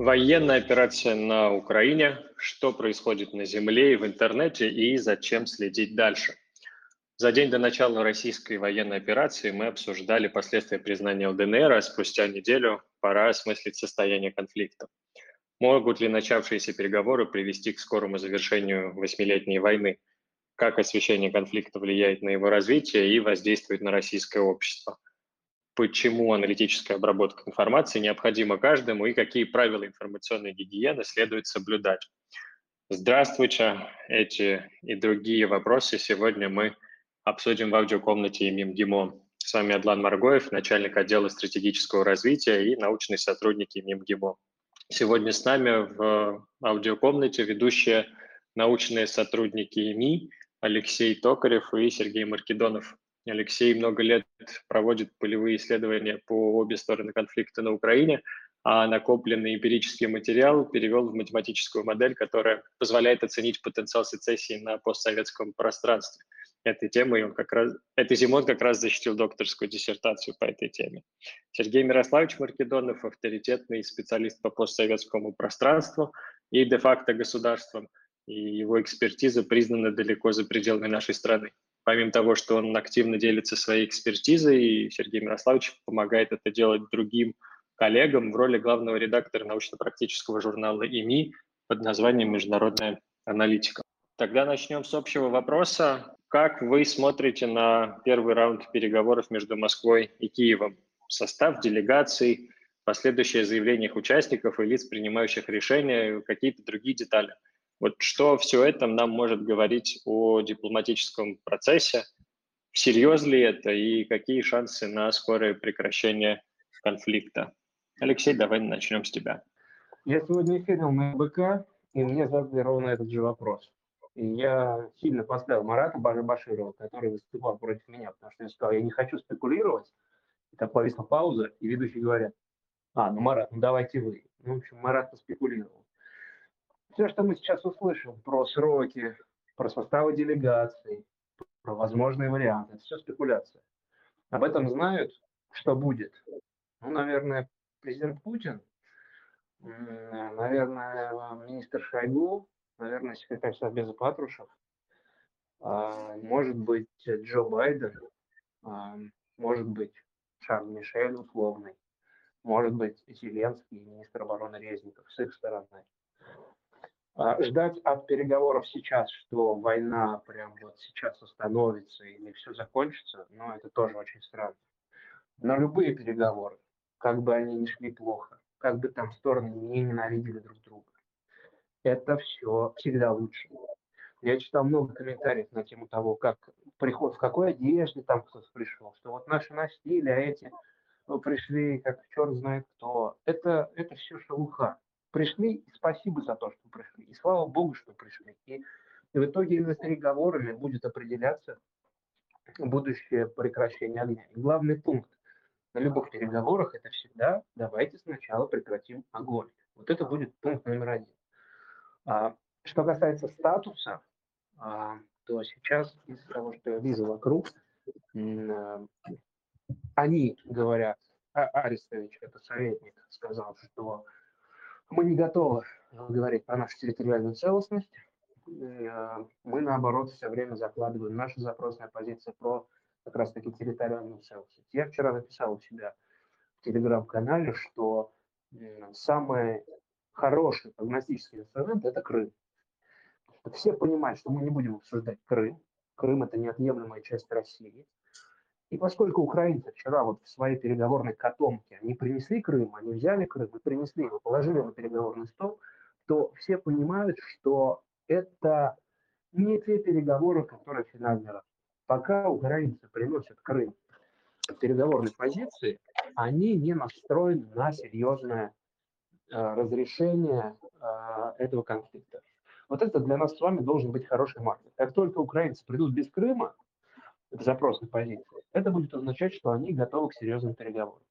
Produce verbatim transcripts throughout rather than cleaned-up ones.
Военная операция на Украине, что происходит на земле и в интернете и зачем следить дальше. За день до начала российской военной операции мы обсуждали последствия признания ЛДНР, а спустя неделю пора осмыслить состояние конфликта. Могут ли начавшиеся переговоры привести к скорому завершению восьмилетней войны? Как освещение конфликта влияет на его развитие и воздействует на российское общество? Почему аналитическая обработка информации необходима каждому и какие правила информационной гигиены следует соблюдать? Здравствуйте. Эти и другие вопросы сегодня мы обсудим в аудиокомнате имени МГИМО. С вами Адлан Маргоев, начальник отдела стратегического развития и научный сотрудник имени МГИМО. Сегодня с нами в аудиокомнате ведущие научные сотрудники ИМИ Алексей Токарев и Сергей Маркедонов. Алексей много лет проводит полевые исследования по обе стороны конфликта на Украине, а накопленный эмпирический материал перевел в математическую модель, которая позволяет оценить потенциал сецессии на постсоветском пространстве. Этой темой он как раз, этой зимой он как раз защитил докторскую диссертацию по этой теме. Сергей Мирославович Маркедонов – авторитетный специалист по постсоветскому пространству и де-факто государствам, и его экспертиза признана далеко за пределами нашей страны. Помимо того, что он активно делится своей экспертизой, и Сергей Мирославович помогает это делать другим коллегам в роли главного редактора научно-практического журнала ИМИ под названием «Международная аналитика». Тогда начнем с общего вопроса. Как вы смотрите на первый раунд переговоров между Москвой и Киевом? Состав делегаций, последующее заявление их участников и лиц, принимающих решения, какие-то другие детали. Вот что все это нам может говорить о дипломатическом процессе? Всерьез ли это и какие шансы на скорое прекращение конфликта? Алексей, давай начнем с тебя. Я сегодня эфирил на БК, и мне задали ровно этот же вопрос. И я сильно поставил Марата Баширова, который выступал против меня, потому что я сказал, я не хочу спекулировать. И так повисла пауза, и ведущий говорят, а, ну Марат, ну давайте вы. Ну, в общем, Марат поспекулировал. Все, что мы сейчас услышим про сроки, про составы делегаций, про возможные варианты, это все спекуляция. Об этом знают, что будет. Ну, наверное, президент Путин, наверное, министр Шойгу, наверное, секретарь Совбеза Патрушев, может быть, Джо Байден, может быть, Шарль Мишель условный, может быть, Зеленский, министр обороны Резников с их стороны. Ждать от переговоров сейчас, что война прям вот сейчас остановится или все закончится, ну, это тоже очень странно. Но любые переговоры, как бы они ни шли плохо, как бы там стороны не ненавидели друг друга, это все всегда лучше. Я читал много комментариев на тему того, как приход, в какой одежде там кто-то пришел, что вот наши носили, а эти ну, пришли, как черт знает кто. Это, это все шелуха. Пришли, и спасибо за то, что пришли. И слава богу, что пришли. И, и в итоге именно переговорами будет определяться будущее прекращение огня. И главный пункт на любых переговорах это всегда давайте сначала прекратим огонь. Вот это будет пункт номер один. А, что касается статуса, а, то сейчас из того, что я вижу вокруг, а, они говорят, а, Арестович, это советник, сказал, что мы не готовы говорить про нашу территориальную целостность. Мы, наоборот, все время закладываем наша запросная позиция про как раз-таки территориальную целостность. Я вчера написал у себя в телеграм-канале, что самый хороший прогностический инструмент – это Крым. Все понимают, что мы не будем обсуждать Крым. Крым – это неотъемлемая часть России. И поскольку украинцы вчера вот в своей переговорной котомке, они принесли Крым, они взяли Крым и принесли его, положили на переговорный стол, то все понимают, что это не те переговоры, которые финальный раз. Пока украинцы приносят Крым в переговорной позиции, они не настроены на серьезное э, разрешение э, этого конфликта. Вот это для нас с вами должен быть хороший маркер. Как только украинцы придут без Крыма, в запросной позиции, это будет означать, что они готовы к серьезным переговорам.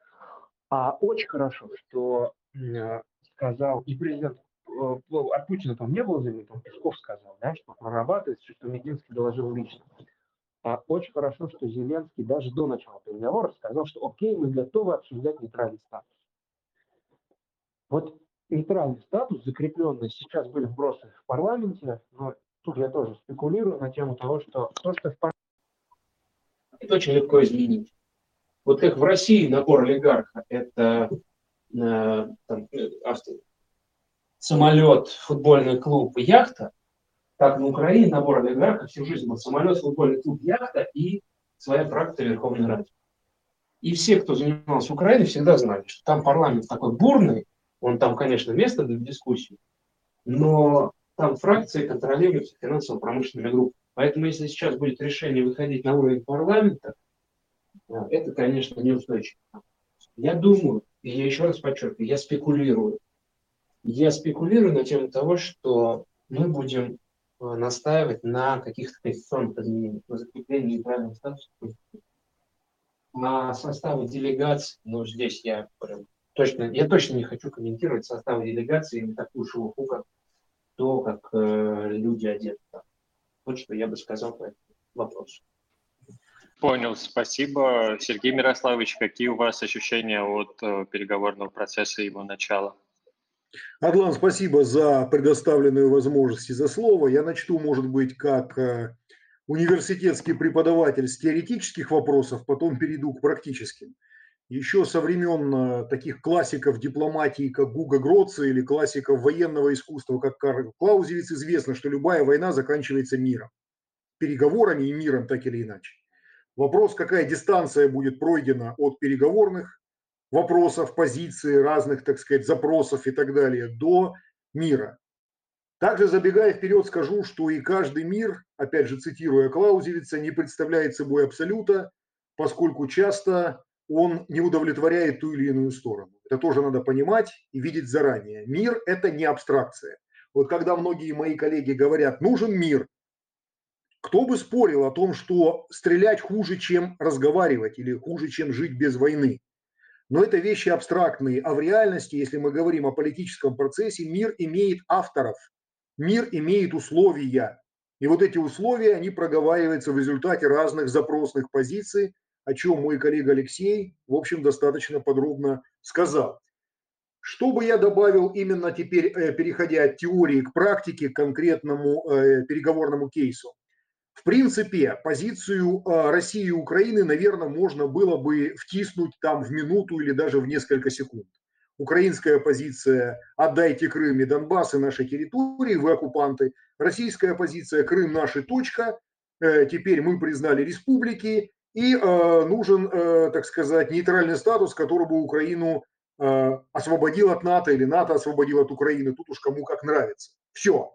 А очень хорошо, что э, сказал и президент, э, от Путина там не было заявлено, Песков сказал, да, что прорабатывается, что Мединский доложил лично. А очень хорошо, что Зеленский даже до начала переговоров сказал, что окей, мы готовы обсуждать нейтральный статус. Вот нейтральный статус, закрепленный, сейчас были вбросы в парламенте, но тут я тоже спекулирую на тему того, что то, что в парламенте, это очень легко изменить. Вот как в России набор олигарха – это э, там, авто, самолет, футбольный клуб, яхта, так на Украине набор олигарха всю жизнь был самолет, футбольный клуб, яхта и своя фракция Верховной Рады. И все, кто занимался Украиной, всегда знали, что там парламент такой бурный, он там, конечно, место для дискуссий, но там фракции контролируются финансово-промышленными группами. Поэтому если сейчас будет решение выходить на уровень парламента, это, конечно, неустойчиво. Я думаю, и я еще раз подчеркиваю, я спекулирую. Я спекулирую на тему того, что мы будем настаивать на каких-то конституционных изменениях, на закреплении нейтрального статуса. На составе делегаций, ну, здесь я прям точно, я точно не хочу комментировать состав делегации или такую шелуху, как то, как э, люди одеты. Вот что я бы сказал по этому вопросу. Понял, спасибо. Сергей Мирославович, какие у вас ощущения от э, переговорного процесса и его начала? Адлан, спасибо за предоставленную возможность и за слово. Я начну, может быть, как э, университетский преподаватель с теоретических вопросов, потом перейду к практическим. Еще со времен э, таких классиков дипломатии, как Гуго Гроци, или классиков военного искусства, как Карл Клаузевиц, известно, что любая война заканчивается миром. Переговорами и миром, так или иначе. Вопрос, какая дистанция будет пройдена от переговорных вопросов, позиций, разных, так сказать, запросов и так далее, до мира. Также, забегая вперед, скажу, что и каждый мир, опять же цитируя Клаузевица, не представляет собой абсолюта, поскольку часто он не удовлетворяет ту или иную сторону. Это тоже надо понимать и видеть заранее. Мир – это не абстракция. Вот когда многие мои коллеги говорят, нужен мир, кто бы спорил о том, что стрелять хуже, чем разговаривать, или хуже, чем жить без войны. Но это вещи абстрактные, а в реальности, если мы говорим о политическом процессе, мир имеет авторов, мир имеет условия. И вот эти условия, они проговариваются в результате разных запросных позиций, о чем мой коллега Алексей, в общем, достаточно подробно сказал. Что бы я добавил именно теперь, переходя от теории к практике, к конкретному переговорному кейсу? В принципе, позицию России и Украины, наверное, можно было бы втиснуть там в минуту или даже в несколько секунд. Украинская позиция «отдайте Крым и Донбасс и наши территории, вы оккупанты». Российская позиция «Крым наша точка», теперь мы признали республики, и нужен, так сказать, нейтральный статус, который бы Украину освободил от НАТО или НАТО освободил от Украины, тут уж кому как нравится. Все.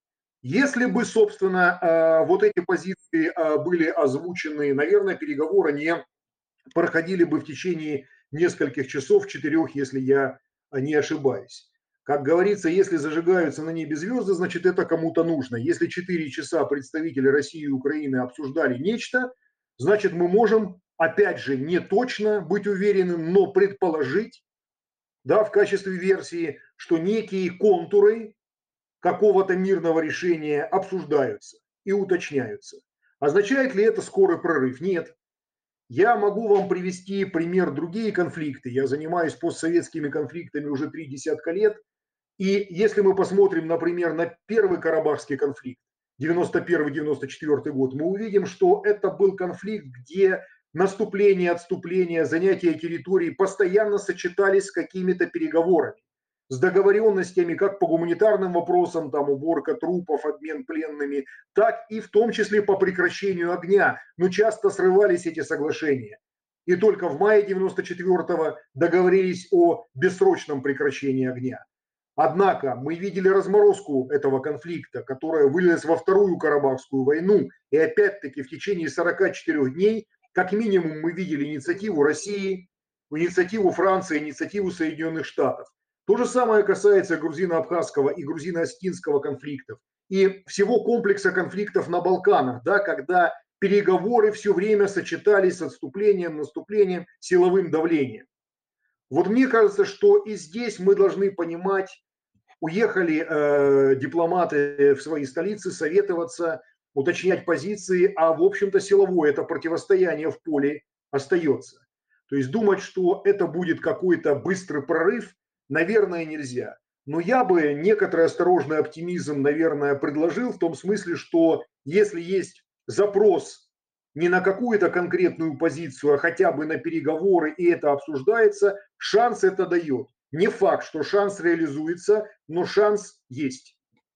Если бы, собственно, вот эти позиции были озвучены, наверное, переговоры не проходили бы в течение нескольких часов, четырех, если я не ошибаюсь. Как говорится, если зажигаются на небе звезды, значит, это кому-то нужно. Если четыре часа представители России и Украины обсуждали нечто, значит, мы можем, опять же, не точно быть уверенным, но предположить, да, в качестве версии, что некие контуры какого-то мирного решения обсуждаются и уточняются. Означает ли это скорый прорыв? Нет. Я могу вам привести пример другие конфликты. Я занимаюсь постсоветскими конфликтами уже три десятка лет. И если мы посмотрим, например, на первый Карабахский конфликт, девяносто первый девяносто четвёртый год, мы увидим, что это был конфликт, где наступление, отступление, занятие территорий постоянно сочетались с какими-то переговорами, с договоренностями как по гуманитарным вопросам, там уборка трупов, обмен пленными, так и в том числе по прекращению огня. Но часто срывались эти соглашения. И только в мае девяносто четвёртого договорились о бессрочном прекращении огня. Однако мы видели разморозку этого конфликта, которая вылилась во вторую Карабахскую войну. И опять-таки в течение сорока четырёх дней, как минимум, мы видели инициативу России, инициативу Франции, инициативу Соединенных Штатов. То же самое касается грузино-абхазского и грузино-остинского конфликтов и всего комплекса конфликтов на Балканах, да, когда переговоры все время сочетались с отступлением, наступлением, силовым давлением. Вот мне кажется, что и здесь мы должны понимать, уехали э, дипломаты в свои столицы советоваться, уточнять позиции, а в общем-то силовое это противостояние в поле остается. То есть думать, что это будет какой-то быстрый прорыв, наверное, нельзя. но я бы некоторый осторожный оптимизм, наверное, предложил в том смысле, что если есть запрос не на какую-то конкретную позицию, а хотя бы на переговоры, и это обсуждается, шанс это дает. Не факт, что шанс реализуется, но шанс есть.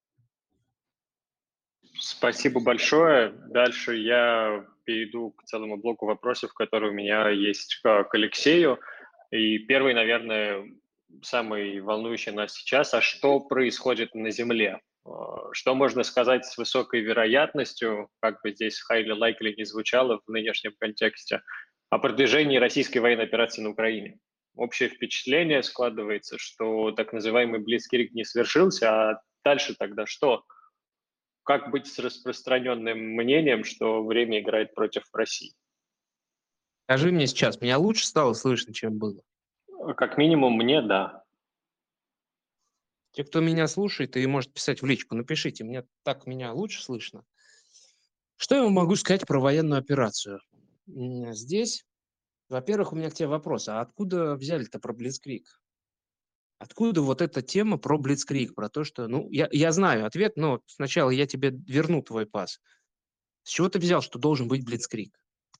Спасибо большое. Дальше я перейду к целому блоку вопросов, которые у меня есть к Алексею. И первый, наверное, самый волнующий нас сейчас, а что происходит на Земле? Что можно сказать с высокой вероятностью, как бы здесь highly likely не звучало в нынешнем контексте, о продвижении российской военной операции на Украине? Общее впечатление складывается, что так называемый Блицкриг не свершился, а дальше тогда что? Как быть с распространенным мнением, что время играет против России? Скажи мне сейчас, меня лучше стало слышно, чем было? Как минимум мне, да. Те, кто меня слушает и может писать в личку, напишите, мне так меня лучше слышно. Что я вам могу сказать про военную операцию? Здесь, во-первых, у меня к тебе вопрос, а откуда взяли-то про Блицкриг? Откуда вот эта тема про Блицкриг, про то, что, ну, я, я знаю ответ, но сначала я тебе верну твой пас. С чего ты взял, что должен быть Блицкриг?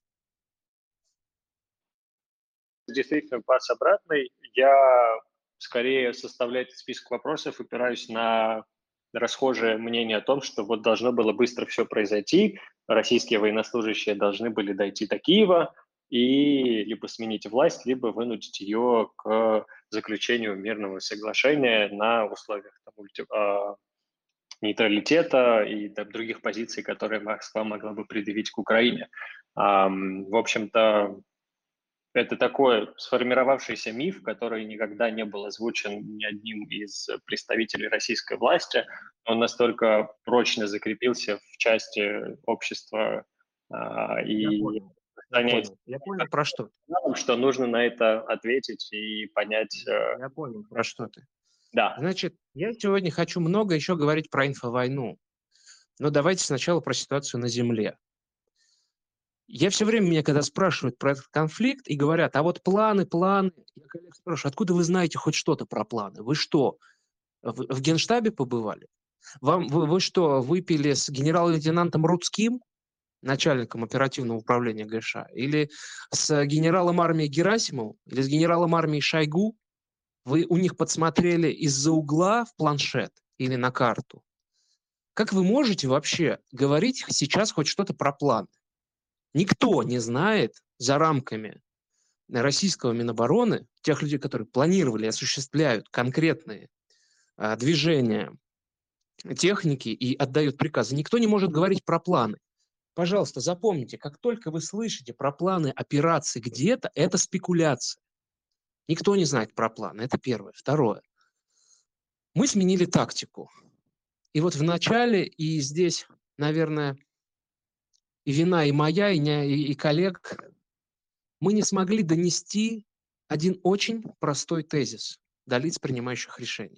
Действительно, пас обратный. Я скорее составлять список вопросов опираюсь на расхожее мнение о том, что вот должно было быстро все произойти, российские военнослужащие должны были дойти до Киева и либо сменить власть, либо вынудить ее к заключению мирного соглашения на условиях там, ульти- нейтралитета и там, других позиций, которые Москва могла бы предъявить к Украине. В общем-то, это такой сформировавшийся миф, который никогда не был озвучен ни одним из представителей российской власти. Он настолько прочно закрепился в части общества а, и Я понял. Я понял. Я понял, про что ты. что нужно на это ответить и понять. Я понял, про что ты. Да. Значит, я сегодня хочу много еще говорить про инфовойну. Но давайте сначала про ситуацию на Земле. Я все время, меня когда спрашивают про этот конфликт и говорят, а вот планы, планы, я коллег спрашиваю, откуда вы знаете хоть что-то про планы? Вы что, в, в Генштабе побывали? Вам, вы, вы что, выпили с генерал-лейтенантом Рудским, начальником оперативного управления ГШ, или с генералом армии Герасимовым, или с генералом армии Шойгу? Вы у них подсмотрели из-за угла в планшет или на карту? Как вы можете вообще говорить сейчас хоть что-то про планы? Никто не знает за рамками российского Минобороны, тех людей, которые планировали и осуществляют конкретные а, движения техники и отдают приказы, никто не может говорить про планы. Пожалуйста, запомните, как только вы слышите про планы операции где-то, это спекуляция. Никто не знает про планы, это первое. Второе. Мы сменили тактику. И вот в начале, и здесь, наверное, и вина и моя, и, не, и, и коллег, мы не смогли донести один очень простой тезис до лиц, принимающих решения.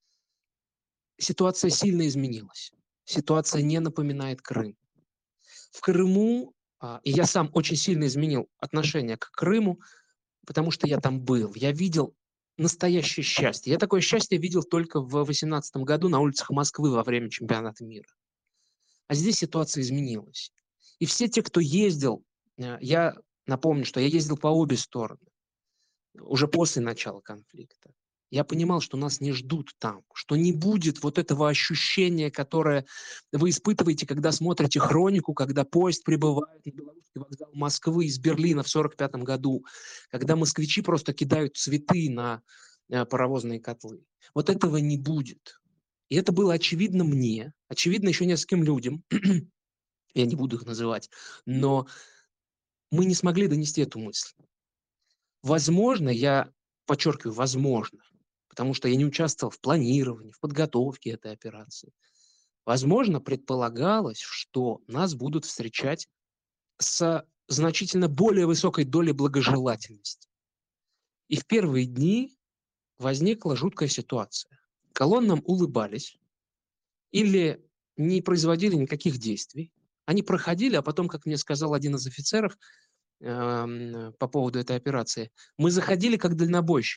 Ситуация сильно изменилась. Ситуация не напоминает Крым. В Крыму, и я сам очень сильно изменил отношение к Крыму, потому что я там был. Я видел настоящее счастье. Я такое счастье видел только в две тысячи восемнадцатом году на улицах Москвы во время чемпионата мира. А здесь ситуация изменилась. И все те, кто ездил, я напомню, что я ездил по обе стороны, уже после начала конфликта. Я понимал, что нас не ждут там, что не будет вот этого ощущения, которое вы испытываете, когда смотрите хронику, когда поезд прибывает на Белорусский вокзал Москвы из Берлина в сорок пятом году, когда москвичи просто кидают цветы на паровозные котлы. Вот этого не будет. И это было очевидно мне, очевидно еще нескольким людям, я не буду их называть, но мы не смогли донести эту мысль. Возможно, я подчеркиваю, возможно, потому что я не участвовал в планировании, в подготовке этой операции. Возможно, предполагалось, что нас будут встречать с значительно более высокой долей благожелательности. И в первые дни возникла жуткая ситуация. Колоннам улыбались или не производили никаких действий. Они проходили, а потом, как мне сказал один из офицеров э, по поводу этой операции, мы заходили как дальнобойщики.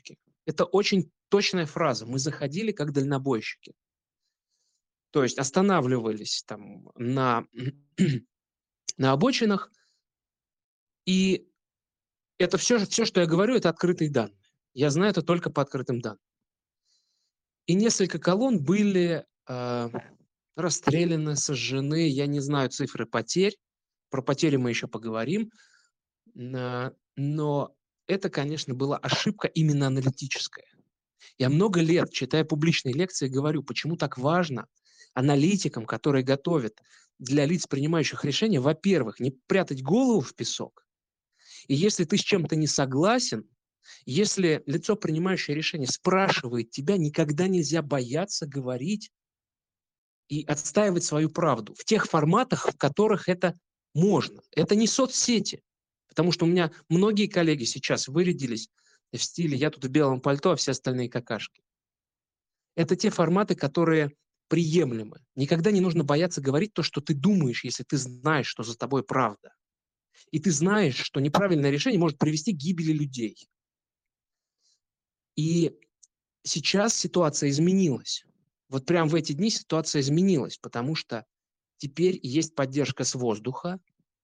Это очень точная фраза. Мы заходили как дальнобойщики. То есть останавливались там на, на обочинах, и это все, все, что я говорю, это открытые данные. Я знаю это только по открытым данным. И несколько колонн были э, расстреляны, сожжены. Я не знаю цифры потерь. Про потери мы еще поговорим. Э, но это, конечно, была ошибка именно аналитическая. Я много лет, читая публичные лекции, говорю, почему так важно аналитикам, которые готовят для лиц, принимающих решения, во-первых, не прятать голову в песок. И если ты с чем-то не согласен, если лицо, принимающее решение, спрашивает тебя, никогда нельзя бояться говорить и отстаивать свою правду в тех форматах, в которых это можно. Это не соцсети, потому что у меня многие коллеги сейчас вырядились в стиле «я тут в белом пальто, а все остальные какашки». Это те форматы, которые приемлемы. Никогда не нужно бояться говорить то, что ты думаешь, если ты знаешь, что за тобой правда. И ты знаешь, что неправильное решение может привести к гибели людей. И сейчас ситуация изменилась. Вот прям в эти дни ситуация изменилась, потому что теперь есть поддержка с воздуха,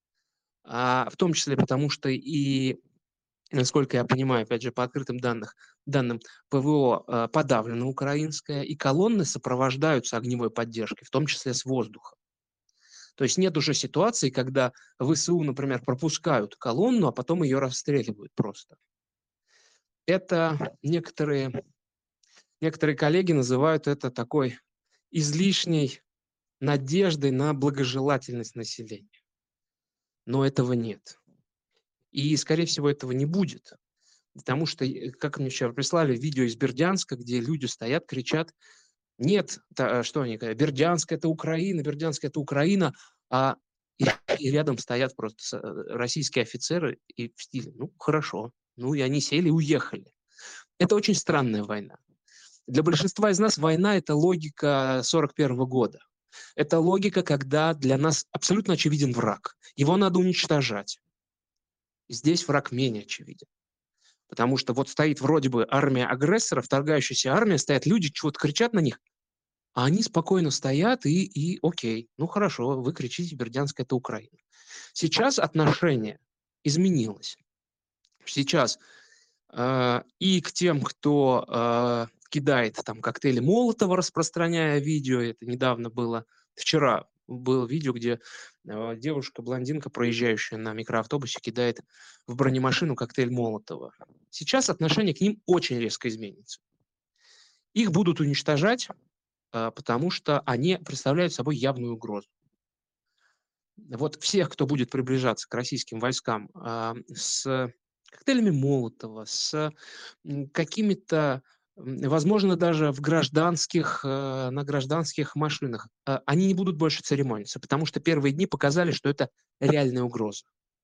а в том числе потому, что и, насколько я понимаю, опять же, по открытым данным, данным ПВО э, подавлено украинское, и колонны сопровождаются огневой поддержкой, в том числе с воздуха. То есть нет уже ситуации, когда ВСУ, например, пропускают колонну, а потом ее расстреливают просто. Это некоторые, некоторые коллеги называют это такой излишней надеждой на благожелательность населения. Но этого нет. И, скорее всего, этого не будет. Потому что, как мне вчера прислали видео из Бердянска, где люди стоят, кричат, нет, та, что они говорят, Бердянск – это Украина, Бердянск – это Украина, а и, и рядом стоят просто российские офицеры и в стиле, ну, хорошо, ну, и они сели и уехали. Это очень странная война. Для большинства из нас война – это логика сорок первого года. Это логика, когда для нас абсолютно очевиден враг. Его надо уничтожать. Здесь враг менее очевиден. Потому что вот стоит вроде бы армия агрессора, вторгающаяся армия, стоят люди, чего-то кричат на них, а они спокойно стоят и, и окей, ну хорошо, вы кричите, Бердянск – это Украина. Сейчас отношение изменилось. Сейчас э, и к тем, кто э, кидает там коктейли Молотова, распространяя видео, это недавно было, вчера было видео, где э, девушка-блондинка, проезжающая на микроавтобусе, кидает в бронемашину коктейль Молотова. Сейчас отношение к ним очень резко изменится. Их будут уничтожать, потому что они представляют собой явную угрозу. Вот всех, кто будет приближаться к российским войскам с коктейлями Молотова, с какими-то, возможно, даже в гражданских, на гражданских машинах, они не будут больше церемониться, потому что первые дни показали, что это реальная угроза.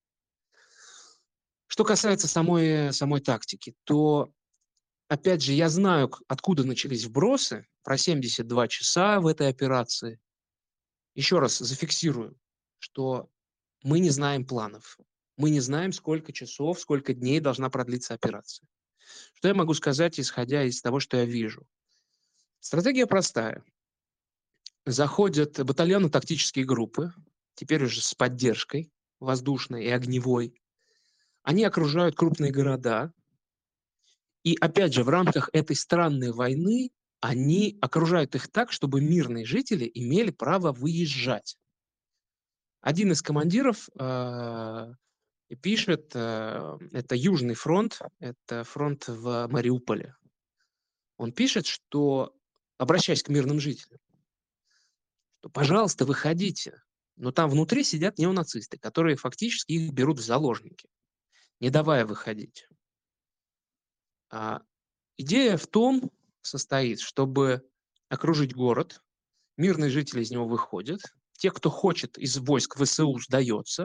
Что касается самой, самой тактики, то, опять же, я знаю, откуда начались вбросы про семьдесят два часа в этой операции. Еще раз зафиксирую, что мы не знаем планов. Мы не знаем, сколько часов, сколько дней должна продлиться операция. Что я могу сказать, исходя из того, что я вижу? Стратегия простая. Заходят батальоны-тактические группы, теперь уже с поддержкой воздушной и огневой. Они окружают крупные города. И опять же, в рамках этой странной войны они окружают их так, чтобы мирные жители имели право выезжать. Один из командиров э, пишет, э, это Южный фронт, это фронт в Мариуполе. Он пишет, что, обращаясь к мирным жителям, что, пожалуйста, выходите, но там внутри сидят неонацисты, которые фактически их берут в заложники, не давая выходить. А идея в том состоит, чтобы окружить город, мирные жители из него выходят, те, кто хочет из войск ВСУ, сдается,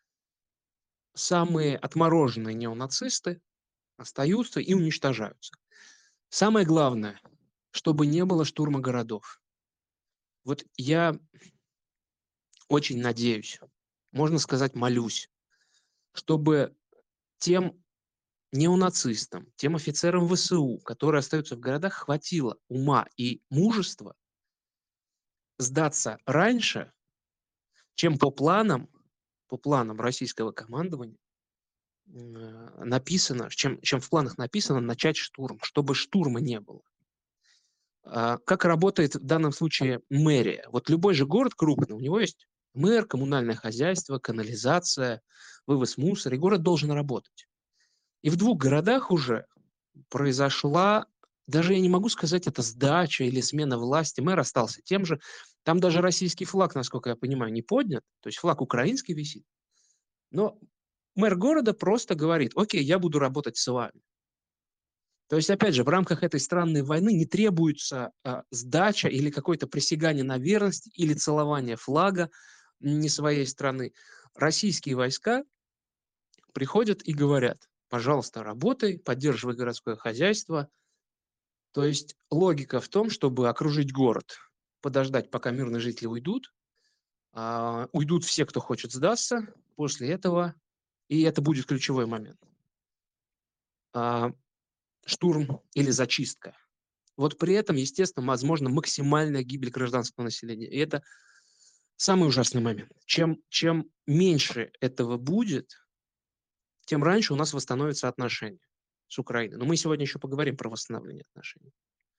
самые отмороженные неонацисты остаются и уничтожаются. Самое главное, чтобы не было штурма городов. Вот я очень надеюсь, можно сказать, молюсь, чтобы тем неонацистам, тем офицерам ВСУ, которые остаются в городах, хватило ума и мужества сдаться раньше, чем по планам, по планам российского командования э, написано, чем, чем в планах написано начать штурм, чтобы штурма не было. А как работает в данном случае мэрия? Вот любой же город крупный, у него есть мэр, коммунальное хозяйство, канализация, вывоз мусора, и город должен работать. И в двух городах уже произошла, даже я не могу сказать, это сдача или смена власти, мэр остался тем же. Там даже российский флаг, насколько я понимаю, не поднят, то есть флаг украинский висит. Но мэр города просто говорит: окей, я буду работать с вами. То есть, опять же, в рамках этой странной войны не требуется а, сдача или какое-то присягание на верность или целование флага не своей страны. Российские войска приходят и говорят: пожалуйста, работай, поддерживай городское хозяйство. То есть логика в том, чтобы окружить город, подождать, пока мирные жители уйдут, а, уйдут все, кто хочет сдаться, после этого, и это будет ключевой момент, а, штурм или зачистка. Вот при этом, естественно, возможно максимальная гибель гражданского населения. И это самый ужасный момент. Чем, чем меньше этого будет, тем раньше у нас восстановятся отношения с Украиной. Но мы сегодня еще поговорим про восстановление отношений.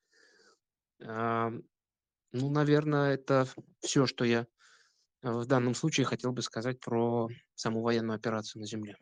А, ну, наверное, это все, что я в данном случае хотел бы сказать про саму военную операцию на земле.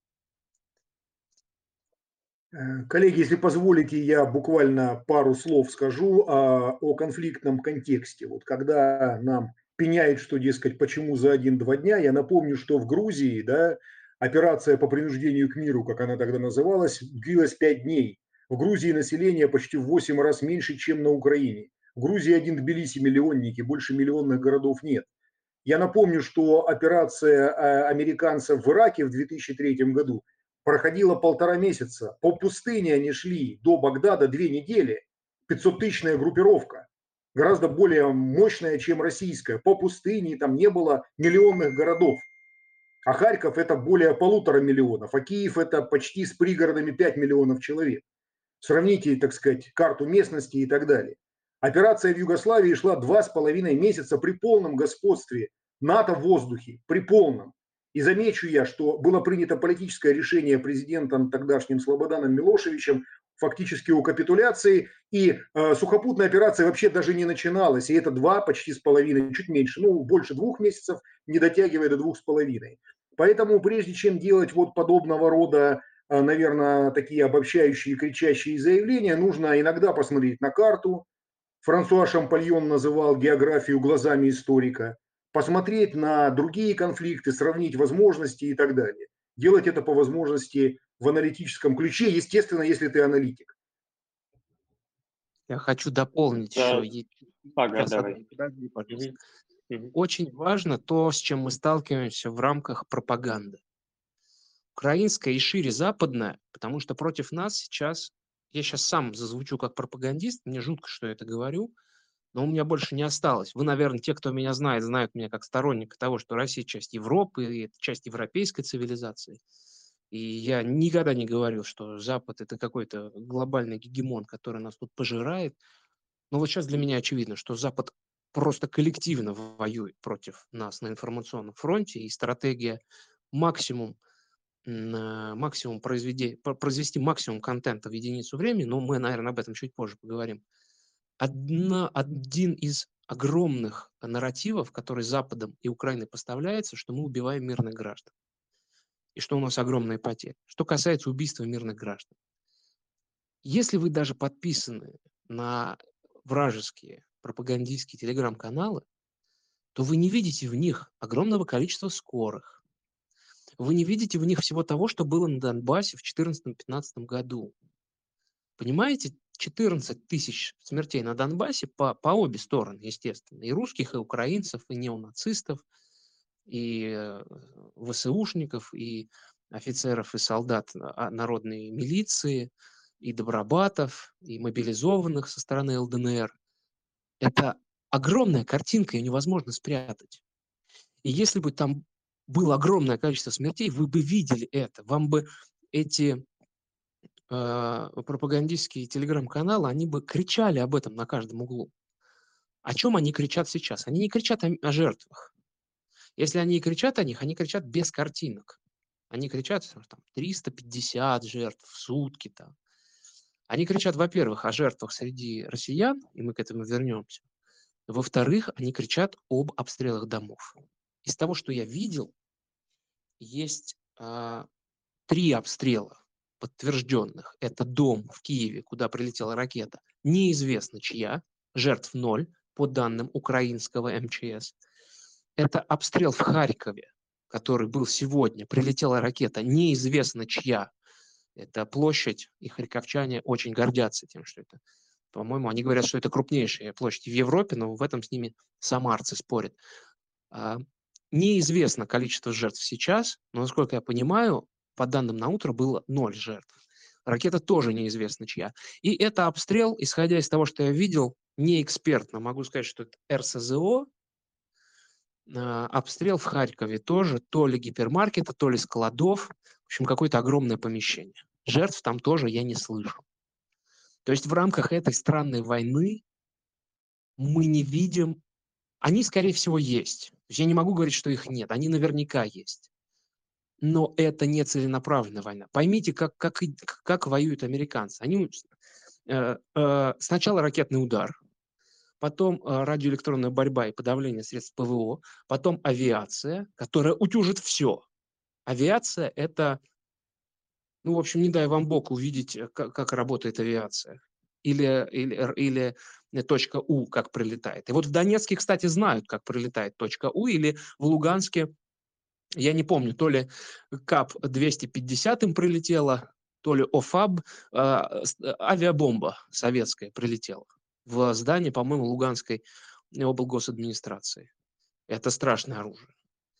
Коллеги, если позволите, я буквально пару слов скажу о, о конфликтном контексте. Вот когда нам пеняет, что, дескать, почему за один-два дня, я напомню, что в Грузии, да, операция по принуждению к миру, как она тогда называлась, длилась пять дней. В Грузии население почти в восемь раз меньше, чем на Украине. В Грузии один Тбилиси миллионники, больше миллионных городов нет. Я напомню, что операция американцев в Ираке в две тысячи третьем году проходила полтора месяца. По пустыне они шли до Багдада две недели. пятисоттысячная группировка, гораздо более мощная, чем российская. По пустыне там не было миллионных городов. А Харьков это более полутора миллионов, а Киев это почти с пригородами пять миллионов человек. Сравните, так сказать, карту местности и так далее. Операция в Югославии шла два с половиной месяца при полном господстве НАТО в воздухе, при полном. И замечу я, что было принято политическое решение президентом тогдашним Слободаном Милошевичем фактически о капитуляции, и э, сухопутная операция вообще даже не начиналась, и это два почти с половиной, чуть меньше, ну больше двух месяцев, не дотягивая до двух с половиной. Поэтому прежде чем делать вот подобного рода, э, наверное, такие обобщающие, кричащие заявления, нужно иногда посмотреть на карту. Франсуа Шампольон называл географию глазами историка. Посмотреть на другие конфликты, сравнить возможности и так далее. Делать это по возможности в аналитическом ключе, естественно, если ты аналитик. Я хочу дополнить Да. еще. Ага, Сейчас, давай. подожди, пожалуйста. Мгм. Мгм. Очень важно то, с чем мы сталкиваемся в рамках пропаганды. Украинская и шире западная, потому что против нас сейчас, я сейчас сам зазвучу как пропагандист, мне жутко, что я это говорю, но у меня больше не осталось. Вы, наверное, те, кто меня знает, знают меня как сторонника того, что Россия часть Европы, и это часть европейской цивилизации. И я никогда не говорил, что Запад – это какой-то глобальный гегемон, который нас тут пожирает. Но вот сейчас для меня очевидно, что Запад просто коллективно воюет против нас на информационном фронте, и стратегия максимум, максимум произведи, произвести максимум контента в единицу времени, но мы, наверное, об этом чуть позже поговорим. Одна, один из огромных нарративов, который Западом и Украиной поставляется, что мы убиваем мирных граждан. И что у нас огромные потери. Что касается убийства мирных граждан. Если вы даже подписаны на вражеские пропагандистские телеграм-каналы, то вы не видите в них огромного количества скорых. Вы не видите в них всего того, что было на Донбассе в две тысячи четырнадцатом-пятнадцатом году. Понимаете, четырнадцать тысяч смертей на Донбассе по, по обе стороны, естественно. И русских, и украинцев, и неонацистов, и ВСУшников, и офицеров, и солдат народной милиции, и добробатов, и мобилизованных со стороны ЛДНР. Это огромная картинка, ее невозможно спрятать. И если бы там было огромное количество смертей, вы бы видели это. Вам бы эти э, пропагандистские телеграм-каналы, они бы кричали об этом на каждом углу. О чем они кричат сейчас? Они не кричат о, о жертвах. Если они и кричат о них, они кричат без картинок. Они кричат, что там триста пятьдесят жертв в сутки. Там. Они кричат, во-первых, о жертвах среди россиян, и мы к этому вернемся. Во-вторых, они кричат об обстрелах домов. Из того, что я видел, есть а, три обстрела подтвержденных. Это дом в Киеве, куда прилетела ракета, неизвестно чья, жертв ноль, по данным украинского эм че эс. Это обстрел в Харькове, который был сегодня, прилетела ракета, неизвестно чья. Это площадь, и харьковчане очень гордятся тем, что это, по-моему, они говорят, что это крупнейшая площадь в Европе, но в этом с ними самарцы спорят. А, неизвестно количество жертв сейчас, но, насколько я понимаю, по данным на утро было ноль жертв. Ракета тоже неизвестно чья. И это обстрел, исходя из того, что я видел, не экспертно, могу сказать, что это эр эс зэ о, а, обстрел в Харькове тоже, то ли гипермаркета, то ли складов, в общем, какое-то огромное помещение. Жертв там тоже я не слышу. То есть в рамках этой странной войны мы не видим, они, скорее всего, есть. То есть я не могу говорить, что их нет, они наверняка есть. Но это не целенаправленная война. Поймите, как, как, как воюют американцы. Они э, э, сначала ракетный удар, потом э, радиоэлектронная борьба и подавление средств пэ вэ о, потом авиация, которая утюжит все. Авиация – это, ну, в общем, не дай вам Бог увидеть, как, как работает авиация. Или, или, или точка У, как прилетает. И вот в Донецке, кстати, знают, как прилетает точка У, или в Луганске, я не помню, то ли КАП двести пятьдесят им прилетела, то ли ОФАБ, э, авиабомба советская прилетела в здание, по-моему, Луганской облгосадминистрации. Это страшное оружие.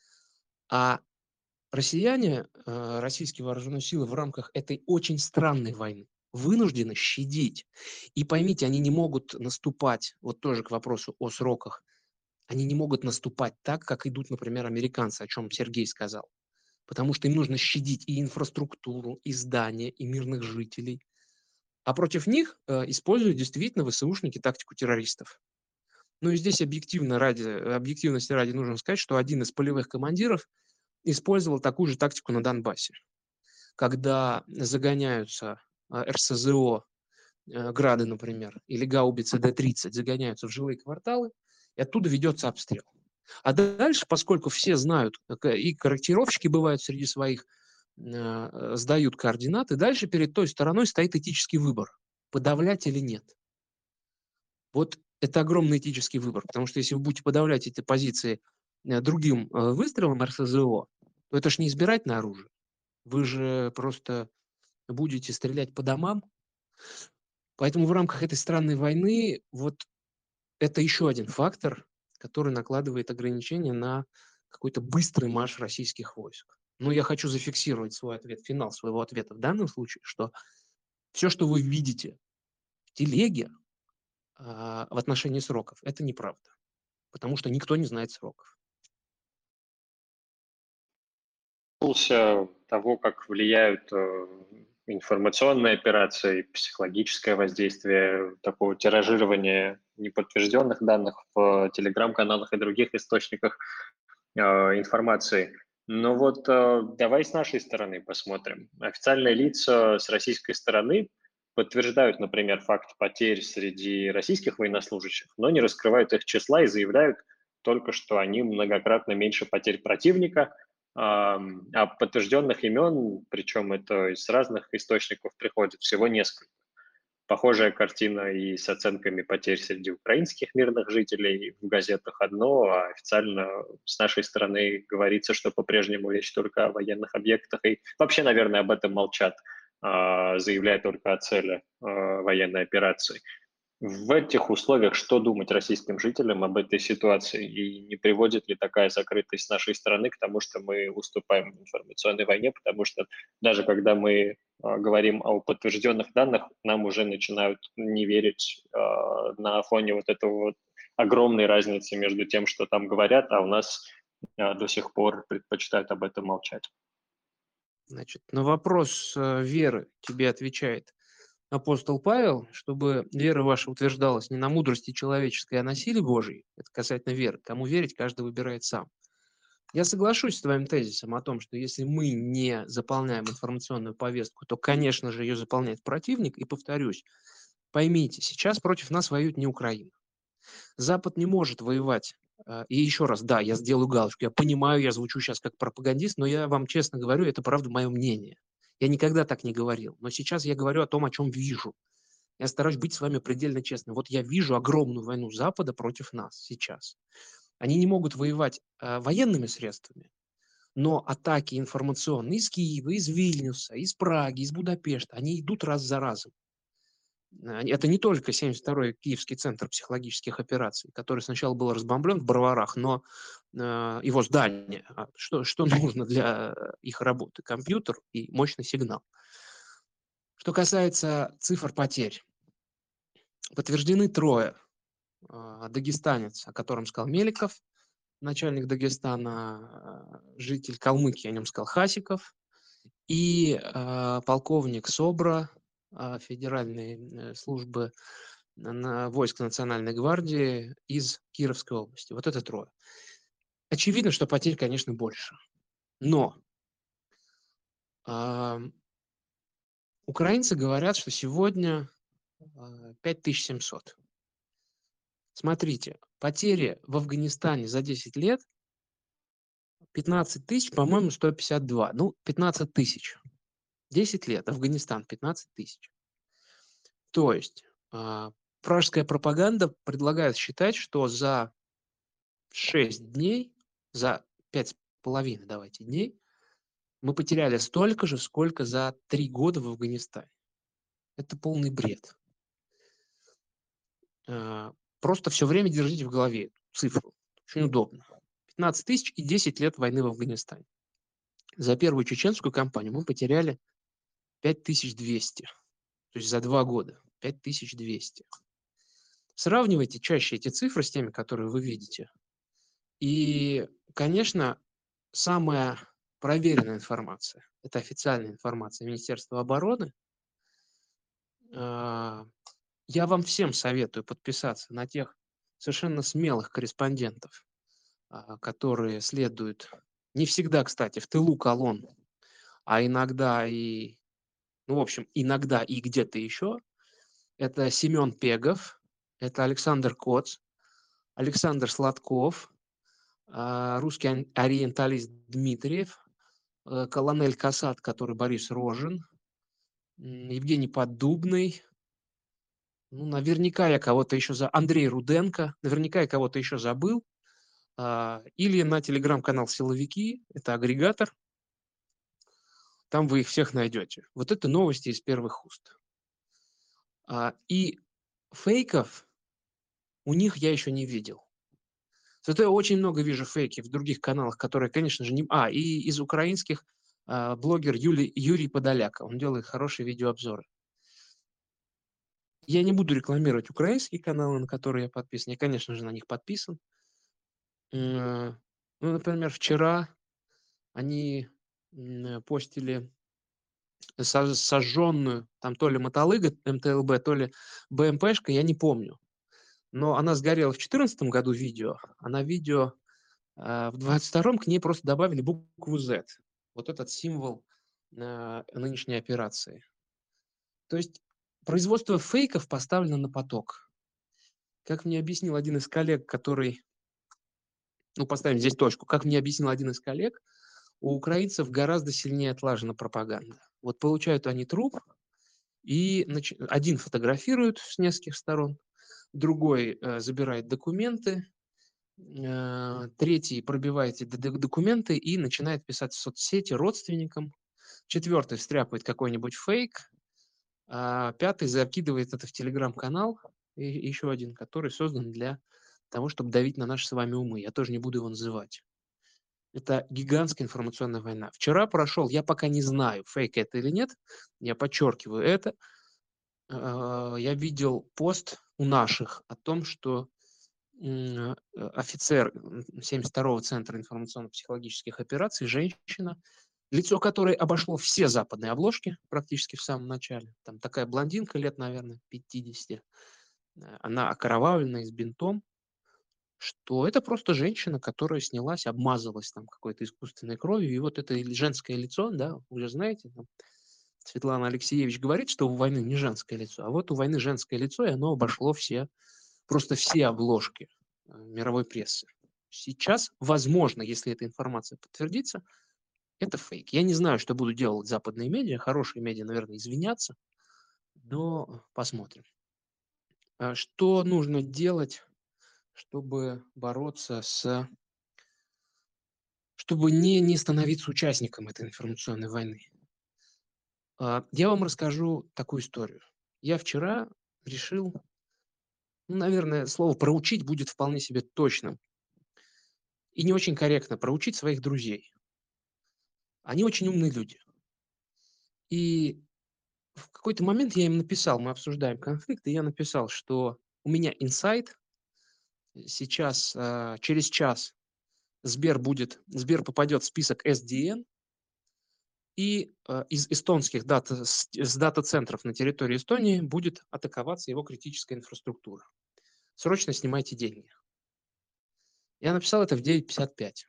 А россияне, э, российские вооруженные силы в рамках этой очень странной войны вынуждены щадить. И поймите, они не могут наступать, вот тоже к вопросу о сроках, они не могут наступать так, как идут, например, американцы, о чем Сергей сказал. Потому что им нужно щадить и инфраструктуру, и здания, и мирных жителей. А против них э, используют действительно вэ эс эушники тактику террористов. Ну и здесь объективно ради, объективности ради нужно сказать, что один из полевых командиров использовал такую же тактику на Донбассе. Когда загоняются э, эр эс зэ о, э, «Грады», например, или гаубицы дэ тридцать загоняются в жилые кварталы, и оттуда ведется обстрел. А дальше, поскольку все знают, и корректировщики бывают среди своих, э, сдают координаты, дальше перед той стороной стоит этический выбор, подавлять или нет. Вот это огромный этический выбор, потому что если вы будете подавлять эти позиции э, другим э, выстрелом эр эс зэ о, то это ж не избирательное оружие. Вы же просто будете стрелять по домам. Поэтому в рамках этой странной войны вот это еще один фактор, который накладывает ограничения на какой-то быстрый марш российских войск. Но я хочу зафиксировать свой ответ, финал своего ответа в данном случае, что все, что вы видите в телеге а, в отношении сроков, это неправда. Потому что никто не знает сроков. Того, как влияют э, информационные операции, психологическое воздействие, такого тиражирования неподтвержденных данных в телеграм-каналах и других источниках э, информации. Но вот э, давай с нашей стороны посмотрим. Официальные лица с российской стороны подтверждают, например, факт потерь среди российских военнослужащих, но не раскрывают их числа и заявляют только, что они многократно меньше потерь противника, а подтвержденных имен, причем это из разных источников приходит, всего несколько. Похожая картина и с оценками потерь среди украинских мирных жителей. В газетах одно, а официально с нашей стороны говорится, что по-прежнему речь только о военных объектах. И вообще, наверное, об этом молчат, заявляя только о цели военной операции. В этих условиях что думать российским жителям об этой ситуации? И не приводит ли такая закрытость с нашей стороны к тому, что мы уступаем в информационной войне? Потому что даже когда мы а, говорим о подтвержденных данных, нам уже начинают не верить а, на фоне вот этого вот огромной разницы между тем, что там говорят, а у нас а, до сих пор предпочитают об этом молчать. Значит, на вопрос э, веры тебе отвечает апостол Павел, чтобы вера ваша утверждалась не на мудрости человеческой, а на силе Божьей. Это касательно веры. Кому верить, каждый выбирает сам. Я соглашусь с твоим тезисом о том, что если мы не заполняем информационную повестку, то, конечно же, ее заполняет противник. И повторюсь, поймите, сейчас против нас воюет не Украина. Запад не может воевать. А, И еще раз, да, я сделаю галочку. Я понимаю, я звучу сейчас как пропагандист, но я вам честно говорю, это правда мое мнение. Я никогда так не говорил. Но сейчас я говорю о том, о чем вижу. Я стараюсь быть с вами предельно честным. Вот я вижу огромную войну Запада против нас сейчас. Они не могут воевать э, военными средствами, но атаки информационные из Киева, из Вильнюса, из Праги, из Будапешта, они идут раз за разом. Э, Это не только семьдесят второй Киевский центр психологических операций, который сначала был разбомблен в Броварах, но э, его здание, а что, что нужно для их работы? Компьютер и мощный сигнал. Что касается цифр потерь, подтверждены трое. А, Дагестанец, о котором сказал Меликов, начальник Дагестана, э, житель Калмыкии, о нем сказал Хасиков, и э, полковник СОБРа, э, Федеральной э, службы на- войск Национальной гвардии из Кировской области. Вот это трое. Очевидно, что потерь, конечно, больше. Но а, украинцы говорят, что сегодня а, пять тысяч семьсот. Смотрите, потери в Афганистане за десять лет пятнадцать тысяч, по-моему, сто пятьдесят два. Ну, пятнадцать тысяч. десять лет, Афганистан, пятнадцать тысяч. То есть а, пражская пропаганда предлагает считать, что за шесть дней, за пять с половиной, давайте, дней, мы потеряли столько же, сколько за три года в Афганистане. Это полный бред. А, Просто все время держите в голове цифру. Очень удобно. пятнадцать тысяч и десять лет войны в Афганистане. За первую чеченскую кампанию мы потеряли пять тысяч двести. То есть за два года пять тысяч двести. Сравнивайте чаще эти цифры с теми, которые вы видите. И, конечно, самая проверенная информация, это официальная информация Министерства обороны. А, Я вам всем советую подписаться на тех совершенно смелых корреспондентов, а, которые следуют не всегда, кстати, в тылу колонн, а иногда и, ну, в общем, иногда и где-то еще. Это Семен Пегов, это Александр Коц, Александр Сладков, а, русский ори- ориенталист Дмитриев, э, колонель Касат, который Борис Рожин, м, Евгений Поддубный, ну, наверняка я кого-то еще за... Андрей Руденко, наверняка я кого-то еще забыл. А, Или на телеграм-канал «Силовики», это агрегатор, там вы их всех найдете. Вот это новости из первых уст. А, И фейков у них я еще не видел. Зато я очень много вижу фейки в других каналах, которые, конечно же, не... А, и из украинских а, блогер Юли... Юрий Подоляк. Он делает хорошие видеообзоры. Я не буду рекламировать украинские каналы, на которые я подписан. Я, конечно же, на них подписан. М, Ну, например, вчера они м, постили со- сожженную, там то ли мотолыга эм тэ эл бэ, то ли бэ эм пэ-шка, я не помню. Но она сгорела в две тысячи четырнадцатом году видео, а на видео а, в двадцать втором к ней просто добавили букву Z. Вот этот символ а, нынешней операции. То есть производство фейков поставлено на поток. Как мне объяснил один из коллег, который, ну, поставим здесь точку, как мне объяснил один из коллег, у украинцев гораздо сильнее отлажена пропаганда. Вот получают они труп, и нач... один фотографирует с нескольких сторон, другой э, забирает документы, э, третий пробивает эти д- документы и начинает писать в соцсети родственникам, четвертый встряпывает какой-нибудь фейк, а пятый закидывает это в телеграм-канал, и еще один, который создан для того, чтобы давить на наши с вами умы. Я тоже не буду его называть. Это гигантская информационная война. Вчера прошел, я пока не знаю, фейк это или нет, я подчеркиваю это, а, я видел пост у наших о том, что м, э, офицер м, семьдесят второго Центра информационно-психологических операций, женщина, Лицо, которое обошло все западные обложки практически в самом начале. Там такая блондинка лет, наверное, пятидесяти. Э, Она окровавленная, с бинтом. Что это просто женщина, которая снялась, обмазалась там какой-то искусственной кровью. И вот это или женское лицо, да, вы же знаете, там, Светлана Алексеевич говорит, что у войны не женское лицо. А вот у войны женское лицо, и оно обошло все, просто все обложки э, мировой прессы. Сейчас, возможно, если эта информация подтвердится, это фейк. Я не знаю, что будут делать западные медиа. Хорошие медиа, наверное, извинятся, но посмотрим. А Что нужно делать, чтобы бороться с... чтобы не, не становиться участником этой информационной войны? А, Я вам расскажу такую историю. Я вчера решил, ну, наверное, слово «проучить» будет вполне себе точным и не очень корректно, проучить своих друзей. Они очень умные люди. И в какой-то момент я им написал, мы обсуждаем конфликт, и я написал, что у меня инсайт, сейчас, а, через час Сбер будет, Сбер попадет в список эс ди эн, и а, из эстонских дата, с, с дата-центров на территории Эстонии будет атаковаться его критическая инфраструктура. Срочно снимайте деньги. Я написал это в девять пятьдесят пять.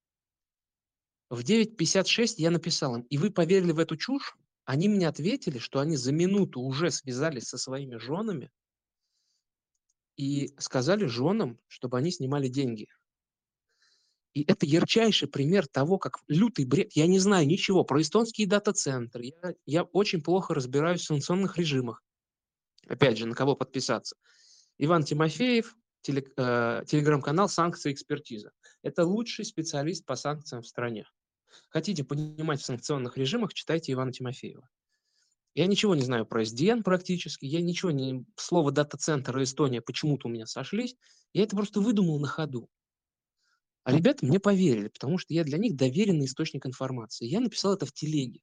В девять пятьдесят шесть я написал им, и вы поверили в эту чушь? Они мне ответили, что они за минуту уже связались со своими женами и сказали женам, чтобы они снимали деньги. И это ярчайший пример того, как лютый бред. Я не знаю ничего про эстонские дата-центры. Я, я очень плохо разбираюсь в санкционных режимах. Опять же, на кого подписаться? Иван Тимофеев, теле, э, телеграм-канал «Санкции экспертиза». Это лучший специалист по санкциям в стране. Хотите понимать в санкционных режимах, читайте Ивана Тимофеева. Я ничего не знаю про эс ди эн практически, я ничего не... Слово дата-центр и Эстония почему-то у меня сошлись. Я это просто выдумал на ходу. А ребята мне поверили, потому что я для них доверенный источник информации. Я написал это в телеге.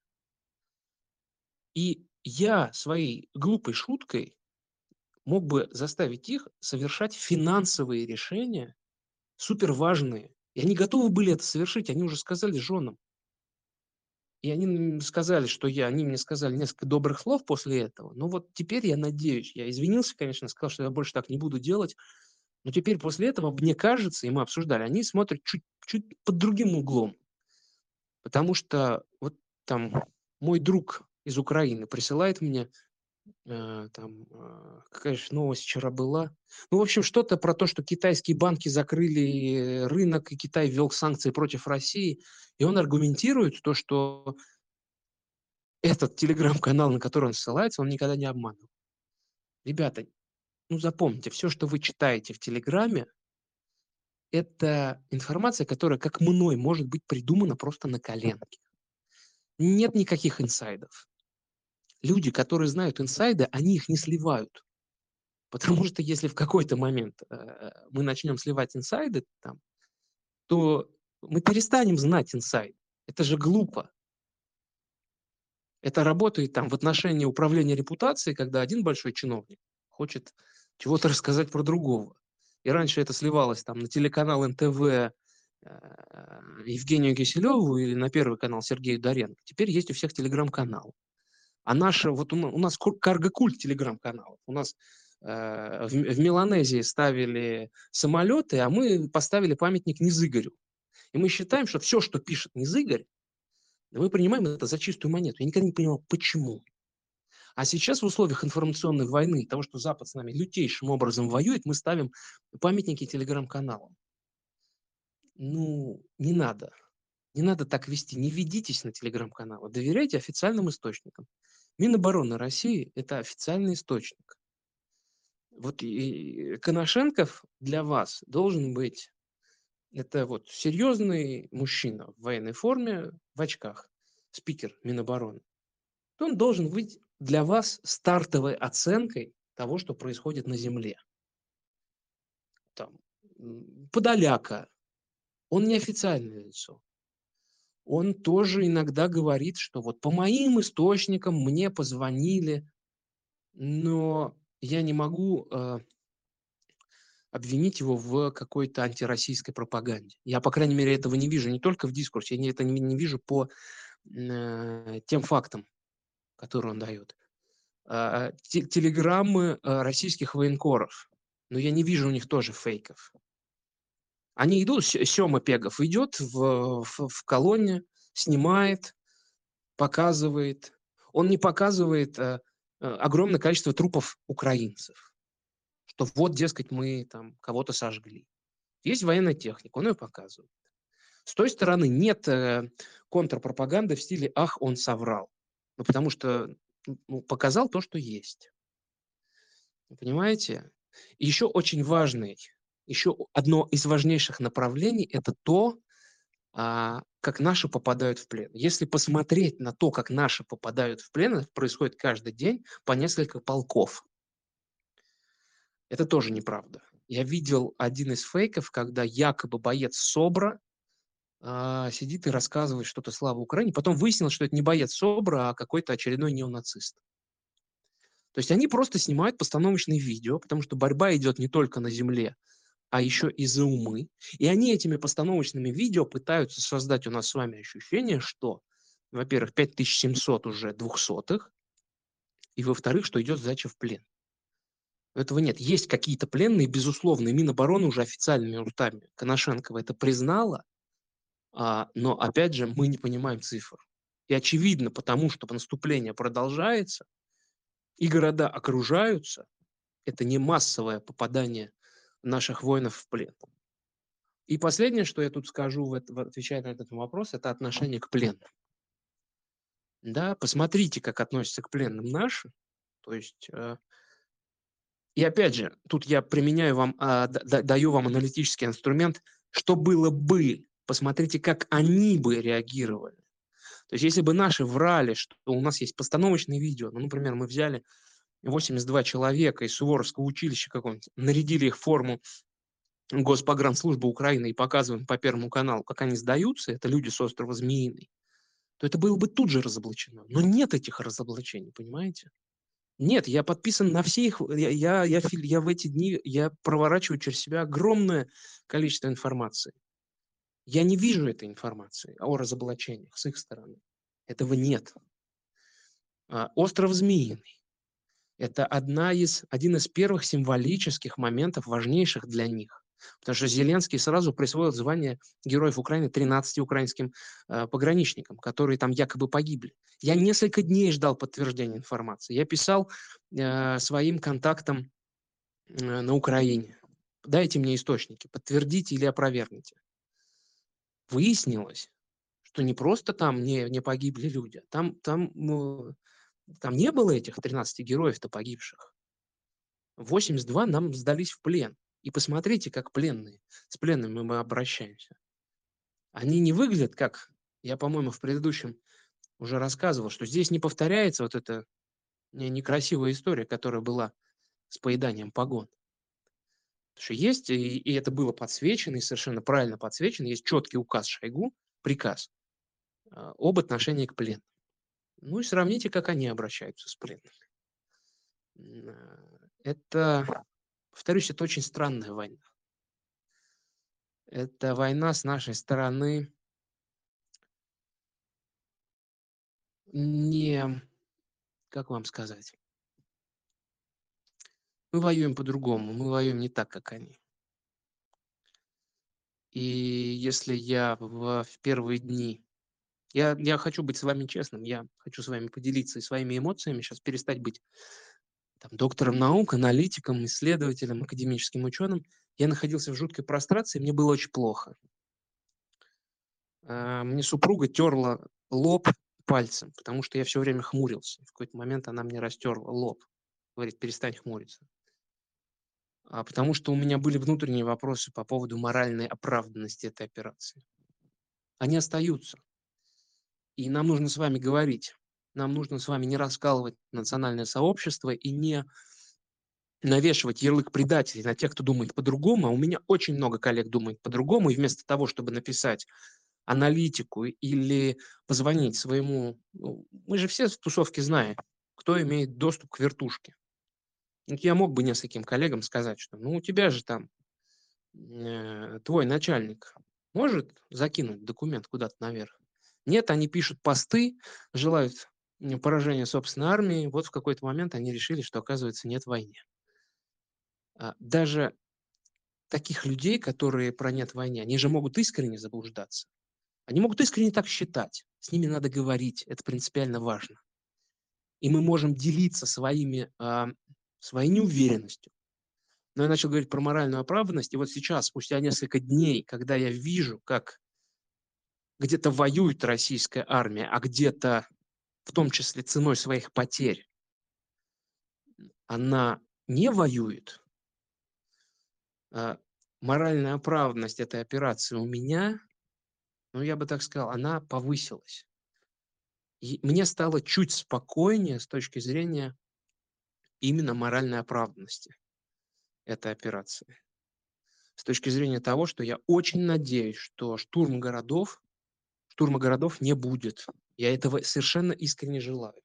И я своей глупой шуткой мог бы заставить их совершать финансовые решения, суперважные. И они готовы были это совершить, они уже сказали женам. И они сказали, что я, они мне сказали несколько добрых слов после этого. Но вот теперь я надеюсь, я извинился, конечно, сказал, что я больше так не буду делать. Но теперь после этого, мне кажется, и мы обсуждали, они смотрят чуть, чуть под другим углом. Потому что вот там мой друг из Украины присылает мне, э, там, э, какая же новость вчера была. Ну, в общем, что-то про то, что китайские банки закрыли рынок, и Китай ввел санкции против России. И он аргументирует то, что этот телеграм-канал, на который он ссылается, он никогда не обманывал. Ребята, ну запомните, все, что вы читаете в Телеграме, это информация, которая, как мной, может быть придумана просто на коленке. Нет никаких инсайдов. Люди, которые знают инсайды, они их не сливают. Потому что если в какой-то момент э, мы начнем сливать инсайды, там, то мы перестанем знать инсайды. Это же глупо. Это работает там в отношении управления репутацией, когда один большой чиновник хочет чего-то рассказать про другого. И раньше это сливалось там на телеканал эн тэ вэ э, Евгению Киселеву или на Первый канал Сергею Доренко. Теперь есть у всех телеграм-канал. А наша, вот у, у нас карго-культ телеграм-каналов. У нас э, в, в Меланезии ставили самолеты, а мы поставили памятник Низыгорю. И мы считаем, что все, что пишет Низыгорь, мы принимаем это за чистую монету. Я никогда не понимал, почему. А сейчас в условиях информационной войны, того, что Запад с нами лютейшим образом воюет, мы ставим памятники телеграм-каналам. Ну, не надо. Не надо так вести. Не ведитесь на телеграм-каналы. Доверяйте официальным источникам. Минобороны России – это официальный источник. Вот и Коношенков для вас должен быть, это вот серьезный мужчина в военной форме, в очках, спикер Минобороны. Он должен быть для вас стартовой оценкой того, что происходит на Земле. Там, Подоляка, он не официальное лицо. Он тоже иногда говорит, что вот по моим источникам мне позвонили, но я не могу э, обвинить его в какой-то антироссийской пропаганде. Я, по крайней мере, этого не вижу не только в дискурсе, я это не, не вижу по э, тем фактам, которые он дает. А, те- телеграммы э, российских военкоров, но я не вижу у них тоже фейков. Они идут, С- Сёма Пегов идет в, в, в колонне, снимает, показывает. Он не показывает э, э, огромное количество трупов украинцев, что вот, дескать, мы там кого-то сожгли. Есть военная техника, он ее показывает. С той стороны нет э, контрпропаганды в стиле «ах, он соврал». Ну, потому что ну, показал то, что есть. Вы понимаете? И еще очень важный, еще одно из важнейших направлений – это то, а, как наши попадают в плен. Если посмотреть на то, как наши попадают в плен, это происходит каждый день по несколько полков. Это тоже неправда. Я видел один из фейков, когда якобы боец СОБРа а, сидит и рассказывает что-то слава Украине. Потом выяснилось, что это не боец СОБРа, а какой-то очередной неонацист. То есть они просто снимают постановочные видео, потому что борьба идет не только на земле, а еще и за умы. И они этими постановочными видео пытаются создать у нас с вами ощущение, что, во-первых, пять тысяч семьсот уже двухсотых, и, во-вторых, что идет сдача в плен. Этого нет. Есть какие-то пленные, безусловно, и Минобороны уже официальными устами Коношенкова это признала, а, но, опять же, мы не понимаем цифр. И очевидно, потому что наступление продолжается, и города окружаются, это не массовое попадание наших воинов в плен. И последнее, что я тут скажу, в это, отвечая на этот вопрос, это отношение к пленным. Да, посмотрите, как относятся к пленным наши. То есть, э, и опять же, тут я применяю вам, э, да, даю вам аналитический инструмент, что было бы. Посмотрите, как они бы реагировали. То есть, если бы наши врали, что у нас есть постановочные видео, ну, например, мы взяли восемьдесят два человека из Суворовского училища какого-нибудь, нарядили их в форму Госпогранслужбы Украины и показываем по Первому каналу, как они сдаются, это люди с острова Змеиный, то это было бы тут же разоблачено. Но нет этих разоблачений, понимаете? Нет, я подписан на все их, я, я, я, я в эти дни, я проворачиваю через себя огромное количество информации. Я не вижу этой информации о разоблачениях с их стороны. Этого нет. А, остров Змеиный – это одна из, один из первых символических моментов, важнейших для них. Потому что Зеленский сразу присвоил звание Героев Украины тринадцати украинским э, пограничникам, которые там якобы погибли. Я несколько дней ждал подтверждения информации. Я писал э, своим контактам э, на Украине. Дайте мне источники, подтвердите или опровергните. Выяснилось, что не просто там не, не погибли люди, там, там, ну, там не было этих тринадцати героев-то погибших. восемьдесят два нам сдались в плен. И посмотрите, как пленные, с пленными мы обращаемся. Они не выглядят как, я, по-моему, в предыдущем уже рассказывал, что здесь не повторяется вот эта некрасивая история, которая была с поеданием погон. Потому что есть, и, и это было подсвечено, и совершенно правильно подсвечено, есть четкий указ Шойгу, приказ э, об отношении к пленным. Ну и сравните, как они обращаются с пленными. Это, повторюсь, это очень странная война. Это война с нашей стороны не, как вам сказать, мы воюем по-другому, мы воюем не так, как они. И если я в, в первые дни, я, я хочу быть с вами честным, я хочу с вами поделиться и своими эмоциями, сейчас перестать быть там, доктором наук, аналитиком, исследователем, академическим ученым. Я находился в жуткой прострации, мне было очень плохо. Мне супруга терла лоб пальцем, потому что я все время хмурился. В какой-то момент она мне растерла лоб. Говорит, перестань хмуриться. А потому что у меня были внутренние вопросы по поводу моральной оправданности этой операции. Они остаются. И нам нужно с вами говорить. Нам нужно с вами не раскалывать национальное сообщество и не навешивать ярлык предателей на тех, кто думает по-другому. А у меня очень много коллег думает по-другому. И вместо того, чтобы написать аналитику или позвонить своему... Ну, мы же все в тусовке знаем, кто имеет доступ к вертушке. Я мог бы нескольким коллегам сказать, что ну у тебя же там э, твой начальник может закинуть документ куда-то наверх. Нет, они пишут посты, желают поражения собственной армии. Вот в какой-то момент они решили, что, оказывается, нет войны. Даже таких людей, которые про нет войны, они же могут искренне заблуждаться. Они могут искренне так считать. С ними надо говорить. Это принципиально важно. И мы можем делиться своими, э, своей неуверенностью. Но я начал говорить про моральную оправданность. И вот сейчас, спустя несколько дней, когда я вижу, как где-то воюет российская армия, а где-то, в том числе ценой своих потерь, она не воюет, э, моральная оправданность этой операции у меня, ну, я бы так сказал, она повысилась. И мне стало чуть спокойнее с точки зрения именно моральной оправданности этой операции. С точки зрения того, что я очень надеюсь, что штурм городов, штурма городов не будет. Я этого совершенно искренне желаю.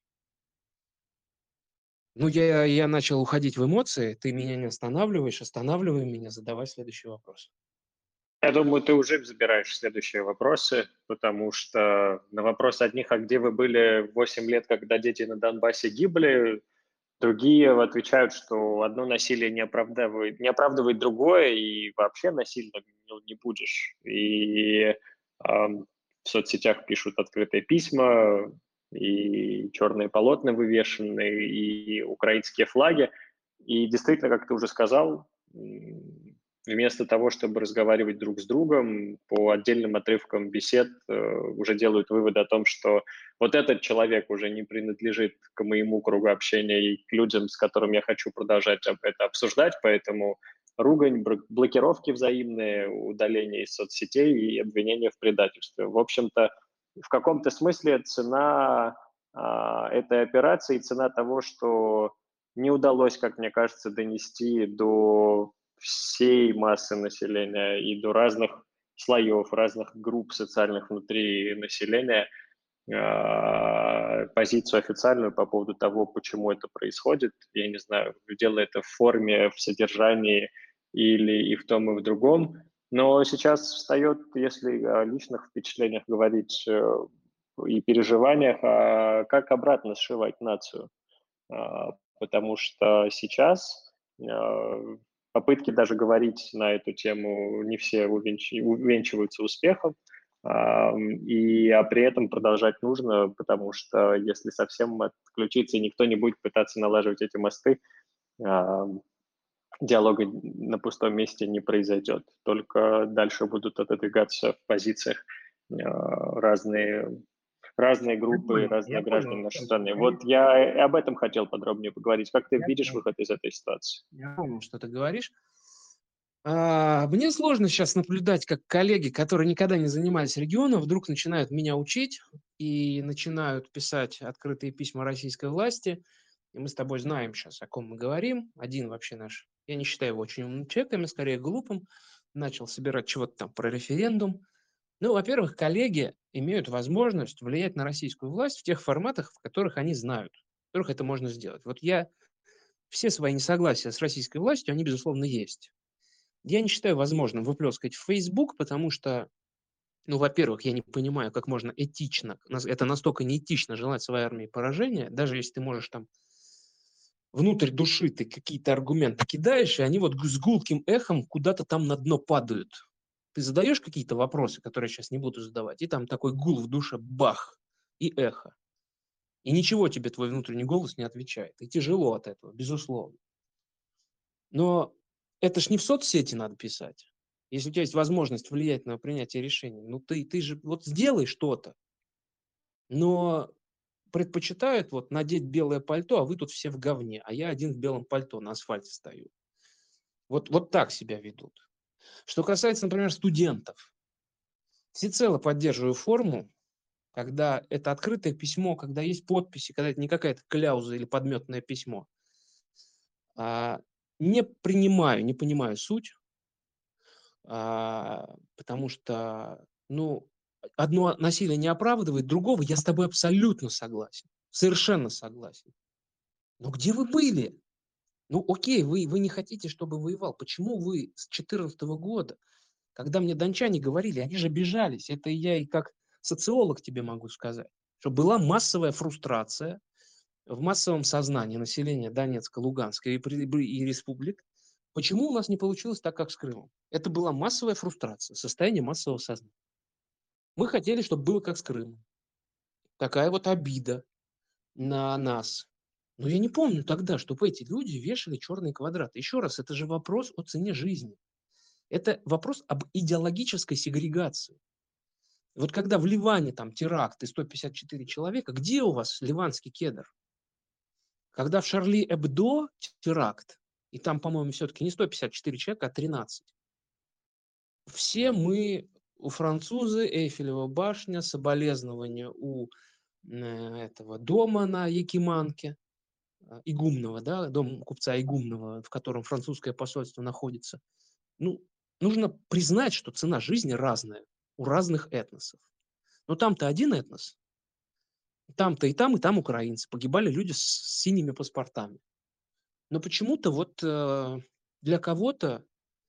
Ну, я, я начал уходить в эмоции, ты меня не останавливаешь, останавливай меня, задавай следующий вопрос. Я думаю, ты уже забираешь следующие вопросы, потому что на вопрос одних, а где вы были восемь лет, когда дети на Донбассе гибли, другие отвечают, что одно насилие не оправдывает, не оправдывает другое, и вообще насильно ну, не будешь. И э, в соцсетях пишут открытые письма, и черные полотна вывешены, и украинские флаги. И действительно, как ты уже сказал, вместо того, чтобы разговаривать друг с другом, по отдельным отрывкам бесед э, уже делают выводы о том, что вот этот человек уже не принадлежит к моему кругу общения и к людям, с которыми я хочу продолжать это обсуждать, поэтому ругань, блокировки взаимные, удаление из соцсетей и обвинения в предательстве. В общем-то, в каком-то смысле цена а, этой операции, цена того, что не удалось, как мне кажется, донести до всей массы населения и до разных слоев, разных групп социальных внутри населения позицию официальную по поводу того, почему это происходит. Я не знаю, дело это в форме, в содержании или и в том, и в другом. Но сейчас встает, если о личных впечатлениях говорить и переживаниях, а как обратно сшивать нацию. Потому что сейчас попытки даже говорить на эту тему не все увенчиваются успехом, и а при этом продолжать нужно, потому что если совсем отключиться, никто не будет пытаться налаживать эти мосты, диалога на пустом месте не произойдет. Только дальше будут отодвигаться в позициях разные разные группы, понял, разные я граждане понял. нашей страны. Вот я об этом хотел подробнее поговорить. Как ты Я видишь понял. выход из этой ситуации? Я помню, что ты говоришь. А, мне сложно сейчас наблюдать, как коллеги, которые никогда не занимались регионом, вдруг начинают меня учить и начинают писать открытые письма российской власти. И мы с тобой знаем сейчас, о ком мы говорим. Один вообще наш, я не считаю его очень умным человеком, а скорее глупым, начал собирать чего-то там про референдум. Ну, во-первых, коллеги имеют возможность влиять на российскую власть в тех форматах, в которых они знают, в которых это можно сделать. Вот я все свои несогласия с российской властью, они, безусловно, есть. Я не считаю возможным выплескать в Facebook, потому что, ну, во-первых, я не понимаю, как можно этично, это настолько неэтично желать своей армии поражения, даже если ты можешь там внутрь души ты какие-то аргументы кидаешь, и они вот с гулким эхом куда-то там на дно падают. Ты задаешь какие-то вопросы, которые я сейчас не буду задавать, и там такой гул в душе, бах, и эхо. И ничего тебе твой внутренний голос не отвечает. И тяжело от этого, безусловно. Но это ж не в соцсети надо писать. Если у тебя есть возможность влиять на принятие решений, ну ты, ты же вот сделай что-то. Но предпочитают вот надеть белое пальто, а вы тут все в говне, а я один в белом пальто на асфальте стою. Вот, вот так себя ведут. Что касается, например, студентов. Всецело поддерживаю форму, когда это открытое письмо, когда есть подписи, когда это не какая-то кляуза или подметное письмо. А, не принимаю, не понимаю суть, а, потому что, ну, одно насилие не оправдывает другого, я с тобой абсолютно согласен, совершенно согласен. Но где вы были? Ну, окей, вы, вы не хотите, чтобы воевал. Почему вы с две тысячи четырнадцатого года, когда мне дончане говорили, они же обижались, это я и как социолог тебе могу сказать, что была массовая фрустрация в массовом сознании населения Донецка, Луганска и, и республик. Почему у нас не получилось так, как с Крымом? Это была массовая фрустрация, состояние массового сознания. Мы хотели, чтобы было как с Крымом. Такая вот обида на нас. Но я не помню тогда, чтобы эти люди вешали черные квадраты. Еще раз, это же вопрос о цене жизни. Это вопрос об идеологической сегрегации. Вот когда в Ливане там теракт и сто пятьдесят четыре человека, где у вас ливанский кедр? Когда в Шарли Эбдо теракт, и там, по-моему, все-таки не сто пятьдесят четыре человека, а тринадцать. Все мы, у французы, Эйфелева башня, соболезнования у этого дома на Якиманке, Игумного, да, дом купца Игумного, в котором французское посольство находится. Ну, нужно признать, что цена жизни разная у разных этносов. Но там-то один этнос, там-то и там, и там украинцы. Погибали люди с синими паспортами. Но почему-то вот э, для кого-то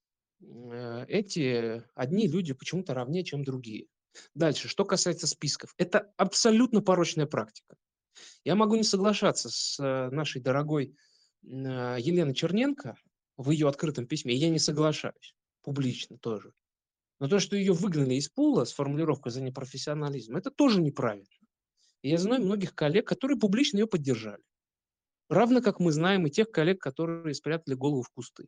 э, эти одни люди почему-то равнее, чем другие. Дальше, что касается списков. Это абсолютно порочная практика. Я могу не соглашаться с э, нашей дорогой э, Еленой Черненко в ее открытом письме. Я не соглашаюсь. Публично тоже. Но то, что ее выгнали из пула с формулировкой за непрофессионализм, это тоже неправильно. И я знаю многих коллег, которые публично ее поддержали. Равно как мы знаем и тех коллег, которые спрятали голову в кусты.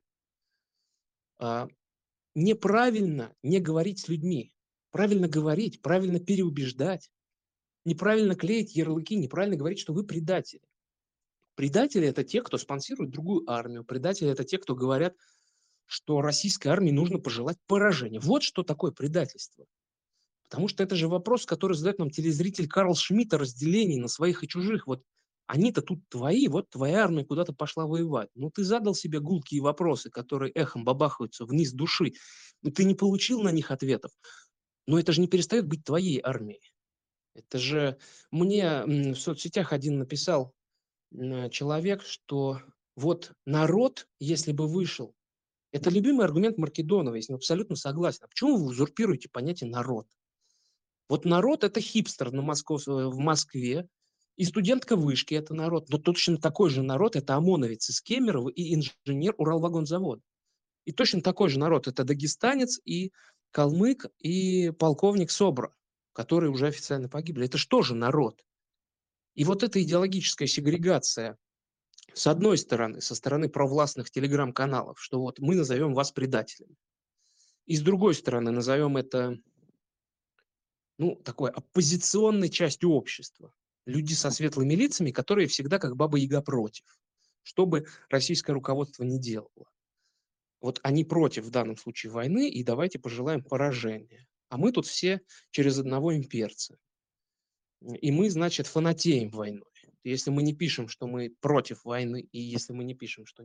А, неправильно не говорить с людьми. Правильно говорить, правильно переубеждать. Неправильно клеить ярлыки, неправильно говорить, что вы предатели. Предатели – это те, кто спонсирует другую армию. Предатели – это те, кто говорят, что российской армии нужно пожелать поражения. Вот что такое предательство. Потому что это же вопрос, который задает нам телезритель Карл Шмидт о разделении на своих и чужих. Вот они-то тут твои, вот твоя армия куда-то пошла воевать. Ну, ты задал себе гулкие вопросы, которые эхом бабахаются вниз души, но ты не получил на них ответов. Но это же не перестает быть твоей армией. Это же мне в соцсетях один написал человек, что вот народ, если бы вышел, это любимый аргумент Маркедонова, я с ним абсолютно согласен. А почему вы узурпируете понятие народ? Вот народ – это хипстер на Москов, в Москве, и студентка вышки – это народ. Но точно такой же народ – это ОМОНовец из Кемерово и инженер Уралвагонзавода. И точно такой же народ – это дагестанец и калмык, и полковник Собра, которые уже официально погибли. Это что же народ? И вот эта идеологическая сегрегация, с одной стороны, со стороны провластных телеграм-каналов, что вот мы назовем вас предателями. И с другой стороны, назовем это, ну, такой оппозиционной частью общества. Люди со светлыми лицами, которые всегда как баба-яга против, что бы российское руководство не делало. Вот они против в данном случае войны, и давайте пожелаем поражения. А мы тут все через одного имперца. И мы, значит, фанатеем войной. Если мы не пишем, что мы против войны, и если мы не пишем, что,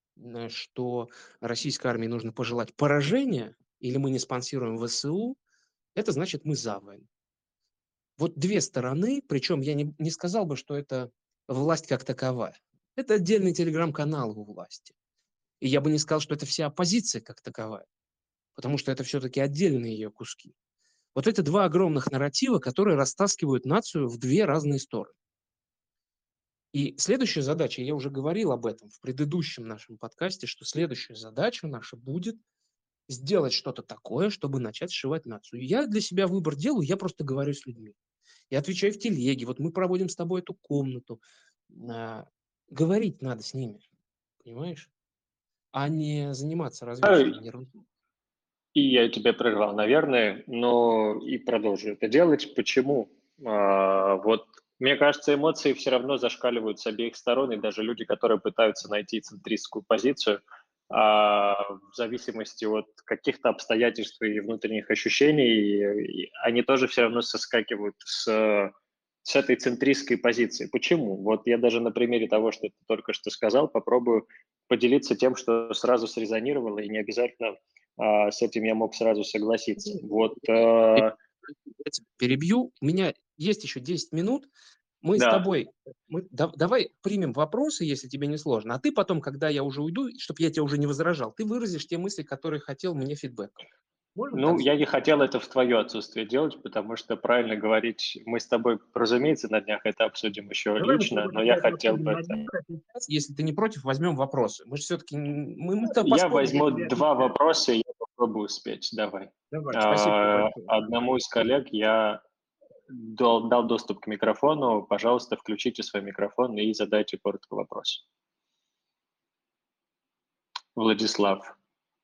что российской армии нужно пожелать поражения, или мы не спонсируем ВСУ, это значит, мы за войну. Вот две стороны, причем я не, не сказал бы, что это власть как таковая. Это отдельный телеграм-канал у власти. И я бы не сказал, что это вся оппозиция как таковая, потому что это все-таки отдельные ее куски. Вот это два огромных нарратива, которые растаскивают нацию в две разные стороны. И следующая задача, я уже говорил об этом в предыдущем нашем подкасте, что следующая задача наша будет сделать что-то такое, чтобы начать сшивать нацию. Я для себя выбор делаю, я просто говорю с людьми. Я отвечаю в телеге, вот мы проводим с тобой эту комнату. А, говорить надо с ними, понимаешь? А не заниматься развешиванием ерунды. И я тебя прервал, наверное, но и продолжу это делать. Почему? А, вот мне кажется, эмоции все равно зашкаливают с обеих сторон, и даже люди, которые пытаются найти центристскую позицию, а, в зависимости от каких-то обстоятельств и внутренних ощущений, и они тоже все равно соскакивают с, с этой центристской позиции. Почему? Вот я даже на примере того, что ты только что сказал, попробую поделиться тем, что сразу срезонировало, и не обязательно а, с этим я мог сразу согласиться. Вот, а... Я тебя перебью. У меня есть еще десять минут. Мы да. с тобой, мы, да, давай примем вопросы, если тебе не сложно, а ты потом, когда я уже уйду, чтобы я тебя уже не возражал, ты выразишь те мысли, которые хотел мне фидбэком. Можно Ну, так я сделать? не хотел это в твое отсутствие делать, потому что правильно говорить, мы с тобой, разумеется, на днях это обсудим еще Давай мы с лично, тобой но я тогда это хотел обсудим бы на это. днях, а сейчас, если ты не против, возьмем вопросы. Мы же все-таки, мы, мы-то Я поспорим, я возьму тебе два отвечаю. вопроса, и я попробую успеть. Давай. Давай, спасибо тебе А, большое. Одному из коллег я дал, дал доступ к микрофону. Пожалуйста, включите свой микрофон и задайте коротко вопрос. Владислав,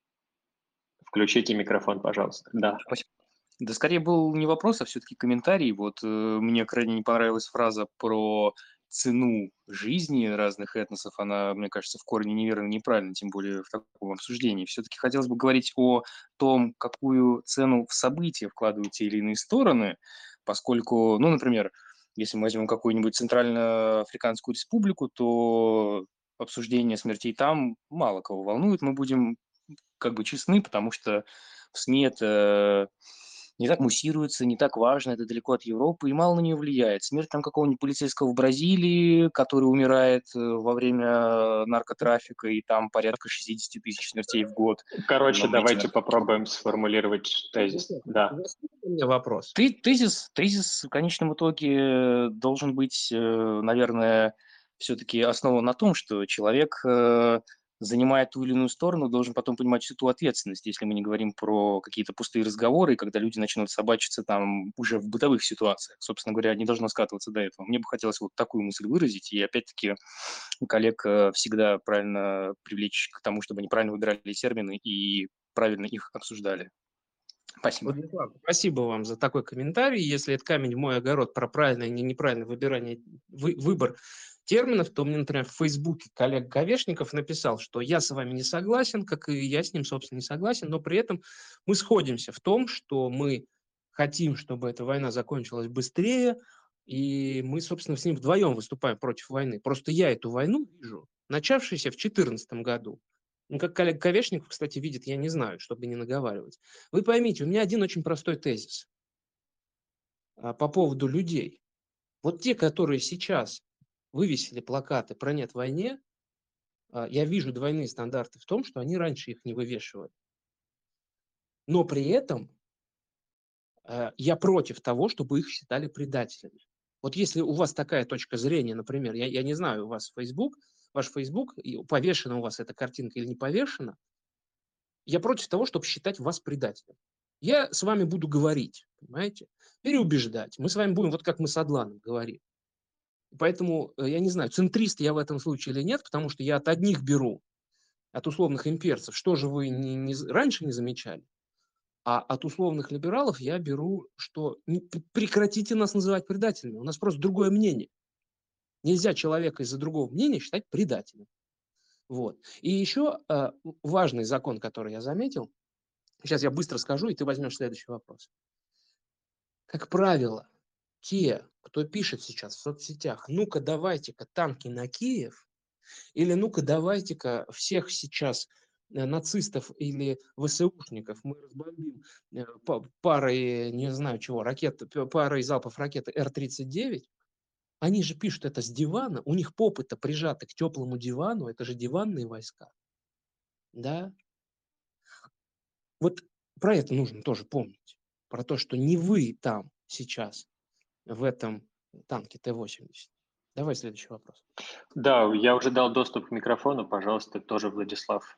включите микрофон, пожалуйста. Да. Спасибо. Да, скорее был не вопрос, а все-таки комментарий. Вот э, мне крайне не понравилась фраза про цену жизни разных этносов. Она, мне кажется, в корне неверно, неправильно, тем более в таком обсуждении. Все-таки хотелось бы говорить о том, какую цену в события вкладывают те или иные стороны, поскольку, ну, например, если мы возьмем какую-нибудь Центральноафриканскую республику, то обсуждение смертей там мало кого волнует. Мы будем как бы честны, потому что в СМИ это не так муссируется, не так важно, это далеко от Европы и мало на нее влияет. Смерть там какого-нибудь полицейского в Бразилии, который умирает э, во время наркотрафика, и там порядка шестьдесят тысяч смертей в год. Короче, Но эти давайте попробуем сформулировать тезис. Да. У вас есть у меня вопрос? Ты- Тезис, тезис в конечном итоге должен быть, э, наверное, все-таки основан на том, что человек, э, занимая ту или иную сторону, должен потом понимать всю ту ответственность, если мы не говорим про какие-то пустые разговоры, когда люди начнут собачиться там уже в бытовых ситуациях. Собственно говоря, не должно скатываться до этого. Мне бы хотелось вот такую мысль выразить, и опять-таки коллег э, всегда правильно привлечь к тому, чтобы они правильно выбирали термины и правильно их обсуждали. Спасибо. Владислав, спасибо вам за такой комментарий. Если это камень в мой огород про правильное и неправильное выбирание, вы, выбор терминов, то мне, например, в Фейсбуке коллега Ковешников написал, что я с вами не согласен, как и я с ним, собственно, не согласен, но при этом мы сходимся в том, что мы хотим, чтобы эта война закончилась быстрее, и мы, собственно, с ним вдвоем выступаем против войны. Просто я эту войну вижу, начавшуюся в две тысячи четырнадцатом году. Ну, как коллега Ковешников, кстати, видит, я не знаю, чтобы не наговаривать. Вы поймите, у меня один очень простой тезис а, по поводу людей. Вот те, которые сейчас вывесили плакаты про «нет войне», а, я вижу двойные стандарты в том, что они раньше их не вывешивали. Но при этом а, я против того, чтобы их считали предателями. Вот если у вас такая точка зрения, например, я, я не знаю, у вас Facebook, ваш Facebook, и повешена у вас эта картинка или не повешена, я против того, чтобы считать вас предателем. Я с вами буду говорить, понимаете, переубеждать. Мы с вами будем, вот как мы с Адланом говорим. Поэтому, я не знаю, центрист я в этом случае или нет, потому что я от одних беру, от условных имперцев, что же вы не, не, раньше не замечали, а от условных либералов я беру, что не, прекратите нас называть предателями, у нас просто другое мнение. Нельзя человека из-за другого мнения считать предателем. Вот. И еще э, важный закон, который я заметил, сейчас я быстро скажу, и ты возьмешь следующий вопрос. Как правило, те, кто пишет сейчас в соцсетях, ну-ка давайте-ка танки на Киев, или ну-ка давайте-ка всех сейчас э, нацистов или ВСУшников мы разбомбим э, па- парой, не знаю чего, ракет, п- парой залпов ракеты Р тридцать девять, они же пишут это с дивана, у них попы-то прижаты к теплому дивану, это же диванные войска, да? Вот про это нужно тоже помнить, про то, что не вы там сейчас в этом танке Т восемьдесят. Давай следующий вопрос. Да, я уже дал доступ к микрофону, пожалуйста, тоже Владислав.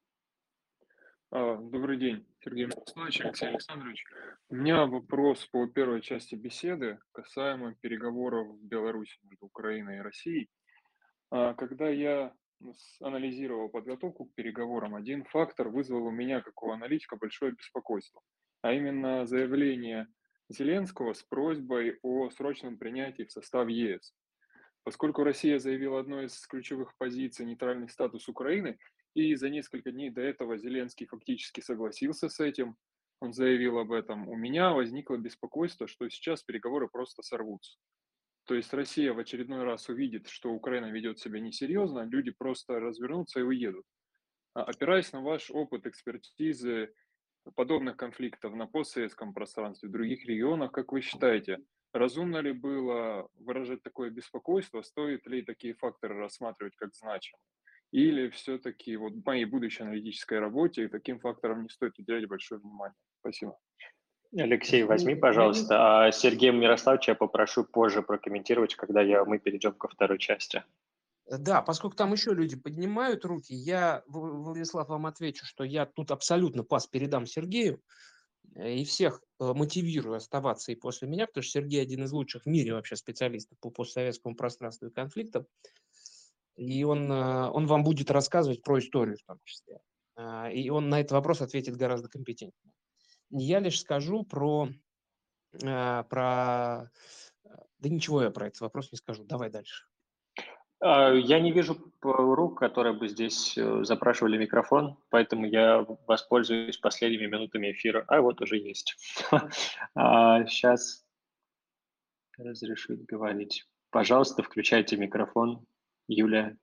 А, Добрый день, Сергей Мирославович, Алексей Александрович. У меня вопрос по первой части беседы касаемо переговоров в Беларуси между Украиной и Россией. А, Когда я ну, с- анализировал подготовку к переговорам, один фактор вызвал у меня, как у аналитика, большое беспокойство, а именно заявление Зеленского с просьбой о срочном принятии в состав Е С. Поскольку Россия заявила одной из ключевых позиций нейтральный статус Украины, и за несколько дней до этого Зеленский фактически согласился с этим, он заявил об этом, у меня возникло беспокойство, что сейчас переговоры просто сорвутся. То есть Россия в очередной раз увидит, что Украина ведет себя несерьезно, люди просто развернутся и уедут. А опираясь на ваш опыт экспертизы подобных конфликтов на постсоветском пространстве, в других регионах, как вы считаете, разумно ли было выражать такое беспокойство, стоит ли такие факторы рассматривать как значимые? Или все-таки вот в моей будущей аналитической работе таким факторам не стоит уделять большое внимание? Спасибо. Алексей, возьми, Я не- пожалуйста, а Сергея Мирославовича я попрошу позже прокомментировать, когда я, мы перейдем ко второй части. Да, поскольку там еще люди поднимают руки, я, В- Владислав, вам отвечу, что я тут абсолютно пас передам Сергею э, и всех э, мотивирую оставаться и после меня, потому что Сергей один из лучших в мире вообще специалистов по постсоветскому пространству и конфликтам, и он, э, он вам будет рассказывать про историю в том числе. А, И он на этот вопрос ответит гораздо компетентнее. Я лишь скажу про, э, про... э, Да ничего я про этот вопрос не скажу. Давай дальше. А, Я не вижу п- рук, которые бы здесь э, запрашивали микрофон, поэтому я воспользуюсь последними минутами эфира. А вот уже есть. Сейчас разрешить говорить. Пожалуйста, включайте микрофон, Юлия.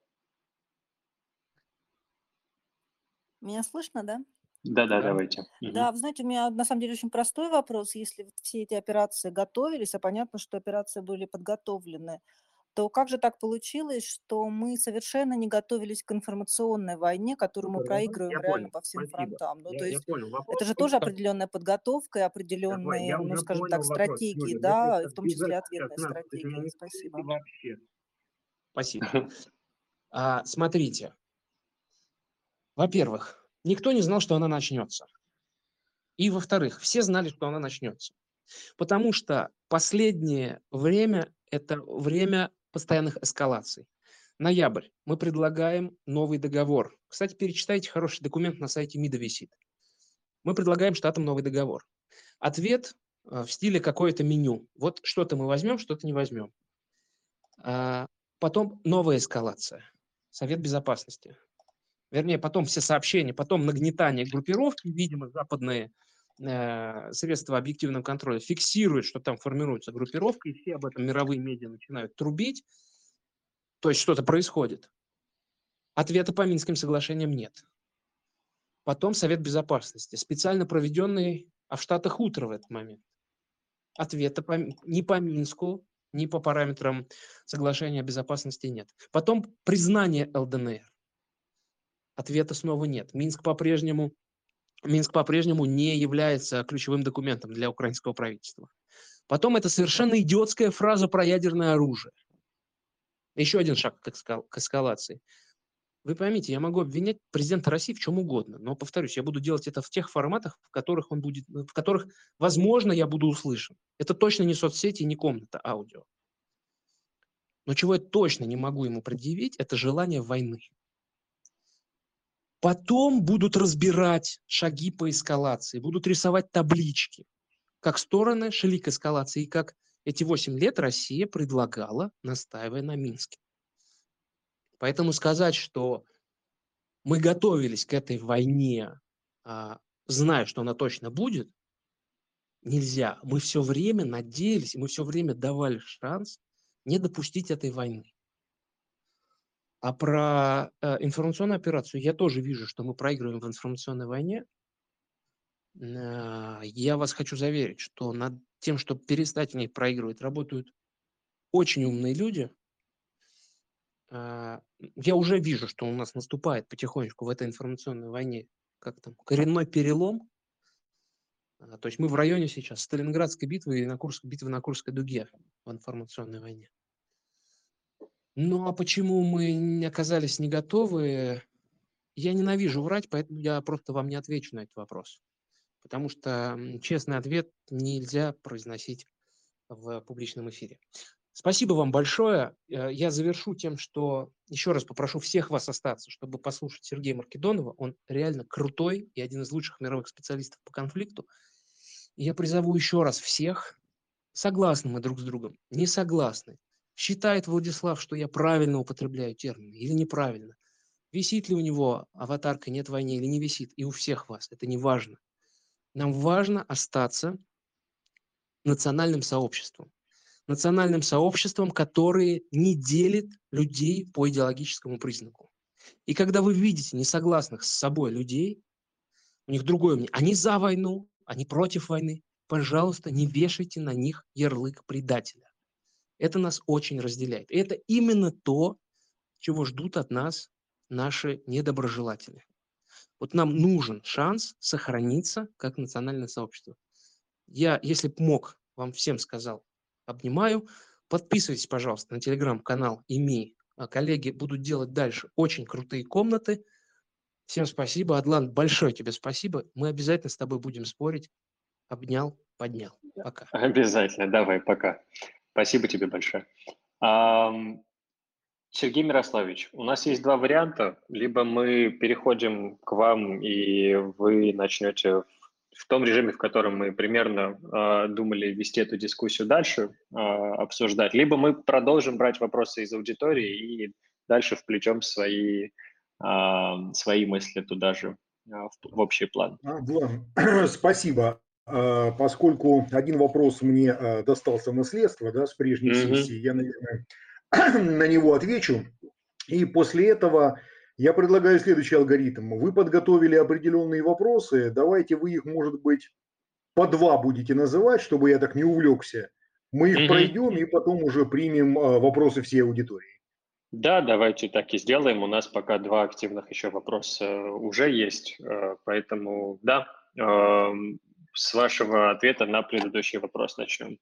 Меня слышно, да? Да-да, Да. давайте. Мгм. Да, вы знаете, у меня на самом деле очень простой вопрос. Если вот все эти операции готовились, а понятно, что операции были подготовлены, то как же так получилось, что мы совершенно не готовились к информационной войне, которую мы Супер, проигрываем я реально понял. по всем Спасибо. фронтам? Ну, то Я, я есть понял вопрос. это же Только тоже так. определенная подготовка, и Давай, определенные, я ну, уже скажем понял так, вопрос, стратегии, Юля. Вы да, просто и в том числе обижаете сейчас ответные нас, вы стратегии. меня не слышите Спасибо. вообще. Спасибо. А, смотрите. Во-первых, никто не знал, что она начнется. И, во-вторых, все знали, что она начнется. Потому что последнее время– это время постоянных эскалаций. Ноябрь. Мы предлагаем новый договор. Кстати, перечитайте, хороший документ на сайте МИДа висит. Мы предлагаем штатам новый договор. Ответ э, в стиле какое-то меню. Вот что-то мы возьмем, что-то не возьмем. А, Потом новая эскалация. Совет Безопасности. Вернее, потом все сообщения, потом нагнетание группировки, видимо, западные э, средства объективного контроля фиксируют, что там формируется группировка, и все об этом мировые медиа начинают трубить. То есть что-то происходит. Ответа по Минским соглашениям нет. Потом Совет Безопасности, специально проведенный, а в Штатах утро в этот момент. Ответа по, ни по Минску, ни по параметрам соглашения о безопасности нет. Потом признание ЛДНР. Ответа снова нет. Минск по-прежнему, Минск по-прежнему не является ключевым документом для украинского правительства. Потом это совершенно идиотская фраза про ядерное оружие. Еще один шаг к, эскал, к эскалации. Вы поймите, я могу обвинять президента России в чем угодно, но, повторюсь, я буду делать это в тех форматах, в которых он будет, в которых, возможно, я буду услышан. Это точно не соцсети, не комната аудио. Но чего я точно не могу ему предъявить, это желание войны. Потом будут разбирать шаги по эскалации, будут рисовать таблички, как стороны шли к эскалации, и как эти восемь лет Россия предлагала, настаивая на Минске. Поэтому сказать, что мы готовились к этой войне, а, зная, что она точно будет, нельзя. Мы все время надеялись, мы все время давали шанс не допустить этой войны. А про э, информационную операцию я тоже вижу, что мы проигрываем в информационной войне. Э, Я вас хочу заверить, что над тем, чтобы перестать в ней проигрывать, работают очень умные люди. Э, Я уже вижу, что у нас наступает потихонечку в этой информационной войне как там коренной перелом. А, То есть мы в районе сейчас Сталинградской битвы и на Курск, битвы на Курской дуге в информационной войне. Ну а почему мы не оказались не готовы? Я ненавижу врать, поэтому я просто вам не отвечу на этот вопрос. Потому что м, честный ответ нельзя произносить в публичном эфире. Спасибо вам большое. Э, Я завершу тем, что еще раз попрошу всех вас остаться, чтобы послушать Сергея Маркедонова. Он реально крутой и один из лучших мировых специалистов по конфликту. И я призову еще раз всех, согласны мы друг с другом, не согласны. Считает Владислав, что я правильно употребляю термины или неправильно. Висит ли у него аватарка «Нет войны» или не висит, и у всех вас, это не важно. Нам важно остаться национальным сообществом. Национальным сообществом, которое не делит людей по идеологическому признаку. И когда вы видите несогласных с собой людей, у них другое мнение, они за войну, они против войны, пожалуйста, не вешайте на них ярлык предателя. Это нас очень разделяет. И это именно то, чего ждут от нас наши недоброжелатели. Вот нам нужен шанс сохраниться как национальное сообщество. Я, если б мог, вам всем сказал, обнимаю. Подписывайтесь, пожалуйста, на телеграм-канал ИМИ. Коллеги будут делать дальше очень крутые комнаты. Всем спасибо. Адлан, большое тебе спасибо. Мы обязательно с тобой будем спорить. Обнял, поднял. Пока. Обязательно. Давай, пока. Спасибо тебе большое. Ам, Сергей Мирославович, у нас есть два варианта. Либо мы переходим к вам, и вы начнете в, в том режиме, в котором мы примерно э, думали вести эту дискуссию дальше, э, обсуждать. Либо мы продолжим брать вопросы из аудитории и дальше вплетем свои, э, свои мысли туда же, э, в, в общий план. Адлан, спасибо. А, Поскольку один вопрос мне а, достался в наследство, да, с прежней Мгм. сессии, я, наверное, на него отвечу. И после этого я предлагаю следующий алгоритм. Вы подготовили определенные вопросы, давайте вы их, может быть, по два будете называть, чтобы я так не увлекся. Мы их Мгм. пройдем и потом уже примем а, вопросы всей аудитории. Да, давайте так и сделаем. У нас пока два активных еще вопроса уже есть, э, поэтому да, эм, с вашего ответа на предыдущий вопрос начнем.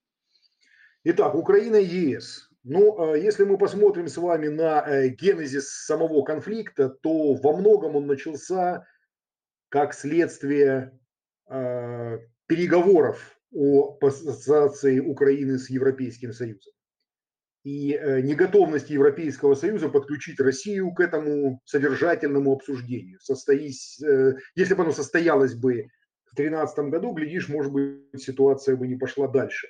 Итак, Украина и ЕС. Ну, э, если мы посмотрим с вами на э, генезис самого конфликта, то во многом он начался как следствие э, переговоров о ассоциации Украины с Европейским Союзом. И э, неготовность Европейского Союза подключить Россию к этому содержательному обсуждению. Состоись, э, если бы оно состоялось бы в две тысячи тринадцатом году, глядишь, может быть, ситуация бы не пошла дальше.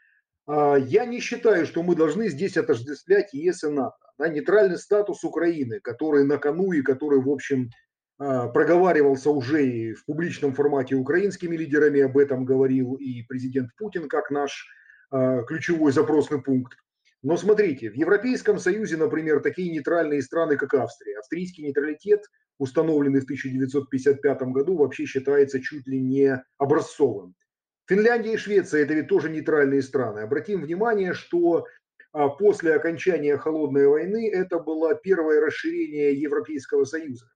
А, Я не считаю, что мы должны здесь отождествлять ЕС и НАТО. Да, нейтральный статус Украины, который на кону и который, в общем, а, проговаривался уже и в публичном формате украинскими лидерами, об этом говорил и президент Путин как наш а, ключевой запросный пункт. Но смотрите, в Европейском Союзе, например, такие нейтральные страны, как Австрия, австрийский нейтралитет, установленный в тысяча девятьсот пятьдесят пятом году, вообще считается чуть ли не образцовым. Финляндия и Швеция – это ведь тоже нейтральные страны. Обратим внимание, что а, после окончания Холодной войны это было первое расширение Европейского Союза.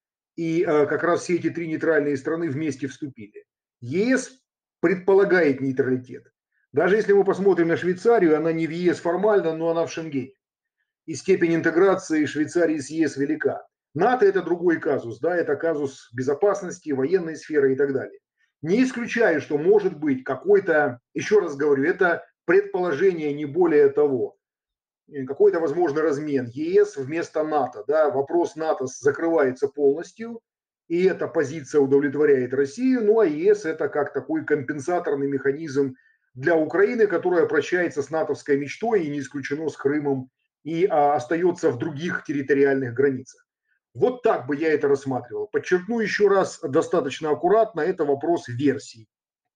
И а, как раз все эти три нейтральные страны вместе вступили. ЕС предполагает нейтралитет. Даже если мы посмотрим на Швейцарию, она не в ЕС формально, но она в Шенгене. И степень интеграции Швейцарии с ЕС велика. НАТО – это другой казус, да, это казус безопасности, военной сферы и так далее. Не исключаю, что может быть какой-то, еще раз говорю, это предположение, не более того, какой-то возможный размен ЕС вместо НАТО. Да, вопрос НАТО закрывается полностью, и эта позиция удовлетворяет Россию, ну а ЕС это как такой компенсаторный механизм для Украины, которая прощается с натовской мечтой и не исключено с Крымом и а, остается в других территориальных границах. Вот так бы я это рассматривал. Подчеркну еще раз достаточно аккуратно, это вопрос версий.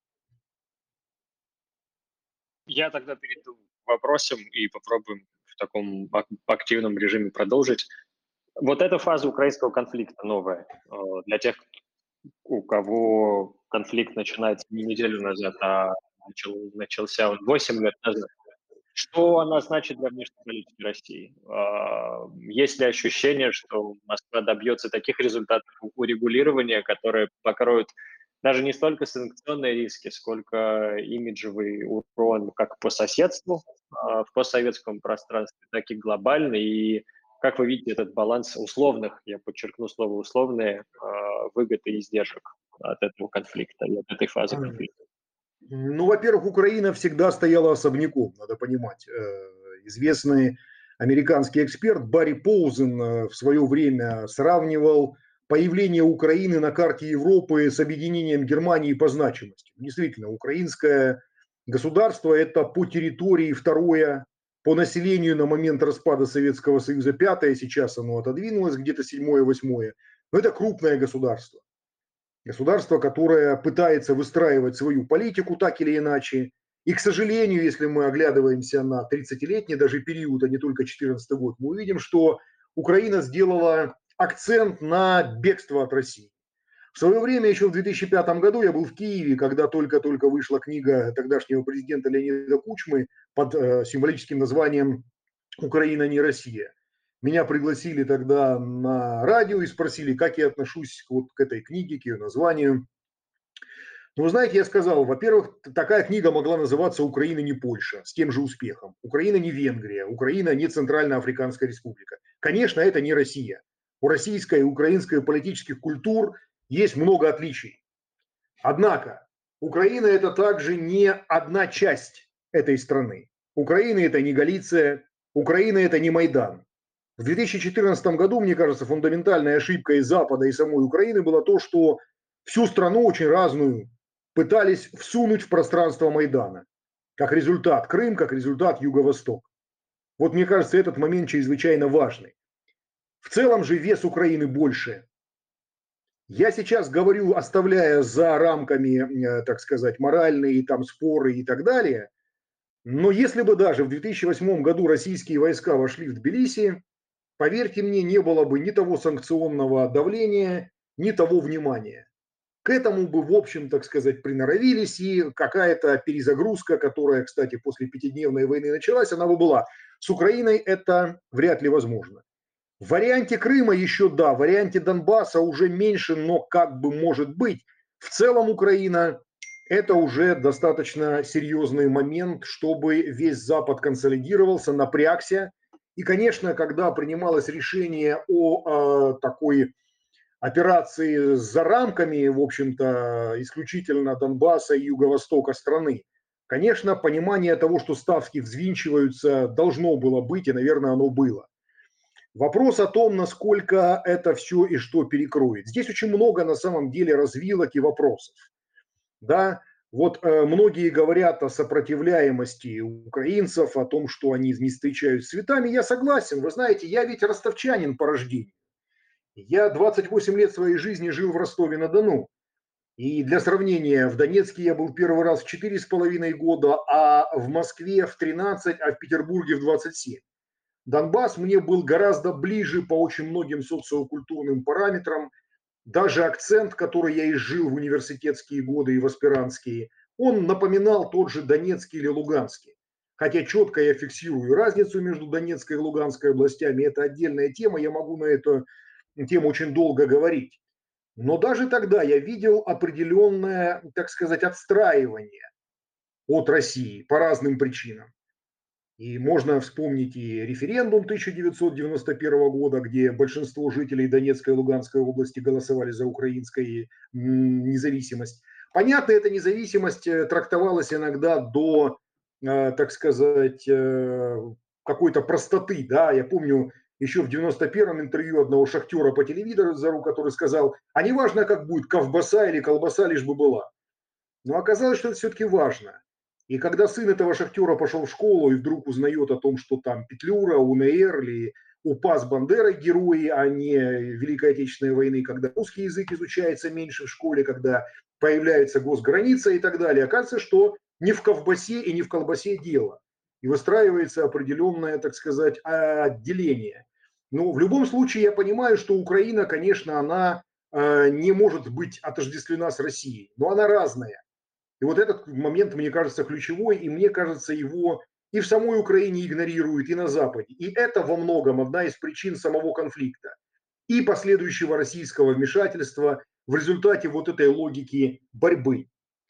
Я тогда перейду к вопросам и попробуем в таком ак- активном режиме продолжить. Вот эта фаза украинского конфликта новая. э, Для тех, у кого конфликт начинается не неделю назад, а начал- начался он восемь лет назад. Что она значит для внешней политики России? А, Есть ли ощущение, что Москва добьется таких результатов урегулирования, которые покроют даже не столько санкционные риски, сколько имиджевый урон как по соседству а, в постсоветском пространстве, так и глобальный? И как вы видите этот баланс условных, я подчеркну слово условные, а, выгод и издержек от этого конфликта и от этой фазы конфликта? Ну, во-первых, Украина всегда стояла особняком, надо понимать. Э, Известный американский эксперт Барри Поузен э, в свое время сравнивал появление Украины на карте Европы с объединением Германии по значимости. Действительно, украинское государство – это по территории второе, по населению на момент распада Советского Союза пятое, сейчас оно отодвинулось, где-то седьмое, восьмое. Но это крупное государство. Государство, которое пытается выстраивать свою политику так или иначе. И, к сожалению, если мы оглядываемся на тридцатилетний даже период, а не только четырнадцатый год, мы увидим, что Украина сделала акцент на бегство от России. В свое время, еще в две тысячи пятом году, я был в Киеве, когда только-только вышла книга тогдашнего президента Леонида Кучмы под э, символическим названием «Украина не Россия». меня пригласили тогда на радио и спросили, как я отношусь вот к этой книге, к ее названию. Ну, вы знаете, я сказал, во-первых, такая книга могла называться «Украина не Польша» с тем же успехом. Украина не Венгрия, Украина не Центральноафриканская республика. Конечно, это не Россия. У российской и украинской политических культур есть много отличий. Однако, Украина – это также не одна часть этой страны. Украина – это не Галиция, Украина – это не Майдан. В две тысячи четырнадцатом году, мне кажется, фундаментальной ошибкой Запада и самой Украины было то, что всю страну очень разную пытались всунуть в пространство Майдана. Как результат Крым, как результат Юго-Восток. Вот мне кажется, этот момент чрезвычайно важный. В целом же вес Украины больше. Я сейчас говорю, оставляя за рамками, так сказать, моральные там споры и так далее, но если бы даже в две тысячи восьмом году российские войска вошли в Тбилиси, поверьте мне, не было бы ни того санкционного давления, ни того внимания. К этому бы, в общем, так сказать, приноровились, и какая-то перезагрузка, которая, кстати, после пятидневной войны началась, она бы была. С Украиной это вряд ли возможно. В варианте Крыма еще да, в варианте Донбасса уже меньше, но как бы может быть. В целом Украина – это уже достаточно серьезный момент, чтобы весь Запад консолидировался, напрягся. И, конечно, когда принималось решение о э, такой операции за рамками, в общем-то, исключительно Донбасса и юго-востока страны, конечно, понимание того, что ставки взвинчиваются, должно было быть, и, наверное, оно было. Вопрос о том, насколько это все и что перекроет. Здесь очень много на самом деле развилок и вопросов. Да, вот э, многие говорят о сопротивляемости украинцев, о том, что они не встречают с цветами. Я согласен. Вы знаете, я ведь ростовчанин по рождению. Я двадцать восемь лет своей жизни жил в Ростове-на-Дону. И для сравнения, в Донецке я был первый раз в четыре с половиной года, а в Москве в тринадцать, а в Петербурге в двадцать семь. Донбасс мне был гораздо ближе по очень многим социокультурным параметрам. Даже акцент, который я изжил в университетские годы и в аспирантские, он напоминал тот же Донецкий или Луганский. Хотя четко я фиксирую разницу между Донецкой и Луганской областями. Это отдельная тема, я могу на эту тему очень долго говорить. Но даже тогда я видел определенное, так сказать, отстраивание от России по разным причинам. И можно вспомнить и референдум тысяча девятьсот девяносто первого года, где большинство жителей Донецкой и Луганской области голосовали за украинскую независимость. Понятно, эта независимость трактовалась иногда до, так сказать, какой-то простоты. Да? Я помню еще в девяносто первом интервью одного шахтера по телевизору, который сказал, а не важно, как будет, ковбаса или колбаса, лишь бы была. Но оказалось, что это все-таки важно. И когда сын этого шахтера пошел в школу и вдруг узнает о том, что там Петлюра, УНР или УПА с Бандерой герои, а не Великой Отечественной войны, когда русский язык изучается меньше в школе, когда появляется госграница и так далее, оказывается, что не в ковбасе и не в колбасе дело. И выстраивается определенное, так сказать, отделение. Но в любом случае я понимаю, что Украина, конечно, она не может быть отождествлена с Россией, но она разная. И вот этот момент, мне кажется, ключевой, и мне кажется, его и в самой Украине игнорируют, и на Западе. И это во многом одна из причин самого конфликта и последующего российского вмешательства в результате вот этой логики борьбы.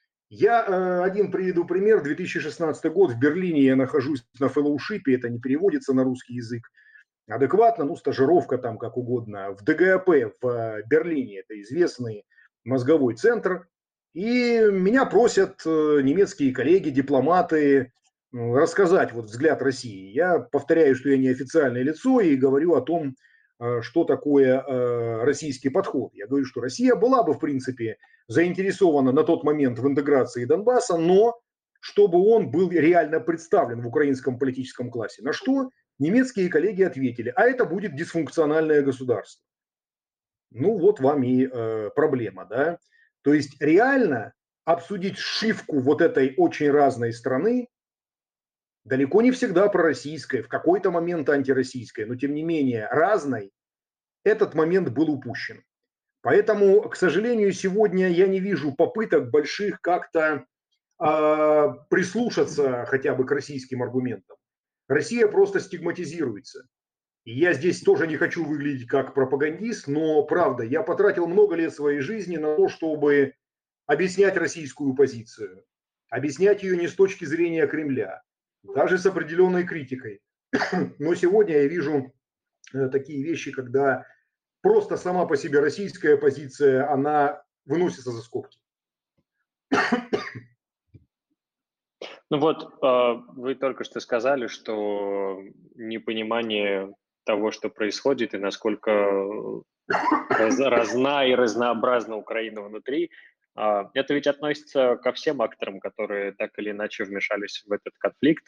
Я э, один приведу пример. две тысячи шестнадцатый год, в Берлине я нахожусь на фэллоушипе, это не переводится на русский язык адекватно, ну, стажировка там как угодно, в ДГАП в Берлине, это известный мозговой центр. И меня просят немецкие коллеги, дипломаты рассказать вот взгляд России. Я повторяю, что я не официальное лицо и говорю о том, что такое российский подход. Я говорю, что Россия была бы, в принципе, заинтересована на тот момент в интеграции Донбасса, но чтобы он был реально представлен в украинском политическом классе. На что немецкие коллеги ответили, а это будет дисфункциональное государство. Ну вот вам и э, проблема, да. То есть реально обсудить сшивку вот этой очень разной страны далеко не всегда пророссийской, в какой-то момент антироссийской, но тем не менее разной, этот момент был упущен. Поэтому, к сожалению, сегодня я не вижу попыток больших как-то э, прислушаться хотя бы к российским аргументам. Россия просто стигматизируется. И я здесь тоже не хочу выглядеть как пропагандист, но правда, я потратил много лет своей жизни на то, чтобы объяснять российскую позицию, объяснять ее не с точки зрения Кремля, даже с определенной критикой. Но сегодня я вижу такие вещи, когда просто сама по себе российская позиция, она выносится за скобки. Ну вот, вы только что сказали, что непонимание того, что происходит, и насколько разна и разнообразна Украина внутри, это ведь относится ко всем акторам, которые так или иначе вмешались в этот конфликт.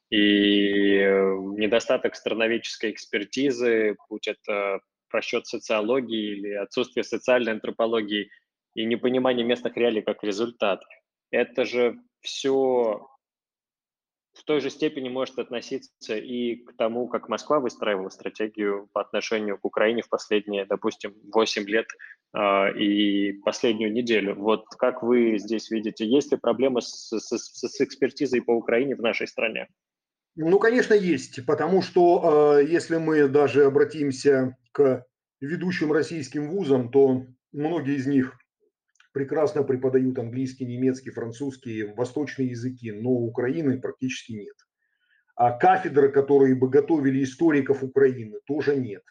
И недостаток страноведческой экспертизы, будь это просчет социологии или отсутствие социальной антропологии и непонимание местных реалий как результат, это же все в той же степени может относиться и к тому, как Москва выстраивала стратегию по отношению к Украине в последние, допустим, восемь лет э, и последнюю неделю. Вот как вы здесь видите, есть ли проблемы с, с, с экспертизой по Украине в нашей стране? Ну, конечно, есть, потому что э, если мы даже обратимся к ведущим российским вузам, то многие из них прекрасно преподают английский, немецкий, французский, восточные языки, но Украины практически нет. А кафедры, которые бы готовили историков Украины, тоже нет.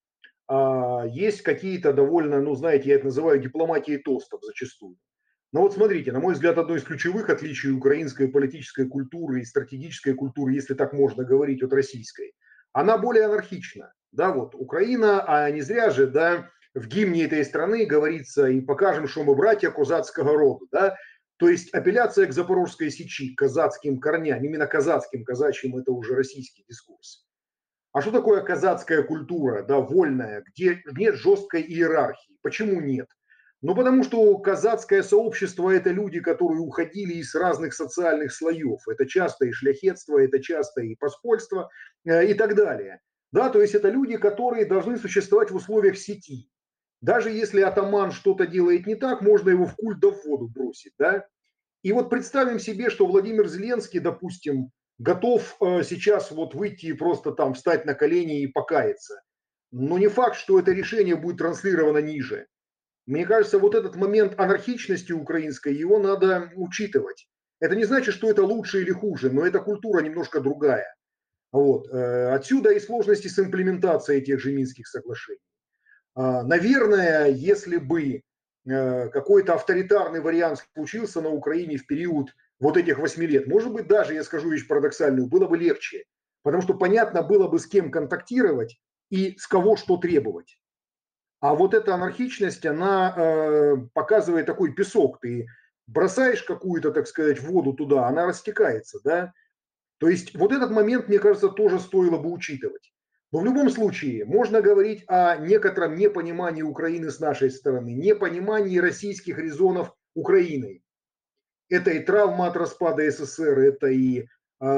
А есть какие-то довольно, ну, знаете, я это называю дипломатией тостов зачастую. Но вот смотрите, на мой взгляд, одно из ключевых отличий украинской политической культуры и стратегической культуры, если так можно говорить, от российской, она более анархична. Да, вот Украина, а не зря же, да, в гимне этой страны говорится и покажем, что мы братья козацкого рода, да, то есть апелляция к Запорожской сечи, к казацким корням, именно казацким, казачьим, это уже российский дискурс. А что такое казацкая культура, да, вольная, где нет жесткой иерархии? Почему нет? Ну, потому что казацкое сообщество – это люди, которые уходили из разных социальных слоев. Это часто и шляхетство, это часто и поспольство э, и так далее. Да, то есть это люди, которые должны существовать в условиях сети. Даже если атаман что-то делает не так, можно его в культ да в воду бросить, да. И вот представим себе, что Владимир Зеленский, допустим, готов э, сейчас вот выйти и просто там встать на колени и покаяться. Но не факт, что это решение будет транслировано ниже. Мне кажется, вот этот момент анархичности украинской, его надо учитывать. Это не значит, что это лучше или хуже, но эта культура немножко другая. Вот. Отсюда и сложности с имплементацией тех же Минских соглашений. Наверное, если бы какой-то авторитарный вариант случился на Украине в период вот этих восьми лет, может быть, даже, я скажу вещь парадоксальную, было бы легче. Потому что понятно было бы, с кем контактировать и с кого что требовать. А вот эта анархичность, она э, показывает такой песок. Ты бросаешь какую-то, так сказать, воду туда, она растекается, да. То есть вот этот момент, мне кажется, тоже стоило бы учитывать. Но в любом случае можно говорить о некотором непонимании Украины с нашей стороны, непонимании российских резонов Украиной. Это и травма от распада СССР, это и э,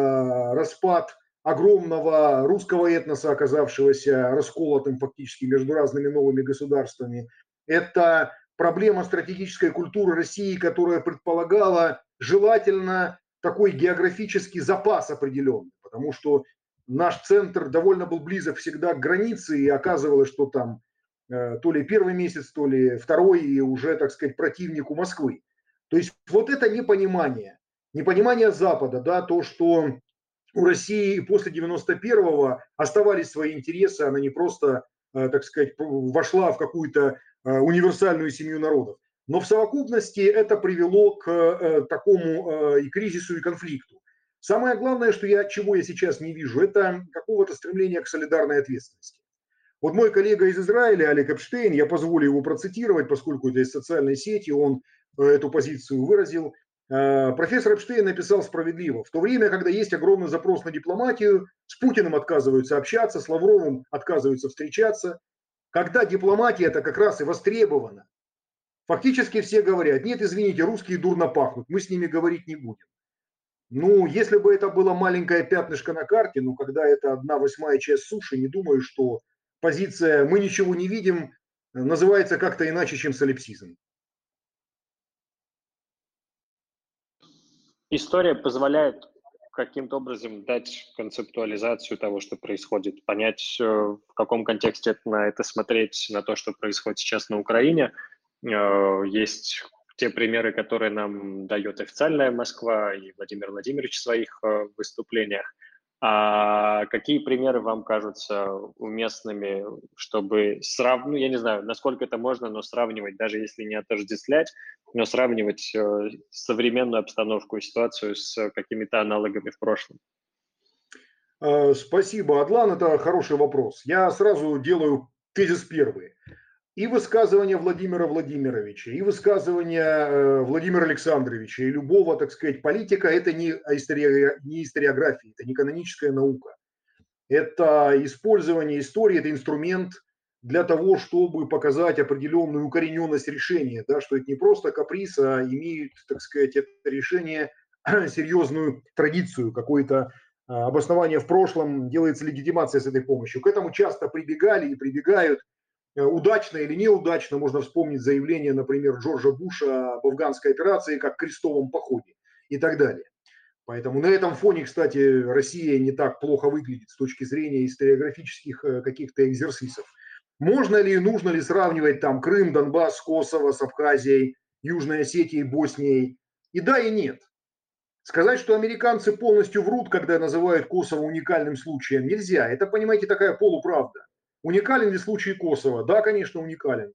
распад огромного русского этноса, оказавшегося расколотым фактически между разными новыми государствами. Это проблема стратегической культуры России, которая предполагала желательно такой географический запас определенный, потому что наш центр довольно был близок всегда к границе, и оказывалось, что там э, то ли первый месяц, то ли второй, и уже, так сказать, противник у Москвы. То есть вот это непонимание, непонимание Запада, да, то, что у России после девяносто первого оставались свои интересы, она не просто, так сказать, вошла в какую-то универсальную семью народов. Но в совокупности это привело к такому и кризису, и конфликту. Самое главное, что я, чего я сейчас не вижу, это какого-то стремления к солидарной ответственности. Вот мой коллега из Израиля, Алек Эпштейн, я позволю его процитировать, поскольку это из социальной сети, он эту позицию выразил. Профессор Эпштейн написал справедливо: в то время, когда есть огромный запрос на дипломатию, с Путиным отказываются общаться, с Лавровым отказываются встречаться, когда дипломатия это как раз и востребована. Фактически все говорят: нет, извините, русские дурно пахнут, мы с ними говорить не будем. Ну, если бы это было маленькое пятнышко на карте, ну, когда это одна восьмая часть суши, не думаю, что позиция «мы ничего не видим» называется как-то иначе, чем солипсизм. История позволяет каким-то образом дать концептуализацию того, что происходит, понять, э, в каком контексте это- на это смотреть, на то, что происходит сейчас на Украине. Э, Есть те примеры, которые нам дает официальная Москва и Владимир Владимирович в своих э, выступлениях. А какие примеры вам кажутся уместными, чтобы сравнивать, ну, я не знаю, насколько это можно, но сравнивать, даже если не отождествлять, но сравнивать э, современную обстановку и ситуацию с какими-то аналогами в прошлом? Э, Спасибо, Адлан, это хороший вопрос. Я сразу делаю тезис первый. И высказывания Владимира Владимировича, и высказывания э, Владимира Александровича, и любого, так сказать, политика – это не, история, не историография, это не каноническая наука. Это использование истории, это инструмент для того, чтобы показать определенную укорененность решения, да, что это не просто каприз, а имеет, так сказать, это решение серьезную традицию, какое-то а, обоснование в прошлом, делается легитимация с этой помощью. К этому часто прибегали и прибегают. Э, Удачно или неудачно, можно вспомнить заявление, например, Джорджа Буша об афганской операции как крестовом походе и так далее. Поэтому на этом фоне, кстати, Россия не так плохо выглядит с точки зрения историографических э, каких-то экзерсисов. Можно ли, нужно ли сравнивать там Крым, Донбасс, Косово с Абхазией, Южной Осетией, Боснией? И да, и нет. Сказать, что американцы полностью врут, когда называют Косово уникальным случаем, нельзя. Это, понимаете, такая полуправда. Уникален ли случай Косово? Да, конечно, уникален.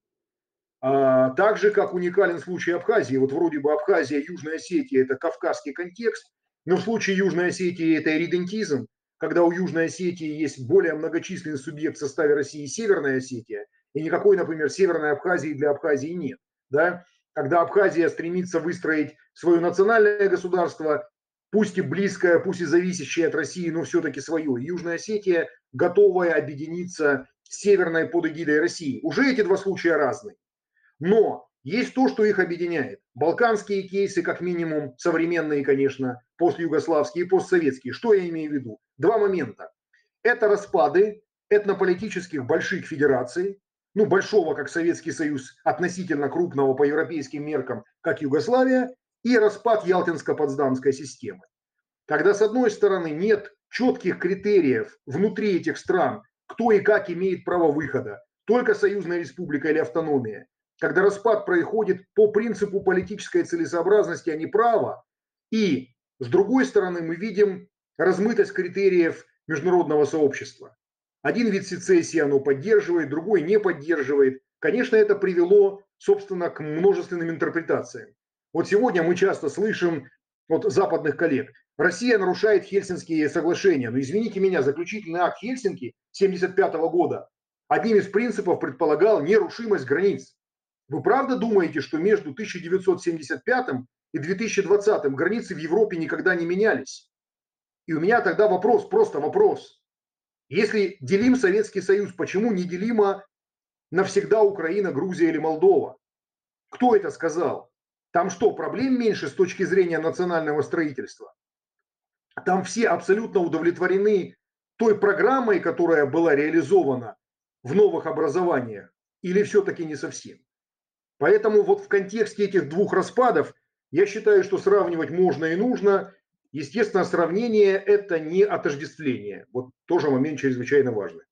А, так же, как уникален случай Абхазии. Вот вроде бы Абхазия, Южная Осетия – это кавказский контекст, но в случае Южной Осетии это иридентизм, когда у Южной Осетии есть более многочисленный субъект в составе России – Северная Осетия, и никакой, например, Северной Абхазии для Абхазии нет. Да? Когда Абхазия стремится выстроить свое национальное государство, пусть и близкое, пусть и зависящее от России, но все-таки свое. Южная Осетия готовая объединиться с Северной под эгидой России. Уже эти два случая разные. Но есть то, что их объединяет. Балканские кейсы, как минимум, современные, конечно, постюгославские и постсоветские. Что я имею в виду? Два момента. Это распады этнополитических больших федераций, ну, большого, как Советский Союз, относительно крупного по европейским меркам, как Югославия, и распад Ялтинско-Потсдамской системы. Когда, с одной стороны, нет четких критериев внутри этих стран, кто и как имеет право выхода, только союзная республика или автономия, когда распад происходит по принципу политической целесообразности, а не права, и, с другой стороны, мы видим размытость критериев международного сообщества. Один вид сецессии оно поддерживает, другой не поддерживает. Конечно, это привело, собственно, к множественным интерпретациям. Вот сегодня мы часто слышим от западных коллег: Россия нарушает Хельсинские соглашения. Но извините меня, заключительный акт Хельсинки семьдесят пятого года одним из принципов предполагал нерушимость границ. Вы правда думаете, что между тысяча девятьсот семьдесят пятым и две тысячи двадцатым границы в Европе никогда не менялись? И у меня тогда вопрос, просто вопрос. Если делим Советский Союз, почему неделима навсегда Украина, Грузия или Молдова? Кто это сказал? Там что, проблем меньше с точки зрения национального строительства? Там все абсолютно удовлетворены той программой, которая была реализована в новых образованиях, или все-таки не совсем? Поэтому вот в контексте этих двух распадов я считаю, что сравнивать можно и нужно. Естественно, сравнение – это не отождествление. Вот тоже момент чрезвычайно важный.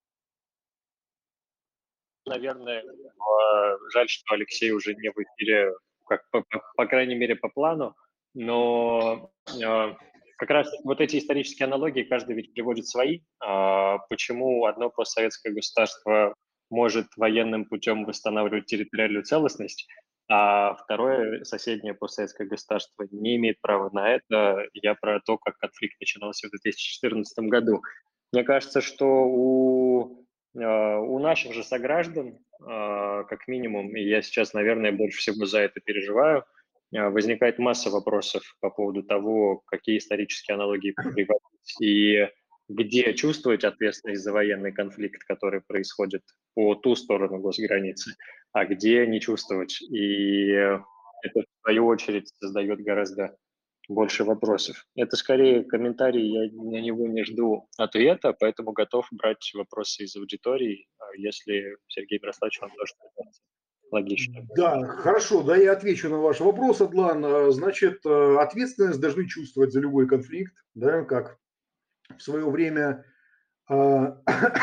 Наверное, э, жаль, что Алексей уже не в эфире, как, по, по- по крайней мере, по плану, но э, как раз вот эти исторические аналогии каждый ведь приводит свои. А, почему одно постсоветское государство может военным путем восстанавливать территориальную целостность, а второе соседнее постсоветское государство не имеет права на это? Я про то, как конфликт начинался в две тысячи четырнадцатом году. Мне кажется, что у а, у наших же сограждан, а, как минимум, и я сейчас, наверное, больше всего за это переживаю, а, возникает масса вопросов по поводу того, какие исторические аналогии приводить и где чувствовать ответственность за военный конфликт, который происходит по ту сторону госграницы, а где не чувствовать. И это, в свою очередь, создает гораздо больше вопросов. Это скорее комментарий, я на него не жду ответа, поэтому готов брать вопросы из аудитории, а если Сергей Мирославович вам тоже придется. логично. Да, хорошо, да, я отвечу на ваш вопрос, Адлан. Значит, ответственность должны чувствовать за любой конфликт, да, как в свое время а,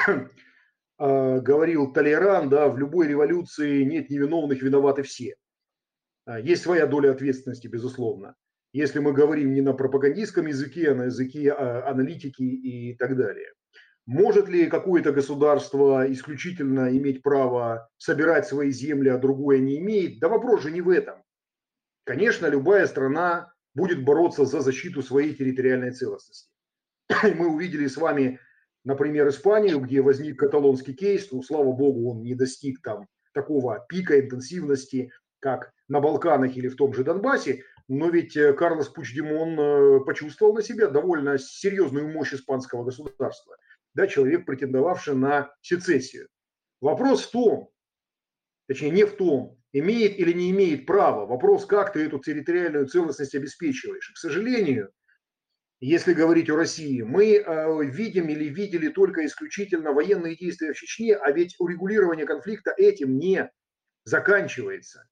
а, говорил Толеран, да, в любой революции нет невиновных, виноваты все. Есть своя доля ответственности, безусловно. Если мы говорим не на пропагандистском языке, а на языке аналитики и так далее. Может ли какое-то государство исключительно иметь право собирать свои земли, а другое не имеет? Да вопрос же не в этом. Конечно, любая страна будет бороться за защиту своей территориальной целостности. Мы увидели с вами, например, Испанию, где возник каталонский кейс. Ну, слава богу, он не достиг там такого пика интенсивности, как на Балканах или в том же Донбассе. Но ведь Карлос Пучдемон почувствовал на себя довольно серьезную мощь испанского государства. Да, человек, претендовавший на сецессию. Вопрос в том, точнее не в том, имеет или не имеет права. Вопрос, как ты эту территориальную целостность обеспечиваешь. И, к сожалению, если говорить о России, мы э, видим или видели только исключительно военные действия в Чечне, а ведь урегулирование конфликта этим не заканчивается.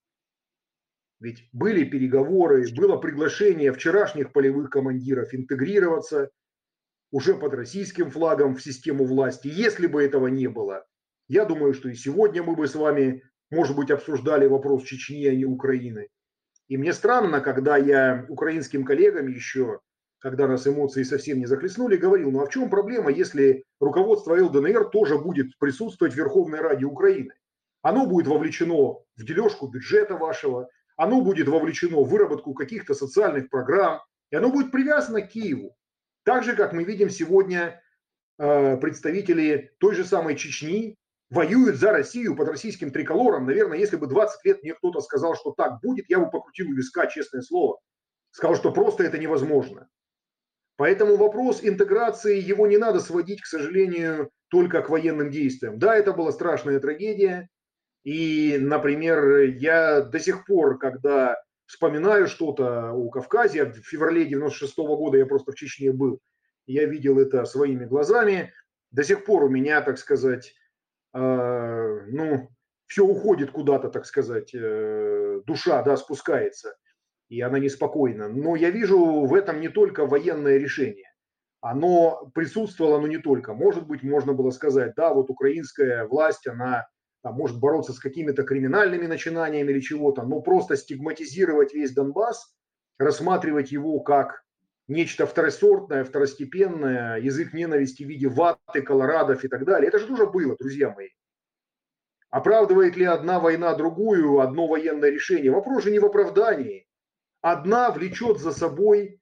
Ведь были переговоры, было приглашение вчерашних полевых командиров интегрироваться уже под российским флагом в систему власти. Если бы этого не было, я думаю, что и сегодня мы бы с вами, может быть, обсуждали вопрос Чечни, а не Украины. И мне странно, когда я украинским коллегам еще, когда нас эмоции совсем не захлестнули, говорил, ну а в чем проблема, если руководство ЛДНР тоже будет присутствовать в Верховной Раде Украины? Оно будет вовлечено в дележку бюджета вашего, оно будет вовлечено в выработку каких-то социальных программ, и оно будет привязано к Киеву. Так же, как мы видим сегодня, представители той же самой Чечни воюют за Россию под российским триколором. Наверное, если бы двадцать лет мне кто-то сказал, что так будет, я бы покрутил у виска, честное слово. Сказал, что просто это невозможно. Поэтому вопрос интеграции, его не надо сводить, к сожалению, только к военным действиям. Да, это была страшная трагедия. И, например, я до сих пор, когда вспоминаю что-то о Кавказе, в феврале девяносто шестого года я просто в Чечне был, я видел это своими глазами, до сих пор у меня, так сказать, э, ну, все уходит куда-то, так сказать, э, душа, да, спускается, и она неспокойна. Но я вижу в этом не только военное решение. Оно присутствовало, но не только. Может быть, можно было сказать, да, вот украинская власть, она там, может бороться с какими-то криминальными начинаниями или чего-то, но просто стигматизировать весь Донбасс, рассматривать его как нечто второсортное, второстепенное, язык ненависти в виде ваты, колорадов и так далее. Это же тоже было, друзья мои. Оправдывает ли одна война другую, одно военное решение? Вопрос же не в оправдании. Одна влечет за собой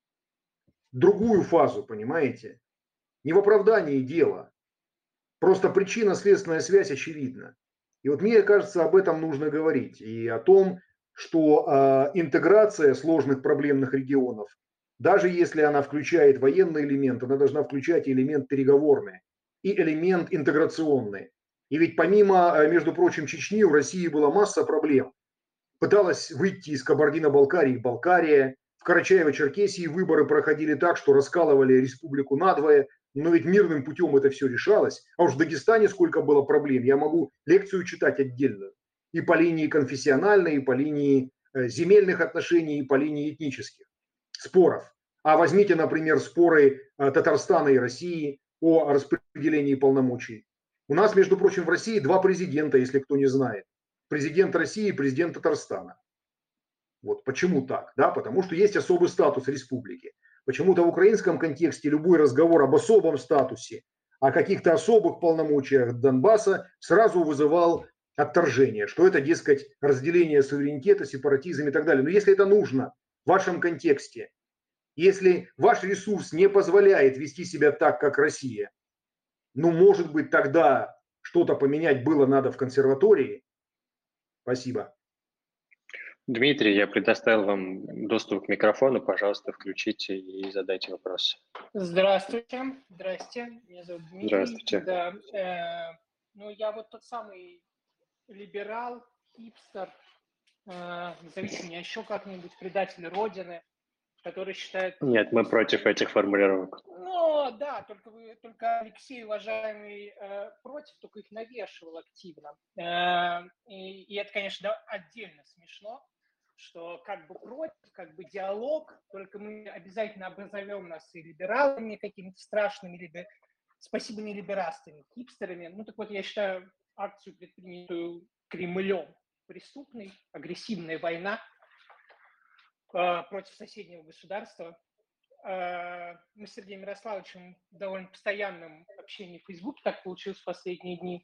другую фазу, понимаете? Не в оправдании дела. Просто причинно-следственная связь очевидна. И вот мне кажется, об этом нужно говорить. И о том, что э, интеграция сложных проблемных регионов, даже если она включает военный элемент, она должна включать элемент переговорный и элемент интеграционный. И ведь помимо, между прочим, Чечни, в России была масса проблем. Пыталась выйти из Кабардино-Балкарии Балкария. В Карачаево-Черкесии выборы проходили так, что раскалывали республику надвое. Но ведь мирным путем это все решалось. А уж в Дагестане сколько было проблем. Я могу лекцию читать отдельную. И по линии конфессиональной, и по линии земельных отношений, и по линии этнических споров. А возьмите, например, споры Татарстана и России о распределении полномочий. У нас, между прочим, в России два президента, если кто не знает. Президент России и президент Татарстана. Вот почему так? Да? Потому что есть особый статус республики. Почему-то в украинском контексте любой разговор об особом статусе, о каких-то особых полномочиях Донбасса сразу вызывал отторжение, что это, дескать, разделение суверенитета, сепаратизм и так далее. Но если это нужно в вашем контексте, если ваш ресурс не позволяет вести себя так, как Россия, ну, может быть, тогда что-то поменять было надо в консерватории. Спасибо. Дмитрий, я предоставил вам доступ к микрофону. Пожалуйста, включите и задайте вопрос. Здравствуйте. Здрасте. Меня зовут Дмитрий. Здравствуйте. Да, э, ну, я вот тот самый либерал, хипстер, э, назовите меня еще как-нибудь, предатель Родины, который считает... Нет, мы против этих формулировок. Ну, да, только вы, только Алексей, уважаемый, э, против, только их навешивал активно. Э, И, и это, конечно, да, отдельно смешно, что как бы против, как бы диалог, только мы обязательно обозовем нас и либералами какими-то страшными, либо, спасибо, не либерастами, хипстерами. Ну так вот, я считаю акцию, предпринятую Кремлем, преступной, агрессивная война э, против соседнего государства. Э, мы с Сергеем Ярославовичем в довольно постоянном общении в Фейсбуке, так получилось в последние дни,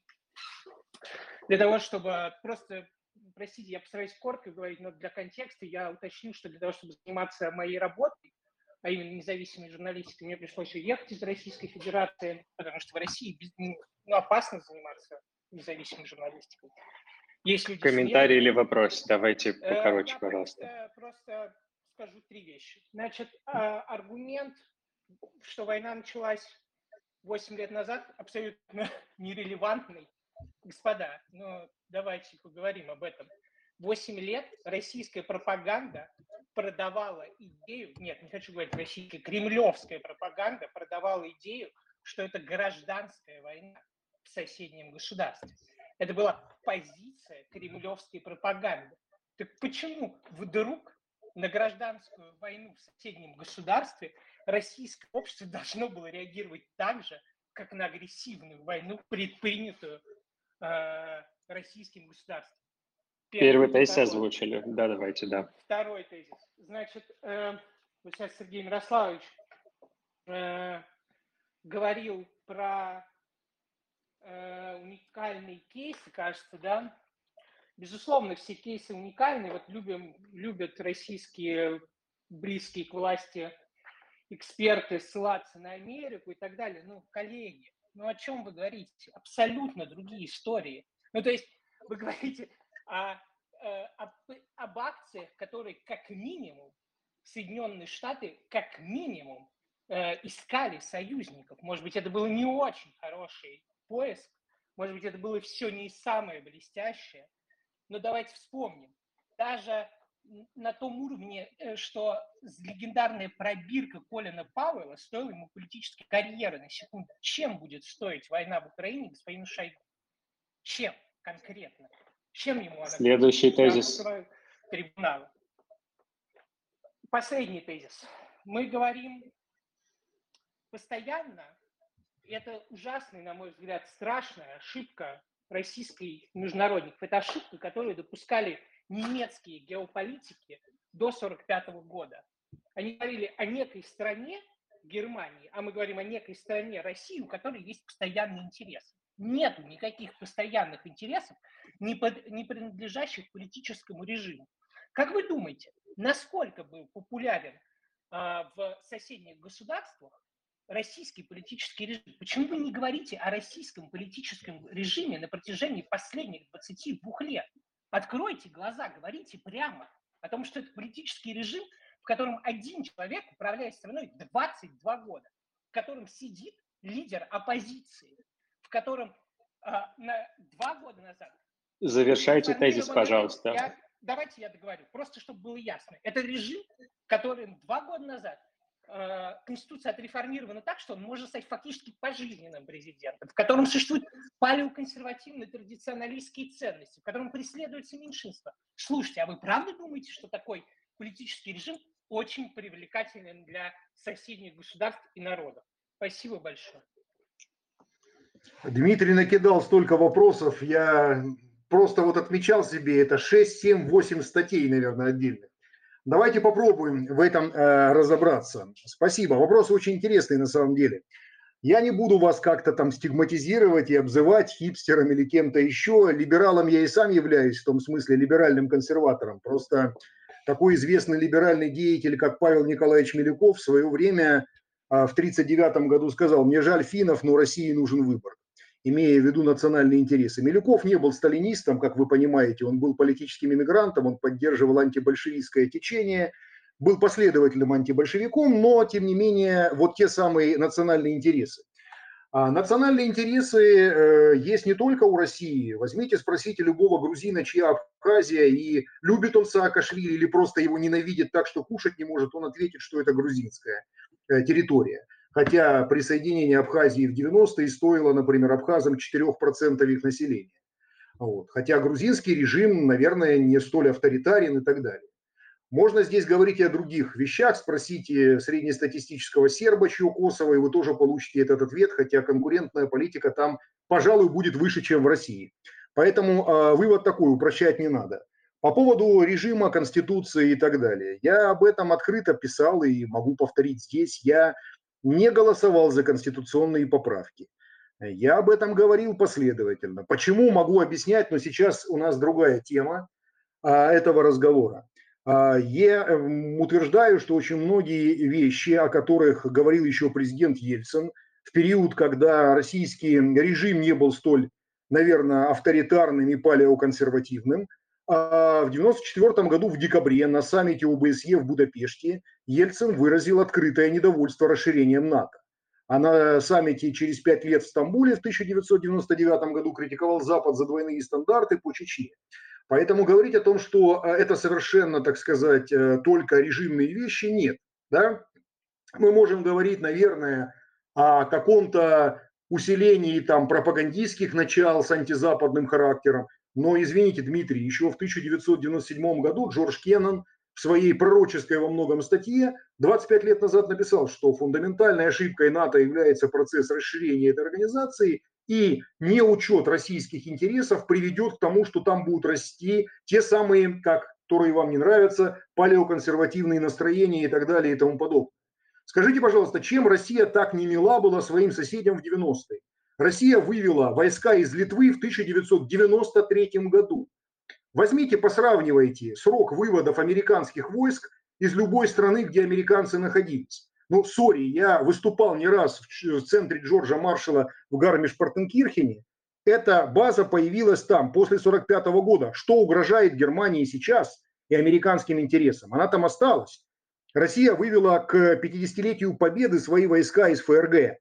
для того, чтобы просто, простите, я постараюсь коротко говорить, но для контекста я уточню, что для того, чтобы заниматься моей работой, а именно независимой журналистикой, мне пришлось уехать из Российской Федерации, потому что в России ну, опасно заниматься независимой журналистикой. Есть люди Комментарий смелые. или вопрос? Давайте покороче, Я пожалуйста. Просто, просто скажу три вещи. Значит, аргумент, что война началась восемь лет назад, абсолютно нерелевантный. Господа, ну давайте поговорим об этом. Восемь лет российская пропаганда продавала идею, нет, не хочу говорить российская, кремлевская пропаганда продавала идею, что это гражданская война в соседнем государстве. Это была позиция кремлевской пропаганды. Так почему вдруг на гражданскую войну в соседнем государстве российское общество должно было реагировать так же, как на агрессивную войну, предпринятую э, российским государством? Первый тезис озвучили. Да, давайте, да. Второй тезис. Значит, э, вот сейчас Сергей Ярославович э, говорил про э, уникальные кейсы, кажется, да? Безусловно, все кейсы уникальны. Вот любим, любят российские близкие к власти эксперты ссылаться на Америку и так далее. Ну, коллеги, ну о чем вы говорите? Абсолютно другие истории. Ну, то есть вы говорите о, об, об акциях, которые как минимум Соединенные Штаты как минимум э, искали союзников. Может быть, это был не очень хороший поиск, может быть, это было все не самое блестящее. Но давайте вспомним, даже на том уровне, что легендарная пробирка Колина Пауэлла стоила ему политической карьеры, на секунду. Чем будет стоить война в Украине господину Шойгу? Чем конкретно? Чем ему она Следующий тезис. Трибунала. Последний тезис. Мы говорим постоянно, это ужасная, на мой взгляд, страшная ошибка российской международников. Это ошибка, которую допускали немецкие геополитики до сорок пятого года. Они говорили о некой стране, Германии, а мы говорим о некой стране, России, у которой есть постоянный интерес. Нет никаких постоянных интересов, не, под, не принадлежащих политическому режиму. Как вы думаете, насколько был популярен э, в соседних государствах российский политический режим? Почему вы не говорите о российском политическом режиме на протяжении последних двадцати двух лет? Откройте глаза, говорите прямо о том, что это политический режим, в котором один человек управляет страной двадцать два года, в котором сидит лидер оппозиции, в котором э, на два года назад... Завершайте тезис, пожалуйста. Я, давайте я договорю, просто чтобы было ясно. Это режим, который два года назад Конституция отреформирована так, что он может стать фактически пожизненным президентом, в котором существуют палеоконсервативные традиционалистские ценности, в котором преследуются меньшинства. Слушайте, а вы правда думаете, что такой политический режим очень привлекателен для соседних государств и народов? Спасибо большое. Дмитрий накидал столько вопросов, я просто вот отмечал себе, это шесть, семь, восемь статей, наверное, отдельных. Давайте попробуем в этом э, разобраться. Спасибо. Вопрос очень интересный на самом деле. Я не буду вас как-то там стигматизировать и обзывать хипстером или кем-то еще. Либералом я и сам являюсь, в том смысле либеральным консерватором. Просто такой известный либеральный деятель, как Павел Николаевич Милюков, в свое время э, в тридцать девятом году сказал: «Мне жаль финнов, но России нужен выбор», имея в виду национальные интересы. Милюков не был сталинистом, как вы понимаете, он был политическим иммигрантом, он поддерживал антибольшевистское течение, был последовательным антибольшевиком, но, тем не менее, вот те самые национальные интересы. А национальные интересы э, есть не только у России. Возьмите, спросите любого грузина, чья Абхазия, и любит он Саакашвили или просто его ненавидит так, что кушать не может, он ответит, что это грузинская э, территория. Хотя присоединение Абхазии в девяностые стоило, например, абхазам четыре процента их населения. Вот. Хотя грузинский режим, наверное, не столь авторитарен и так далее. Можно здесь говорить и о других вещах. Спросите среднестатистического серба, чье Косово, и вы тоже получите этот ответ, хотя конкурентная политика там, пожалуй, будет выше, чем в России. Поэтому э, вывод такой, упрощать не надо. По поводу режима, конституции и так далее. Я об этом открыто писал и могу повторить здесь. Я не голосовал за конституционные поправки. Я об этом говорил последовательно. Почему, могу объяснять, но сейчас у нас другая тема а, этого разговора. А, я утверждаю, что очень многие вещи, о которых говорил еще президент Ельцин, в период, когда российский режим не был столь, наверное, авторитарным и палеоконсервативным, а в девяносто четвёртом году в декабре на саммите о бэ эс е в Будапеште Ельцин выразил открытое недовольство расширением НАТО. А на саммите через пять лет в Стамбуле в тысяча девятьсот девяносто девятом году критиковал Запад за двойные стандарты по Чечне. Поэтому говорить о том, что это совершенно, так сказать, только режимные вещи, нет. Да? Мы можем говорить, наверное, о каком-то усилении там, пропагандистских начал с антизападным характером. Но, извините, Дмитрий, еще в тысяча девятьсот девяносто седьмом году Джордж Кеннон в своей пророческой во многом статье двадцать пять лет назад написал, что фундаментальной ошибкой НАТО является процесс расширения этой организации, и неучет российских интересов приведет к тому, что там будут расти те самые, как, которые вам не нравятся, палеоконсервативные настроения и так далее и тому подобное. Скажите, пожалуйста, чем Россия так не мила была своим соседям в девяностые? Россия вывела войска из Литвы в тысяча девятьсот девяносто третьем году. Возьмите, посравнивайте срок выводов американских войск из любой страны, где американцы находились. Ну, сори, я выступал не раз в центре Джорджа Маршалла в Гармиш-Партенкирхене. Эта база появилась там после сорок пятого года. Что угрожает Германии сейчас и американским интересам? Она там осталась. Россия вывела к пятидесятилетию Победы свои войска из эф эр гэ.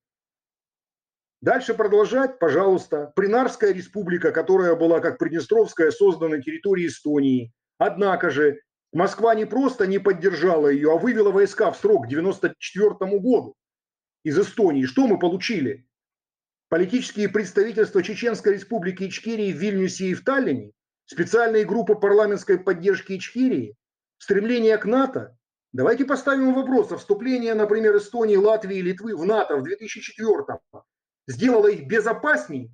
Дальше продолжать, пожалуйста. Принарская республика, которая была как Приднестровская, создана на территории Эстонии. Однако же Москва не просто не поддержала ее, а вывела войска в срок к девяносто четвёртому году из Эстонии. Что мы получили? Политические представительства Чеченской республики Ичкерии в Вильнюсе и в Таллине, специальные группы парламентской поддержки Ичкерии, стремление к НАТО. Давайте поставим вопрос. А вступление, например, Эстонии, Латвии и Литвы в НАТО в две тысячи четвёртом сделало их безопасней?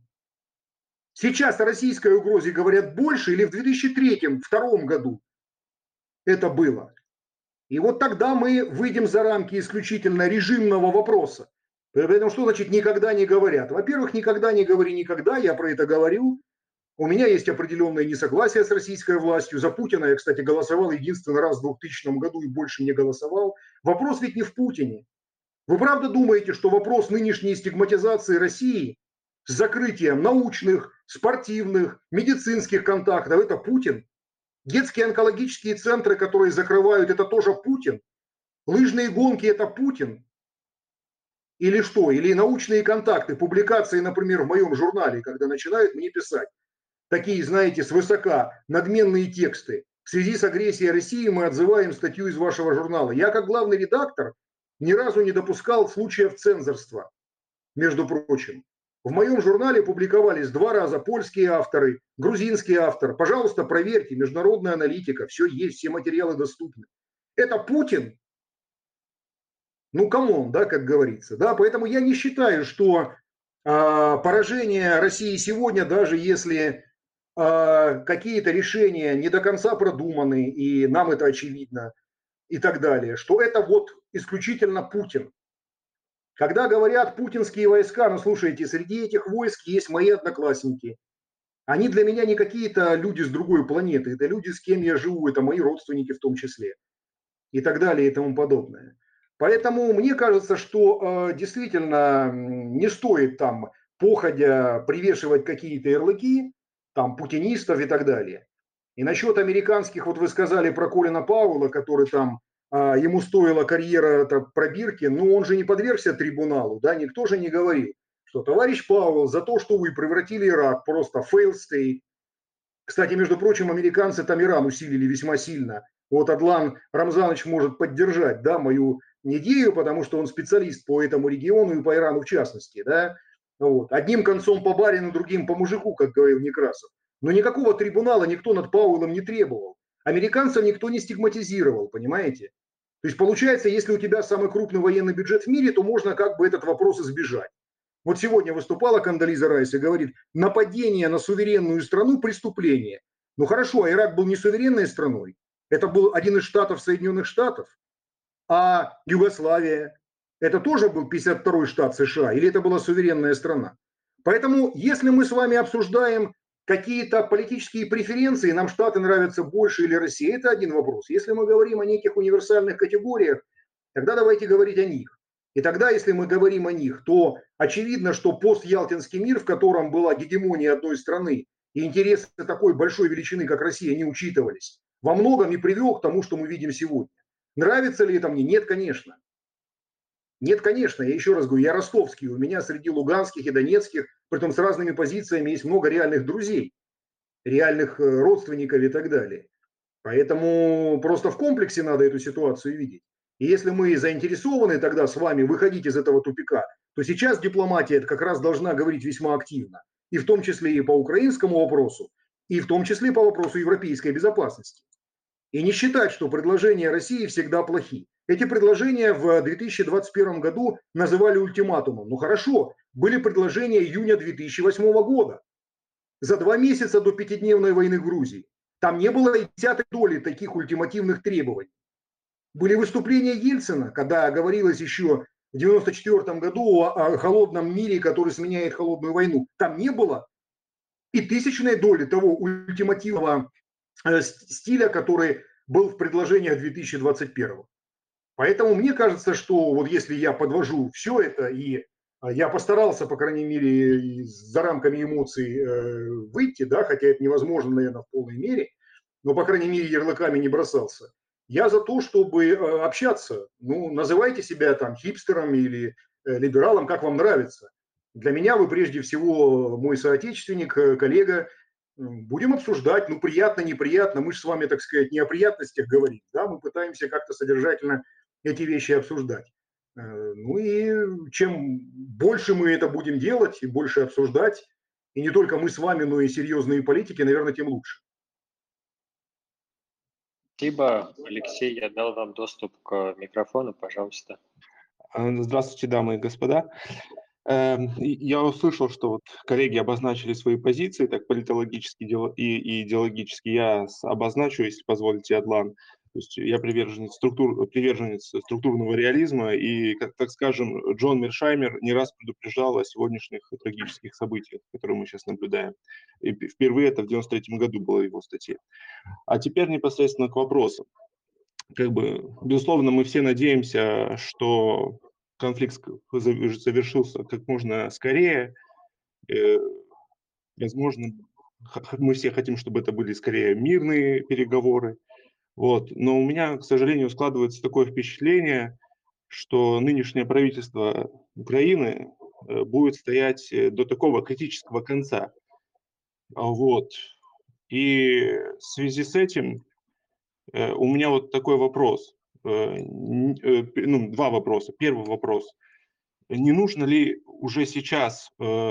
Сейчас о российской угрозе говорят больше или в две тысячи третьем, две тысячи втором году это было? И вот тогда мы выйдем за рамки исключительно режимного вопроса. Поэтому что значит никогда не говорят? Во-первых, никогда не говори никогда, я про это говорю. У меня есть определенное несогласие с российской властью. За Путина я, кстати, голосовал единственный раз в двухтысячном году и больше не голосовал. Вопрос ведь не в Путине. Вы правда думаете, что вопрос нынешней стигматизации России с закрытием научных, спортивных, медицинских контактов – это Путин? Детские онкологические центры, которые закрывают, это тоже Путин? Лыжные гонки – это Путин? Или что? Или научные контакты, публикации, например, в моем журнале, когда начинают мне писать такие, знаете, свысока надменные тексты. В связи с агрессией России мы отзываем статью из вашего журнала. Я, как главный редактор, ни разу не допускал случаев цензорства, между прочим. В моем журнале публиковались два раза польские авторы, грузинский автор. Пожалуйста, проверьте, международная аналитика, все есть, все материалы доступны. Это Путин? Ну, камон, да, как говорится. Да? Поэтому я не считаю, что а, поражение России сегодня, даже если а, какие-то решения не до конца продуманы, и нам это очевидно, и так далее, что это вот исключительно Путин. Когда говорят путинские войска, ну слушайте, среди этих войск есть мои одноклассники. Они для меня не какие-то люди с другой планеты, это люди, с кем я живу, это мои родственники в том числе. И так далее, и тому подобное. Поэтому мне кажется, что э, действительно не стоит там походя привешивать какие-то ярлыки, там путинистов и так далее. И насчет американских, вот вы сказали про Колина Пауэлла, который там, а, ему стоила карьера пробирки, но он же не подвергся трибуналу, да, никто же не говорил, что товарищ Пауэлл, за то, что вы превратили Ирак просто в failed state. Кстати, между прочим, американцы там Иран усилили весьма сильно. Вот Адлан Рамзанович может поддержать, да, мою идею, потому что он специалист по этому региону и по Ирану в частности, да. Вот. Одним концом по барину, другим по мужику, как говорил Некрасов. Но никакого трибунала никто над Пауэллом не требовал. Американцев никто не стигматизировал, понимаете? То есть получается, если у тебя самый крупный военный бюджет в мире, то можно как бы этот вопрос избежать. Вот сегодня выступала Кондолиза Райс и говорит, нападение на суверенную страну – преступление. Ну хорошо, а Ирак был не суверенной страной. Это был один из штатов Соединенных Штатов. А Югославия – это тоже был пятьдесят второй штат США или это была суверенная страна? Поэтому если мы с вами обсуждаем какие-то политические преференции, нам Штаты нравятся больше или Россия, это один вопрос. Если мы говорим о неких универсальных категориях, тогда давайте говорить о них. И тогда, если мы говорим о них, то очевидно, что постялтинский мир, в котором была гегемония одной страны, и интересы такой большой величины, как Россия, не учитывались, во многом и привел к тому, что мы видим сегодня. Нравится ли это мне? Нет, конечно. Нет, конечно, я еще раз говорю, я ростовский, у меня среди луганских и донецких, притом с разными позициями, есть много реальных друзей, реальных родственников и так далее. Поэтому просто в комплексе надо эту ситуацию видеть. И если мы заинтересованы тогда с вами выходить из этого тупика, то сейчас дипломатия это как раз должна говорить весьма активно. И в том числе и по украинскому вопросу, и в том числе по вопросу европейской безопасности. И не считать, что предложения России всегда плохи. Эти предложения в две тысячи двадцать первом году называли ультиматумом. Ну хорошо, были предложения июня две тысячи восьмого года. За два месяца до пятидневной войны в Грузии. Там не было и десятой доли таких ультимативных требований. Были выступления Ельцина, когда говорилось еще в девяносто четвёртом году о холодном мире, который сменяет холодную войну. Там не было и тысячной доли того ультимативного стиля, который был в предложениях две тысячи двадцать первого. Поэтому мне кажется, что вот если я подвожу все это, и я постарался, по крайней мере, за рамками эмоций выйти, да, хотя это невозможно, наверное, в полной мере, но, по крайней мере, ярлыками не бросался. Я за то, чтобы общаться. Ну, называйте себя там хипстером или либералом, как вам нравится. Для меня вы прежде всего мой соотечественник, коллега. Будем обсуждать, ну, приятно, неприятно. Мы же с вами, так сказать, не о приятностях говорим, да, мы пытаемся как-то содержательно эти вещи обсуждать. Ну и чем больше мы это будем делать и больше обсуждать, и не только мы с вами, но и серьезные политики, наверное, тем лучше. Спасибо, Алексей, я дал вам доступ к микрофону, пожалуйста. Здравствуйте, дамы и господа. Я услышал, что вот коллеги обозначили свои позиции, так политологически и идеологически. Я обозначу, если позволите, Адлан. То есть я приверженец, структур, приверженец структурного реализма, и, как, так скажем, Джон Мершаймер не раз предупреждал о сегодняшних трагических событиях, которые мы сейчас наблюдаем. И впервые это в девяносто третьем году была его статья. А теперь непосредственно к вопросу. Как бы, безусловно, мы все надеемся, что конфликт завершился как можно скорее. Возможно, мы все хотим, чтобы это были скорее мирные переговоры. Вот. Но у меня, к сожалению, складывается такое впечатление, что нынешнее правительство Украины будет стоять до такого критического конца. Вот. И в связи с этим у меня вот такой вопрос. Ну, два вопроса. Первый вопрос. Не нужно ли уже сейчас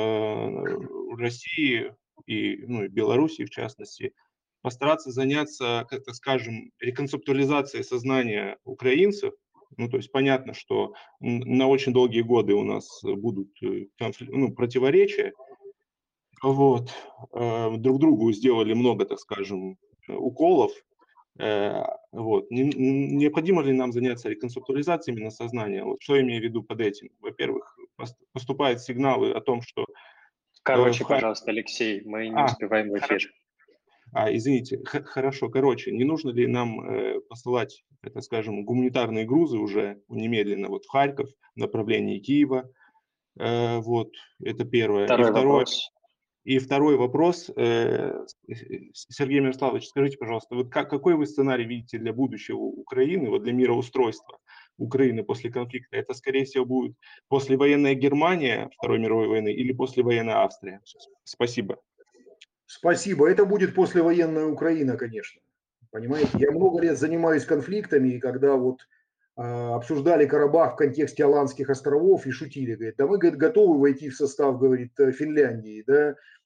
России и, ну, и Белоруссии, в частности, постараться заняться, как так скажем, реконцептуализацией сознания украинцев? Ну, то есть понятно, что на очень долгие годы у нас будут конфликты, ну, противоречия. Вот. Друг другу сделали много, так скажем, уколов. Вот. Необходимо ли нам заняться реконцептуализацией именно сознания? Вот что я имею в виду под этим? Во-первых, поступают сигналы о том, что... Короче, в... пожалуйста, Алексей, мы не а, успеваем в эфир. А, извините, Х- хорошо, короче, не нужно ли нам э, посылать, так скажем, гуманитарные грузы уже немедленно вот в Харьков, в направлении Киева? Э, вот, это первое. Второй и второе, вопрос. И второй вопрос, э, Сергей Мирославович, скажите, пожалуйста, вот как, какой вы сценарий видите для будущего Украины, вот для мироустройства Украины после конфликта? Это, скорее всего, будет послевоенная Германия Второй мировой войны или послевоенная Австрия? Спасибо. Спасибо. Это будет послевоенная Украина, конечно. Понимаете, я много лет занимаюсь конфликтами, и когда вот а, обсуждали Карабах в контексте Аландских островов и шутили, говорит, да мы, говорит, готовы войти в состав, говорит, Финляндии, да,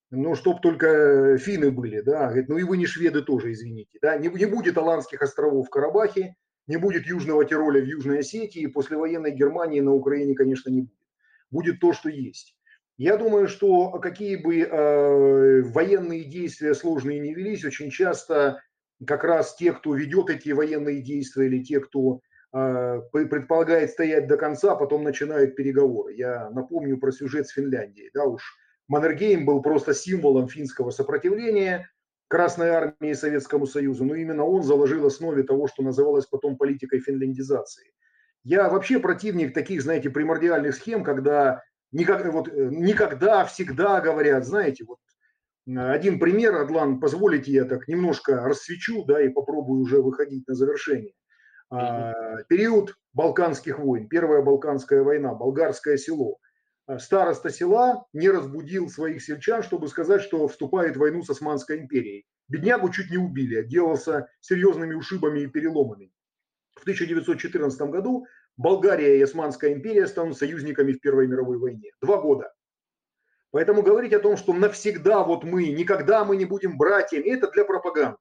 ну, чтоб только финны были, да, говорит, ну и вы не шведы тоже, извините, да, не, не будет Аландских островов в Карабахе, не будет Южного Тироля в Южной Осетии, и послевоенной Германии на Украине, конечно, не будет. Будет то, что есть. Я думаю, что какие бы э, военные действия сложные не велись, очень часто как раз те, кто ведет эти военные действия, или те, кто э, предполагает стоять до конца, потом начинают переговоры. Я напомню про сюжет с Финляндией, да, уж Маннергейм был просто символом финского сопротивления Красной Армии и Советскому Союзу, но именно он заложил основе того, что называлось потом политикой финляндизации. Я вообще противник таких, знаете, примордиальных схем, когда никогда, вот, никогда всегда говорят, знаете, вот один пример, Адлан, позволите я так немножко рассвечу, да, и попробую уже выходить на завершение. А, период Балканских войн, Первая Балканская война, Болгарское село. Староста села не разбудил своих сельчан, чтобы сказать, что вступает в войну с Османской империей. Беднягу чуть не убили, отделался серьезными ушибами и переломами. В тысяча девятьсот четырнадцатом году Болгария и Османская империя станут союзниками в Первой мировой войне. Два года. Поэтому говорить о том, что навсегда вот мы, никогда мы не будем братьями, это для пропаганды.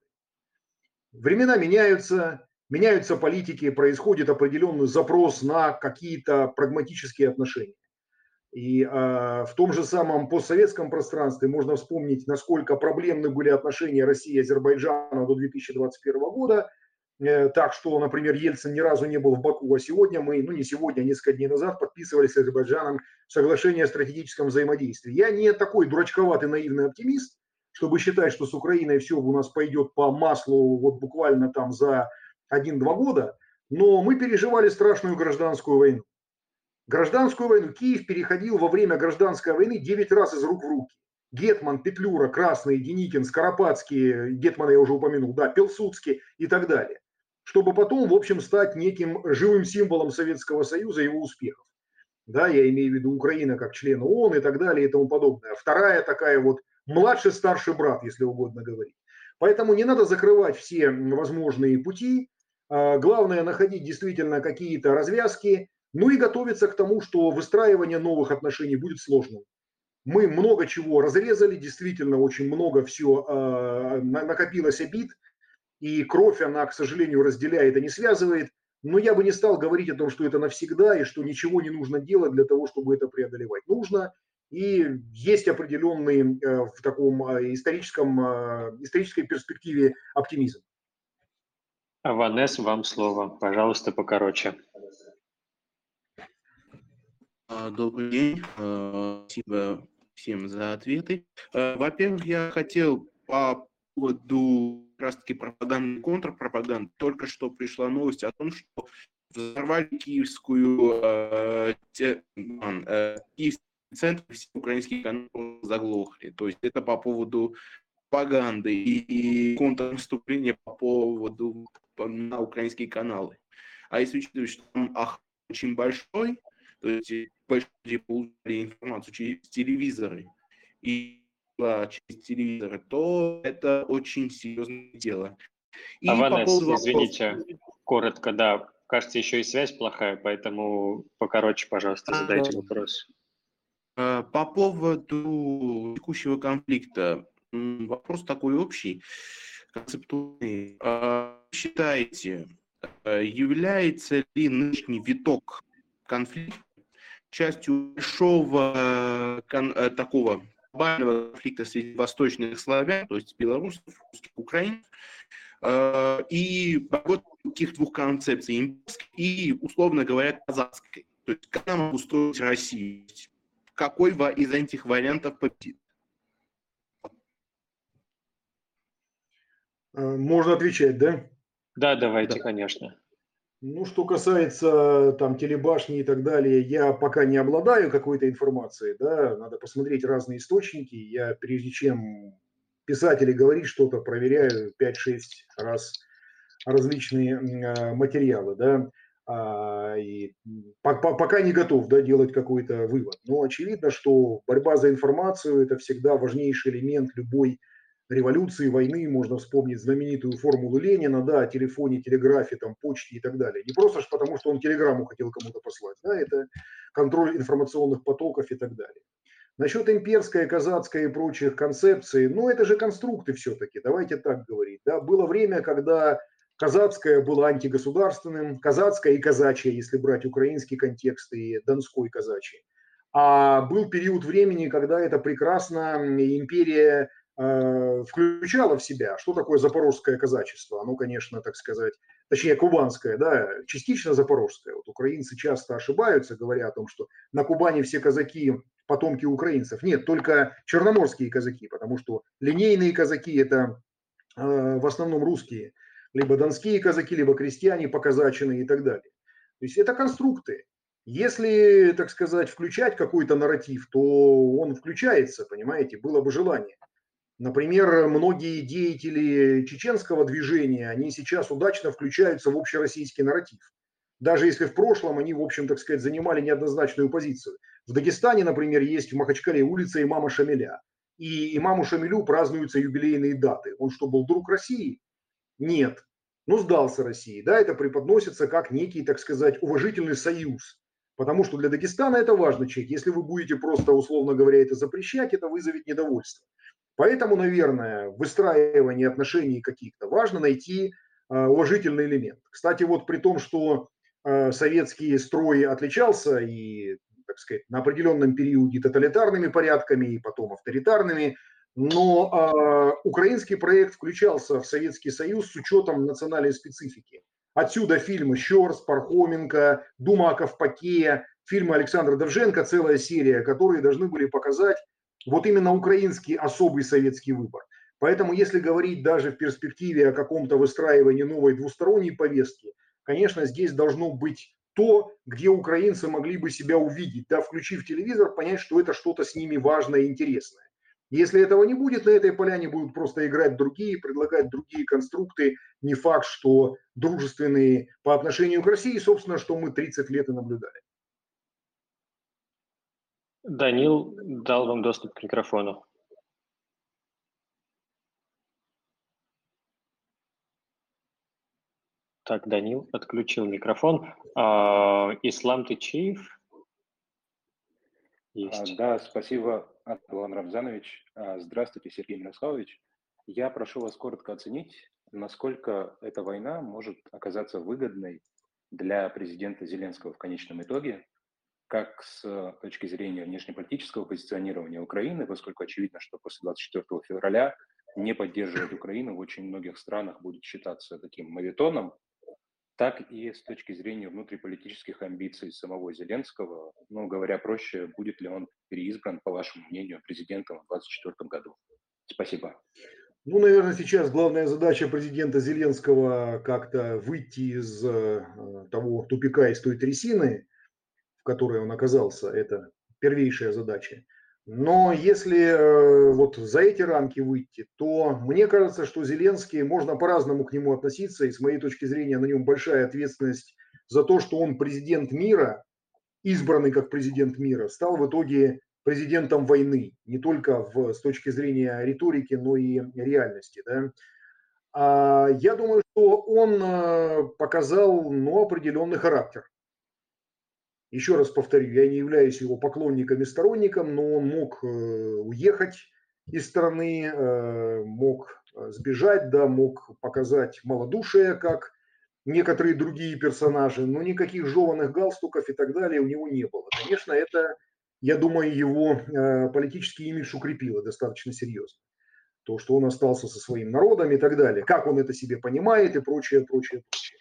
Времена меняются, меняются политики, происходит определенный запрос на какие-то прагматические отношения. И э, в том же самом постсоветском пространстве можно вспомнить, насколько проблемны были отношения России и Азербайджана до две тысячи двадцать первого года. Э, так что, например, Ельцин ни разу не был в Баку, а сегодня мы, ну не сегодня, а несколько дней назад подписывали с Азербайджаном соглашение о стратегическом взаимодействии. Я не такой дурачковатый наивный оптимист, чтобы считать, что с Украиной все у нас пойдет по маслу вот буквально там за один-два года, но мы переживали страшную гражданскую войну. Гражданскую войну Киев переходил во время гражданской войны девять раз из рук в руки. Гетман, Петлюра, Красный, Деникин, Скоропадский, Гетмана я уже упомянул, да, Пилсудский и так далее. Чтобы потом, в общем, стать неким живым символом Советского Союза и его успехов. Да, я имею в виду Украина как член ООН и так далее и тому подобное. Вторая такая вот младший-старший брат, если угодно говорить. Поэтому не надо закрывать все возможные пути. Главное находить действительно какие-то развязки. Ну и готовиться к тому, что выстраивание новых отношений будет сложным. Мы много чего разрезали, действительно очень много все э, накопилось обид, и кровь она, к сожалению, разделяет, а не связывает. Но я бы не стал говорить о том, что это навсегда, и что ничего не нужно делать для того, чтобы это преодолевать. Нужно, и есть определенный э, в таком э, историческом, э, исторической перспективе оптимизм. Аванес, вам слово. Пожалуйста, покороче. Добрый день, спасибо всем за ответы. Во-первых, я хотел по поводу как раз таки пропаганды и контрпропаганды. Только что пришла новость о том, что взорвали киевскую э, те, э, киевский центр, все украинские каналы заглохли. То есть это по поводу пропаганды и, и контрнаступления по поводу по, на украинские каналы. А если учитывать, что там охват очень большой, то есть большие люди получали информацию через телевизоры и через телевизоры, то это очень серьезное дело. И Аванес, по поводу... извините, коротко, да, кажется, еще и связь плохая, поэтому покороче, пожалуйста, задайте а, вопрос. По поводу текущего конфликта, вопрос такой общий, концептуальный. Считаете, является ли нынешний виток конфликта частью большого кон, такого глобального конфликта среди восточных славян, то есть белорусов, русских, украинцев, э, и таких двух концепций, и, условно говоря, казахской. То есть как нам устроить Россию? Какой из этих вариантов победит? Можно отвечать, да? Да, давайте, да. конечно. Ну, что касается там телебашни и так далее, я пока не обладаю какой-то информацией, да, надо посмотреть разные источники. Я, прежде чем писать или говорить что-то, проверяю пять-шесть раз различные материалы, да, а, и по по пока не готов, да, делать какой-то вывод. Но очевидно, что борьба за информацию – это всегда важнейший элемент любой революции, войны. Можно вспомнить знаменитую формулу Ленина, да, о телефоне, телеграфе, там, почте и так далее. Не просто потому, что он телеграмму хотел кому-то послать, да, это контроль информационных потоков и так далее. Насчет имперской, казацкой и прочих концепций, ну это же конструкты все-таки, давайте так говорить. Да? Было время, когда казацкое было антигосударственным, казацкое и казачье, если брать украинский контекст и донской казачий. А был период времени, когда это прекрасно империя э, включала в себя. Что такое запорожское казачество? Оно, конечно, так сказать, точнее кубанское, да, частично запорожское. Вот украинцы часто ошибаются, говоря о том, что на Кубани все казаки потомки украинцев. Нет, только черноморские казаки, потому что линейные казаки это э, в основном русские, либо донские казаки, либо крестьяне показаченные и так далее. То есть это конструкты. Если, так сказать, включать какой-то нарратив, то он включается, понимаете, было бы желание. Например, многие деятели чеченского движения, они сейчас удачно включаются в общероссийский нарратив. Даже если в прошлом они, в общем, так сказать, занимали неоднозначную позицию. В Дагестане, например, есть в Махачкале улица имама Шамиля. И имаму Шамилю празднуются юбилейные даты. Он что, был друг России? Нет. Ну, сдался России. Да, это преподносится как некий, так сказать, уважительный союз. Потому что для Дагестана это важный человек. Если вы будете просто, условно говоря, это запрещать, это вызовет недовольство. Поэтому, наверное, в выстраивании отношений каких-то важно найти э, уважительный элемент. Кстати, вот при том, что э, советский строй отличался и, так сказать, на определенном периоде тоталитарными порядками и потом авторитарными, но э, украинский проект включался в Советский Союз с учетом национальной специфики. Отсюда фильмы «Щорс», «Пархоменко», «Дума о Ковпаке», фильмы Александра Довженко, целая серия, которые должны были показать вот именно украинский особый советский выбор. Поэтому если говорить даже в перспективе о каком-то выстраивании новой двусторонней повестки, конечно, здесь должно быть то, где украинцы могли бы себя увидеть, да, включив телевизор, понять, что это что-то с ними важное и интересное. Если этого не будет, на этой поляне будут просто играть другие, предлагать другие конструкты. Не факт, что дружественные по отношению к России, собственно, что мы тридцать лет и наблюдали. Данил дал вам доступ к микрофону. Так, Данил отключил микрофон. А, Ислам Тычиев. Есть. Да, спасибо, Атлан Рамзанович. Здравствуйте, Сергей Мирославович. Я прошу вас коротко оценить, насколько эта война может оказаться выгодной для президента Зеленского в конечном итоге, как с точки зрения внешнеполитического позиционирования Украины, поскольку очевидно, что после двадцать четвёртого февраля не поддерживать Украину в очень многих странах будет считаться таким моветоном, так и с точки зрения внутриполитических амбиций самого Зеленского, ну, говоря проще, будет ли он переизбран, по вашему мнению, президентом в двадцать четвёртом году? Спасибо. Ну, наверное, сейчас главная задача президента Зеленского как-то выйти из того тупика, из той трясины, в которой он оказался. Это первейшая задача. Но если э, вот за эти рамки выйти, то мне кажется, что Зеленский, можно по-разному к нему относиться, и с моей точки зрения на нем большая ответственность за то, что он президент мира, избранный как президент мира, стал в итоге президентом войны, не только в, с точки зрения риторики, но и реальности. Да? А я думаю, что он э, показал ну, определенный характер. Еще раз повторю, я не являюсь его поклонником и сторонником, но он мог э, уехать из страны, э, мог сбежать, да, мог показать малодушие, как некоторые другие персонажи, но никаких жеванных галстуков и так далее у него не было. Конечно, это, я думаю, его э, политический имидж укрепило достаточно серьезно. То, что он остался со своим народом и так далее, как он это себе понимает и прочее, прочее, прочее.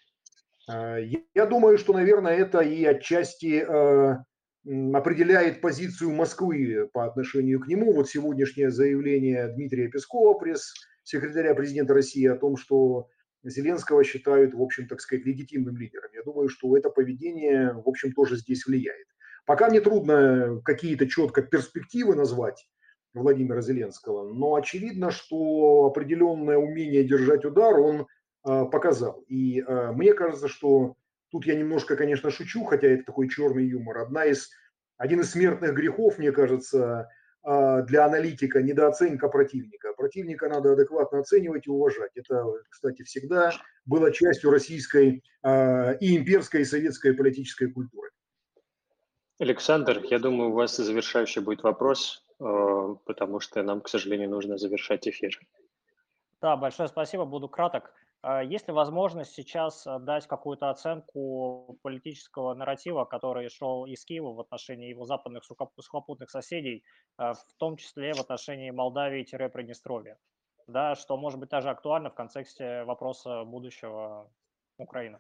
Я думаю, что, наверное, это и отчасти определяет позицию Москвы по отношению к нему. Вот сегодняшнее заявление Дмитрия Пескова, пресс-секретаря президента России, о том, что Зеленского считают, в общем, так сказать, легитимным лидером. Я думаю, что это поведение, в общем, тоже здесь влияет. Пока мне трудно какие-то четко перспективы назвать Владимира Зеленского, но очевидно, что определенное умение держать удар он показал. И э, мне кажется, что тут я немножко, конечно, шучу, хотя это такой черный юмор. Одна из, один из смертных грехов, мне кажется, э, для аналитика – недооценка противника. Противника надо адекватно оценивать и уважать. Это, кстати, всегда было частью российской э, и имперской, и советской политической культуры. Александр, я думаю, у вас завершающий будет вопрос, э, потому что нам, к сожалению, нужно завершать эфир. Да, большое спасибо, буду краток. А есть ли возможность сейчас а, дать какую-то оценку политического нарратива, который шел из Киева в отношении его западных сухоп- сухопутных соседей, а, в том числе в отношении Молдавии-Приднестровья? Да, что может быть также актуально в контексте вопроса будущего Украины.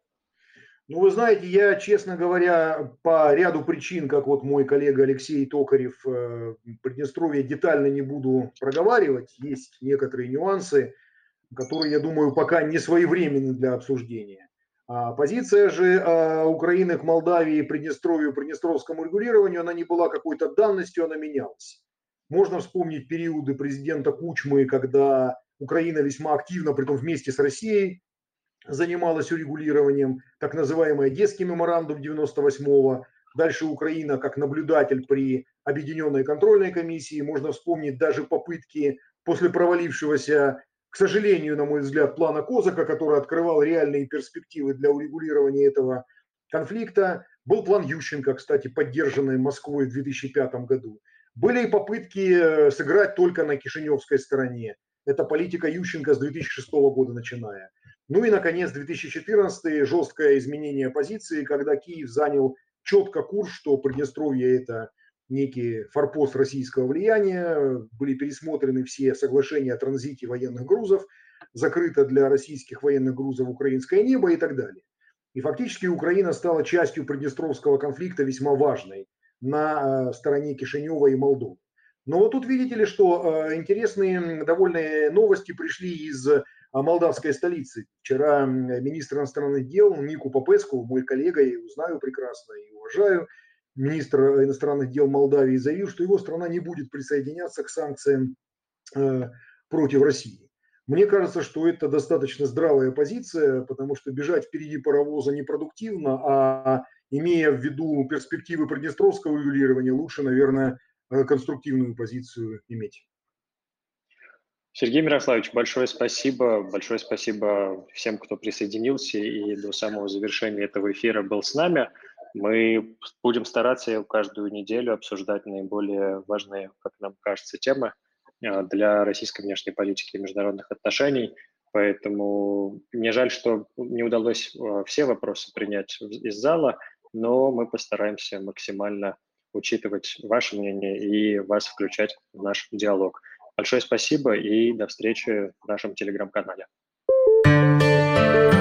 Ну, вы знаете, я, честно говоря, по ряду причин, как вот мой коллега Алексей Токарев, э, Приднестровье детально не буду проговаривать. Есть некоторые нюансы, которые, я думаю, пока не своевременны для обсуждения. А позиция же а, Украины к Молдавии, Приднестровью, Приднестровскому регулированию, она не была какой-то данностью, она менялась. Можно вспомнить периоды президента Кучмы, когда Украина весьма активно, притом вместе с Россией, занималась урегулированием, так называемый Одесский меморандум девяносто восьмого, дальше Украина как наблюдатель при Объединенной контрольной комиссии, можно вспомнить даже попытки после провалившегося, к сожалению, на мой взгляд, плана Козака, который открывал реальные перспективы для урегулирования этого конфликта. Был план Ющенко, кстати, поддержанный Москвой в две тысячи пятом году. Были и попытки сыграть только на кишиневской стороне. Это политика Ющенко с две тысячи шестого года начиная. Ну и, наконец, две тысячи четырнадцатый жесткое изменение позиции, когда Киев занял четко курс, что Приднестровье – это некий форпост российского влияния, были пересмотрены все соглашения о транзите военных грузов, закрыто для российских военных грузов украинское небо и так далее. И фактически Украина стала частью Приднестровского конфликта весьма важной на стороне Кишинева и Молдовы. Но вот тут видите ли, что интересные довольно новости пришли из молдавской столицы. Вчера министр иностранных дел Нику Попеску, мой коллега, я его знаю прекрасно и уважаю, министр иностранных дел Молдавии заявил, что его страна не будет присоединяться к санкциям э, против России. Мне кажется, что это достаточно здравая позиция, потому что бежать впереди паровоза непродуктивно, а имея в виду перспективы приднестровского регулирования, лучше, наверное, конструктивную позицию иметь. Сергей Мирославович, большое спасибо. Большое спасибо всем, кто присоединился и до самого завершения этого эфира был с нами. Мы будем стараться каждую неделю обсуждать наиболее важные, как нам кажется, темы для российской внешней политики и международных отношений. Поэтому мне жаль, что не удалось все вопросы принять из зала, но мы постараемся максимально учитывать ваше мнение и вас включать в наш диалог. Большое спасибо и до встречи в нашем телеграм-канале.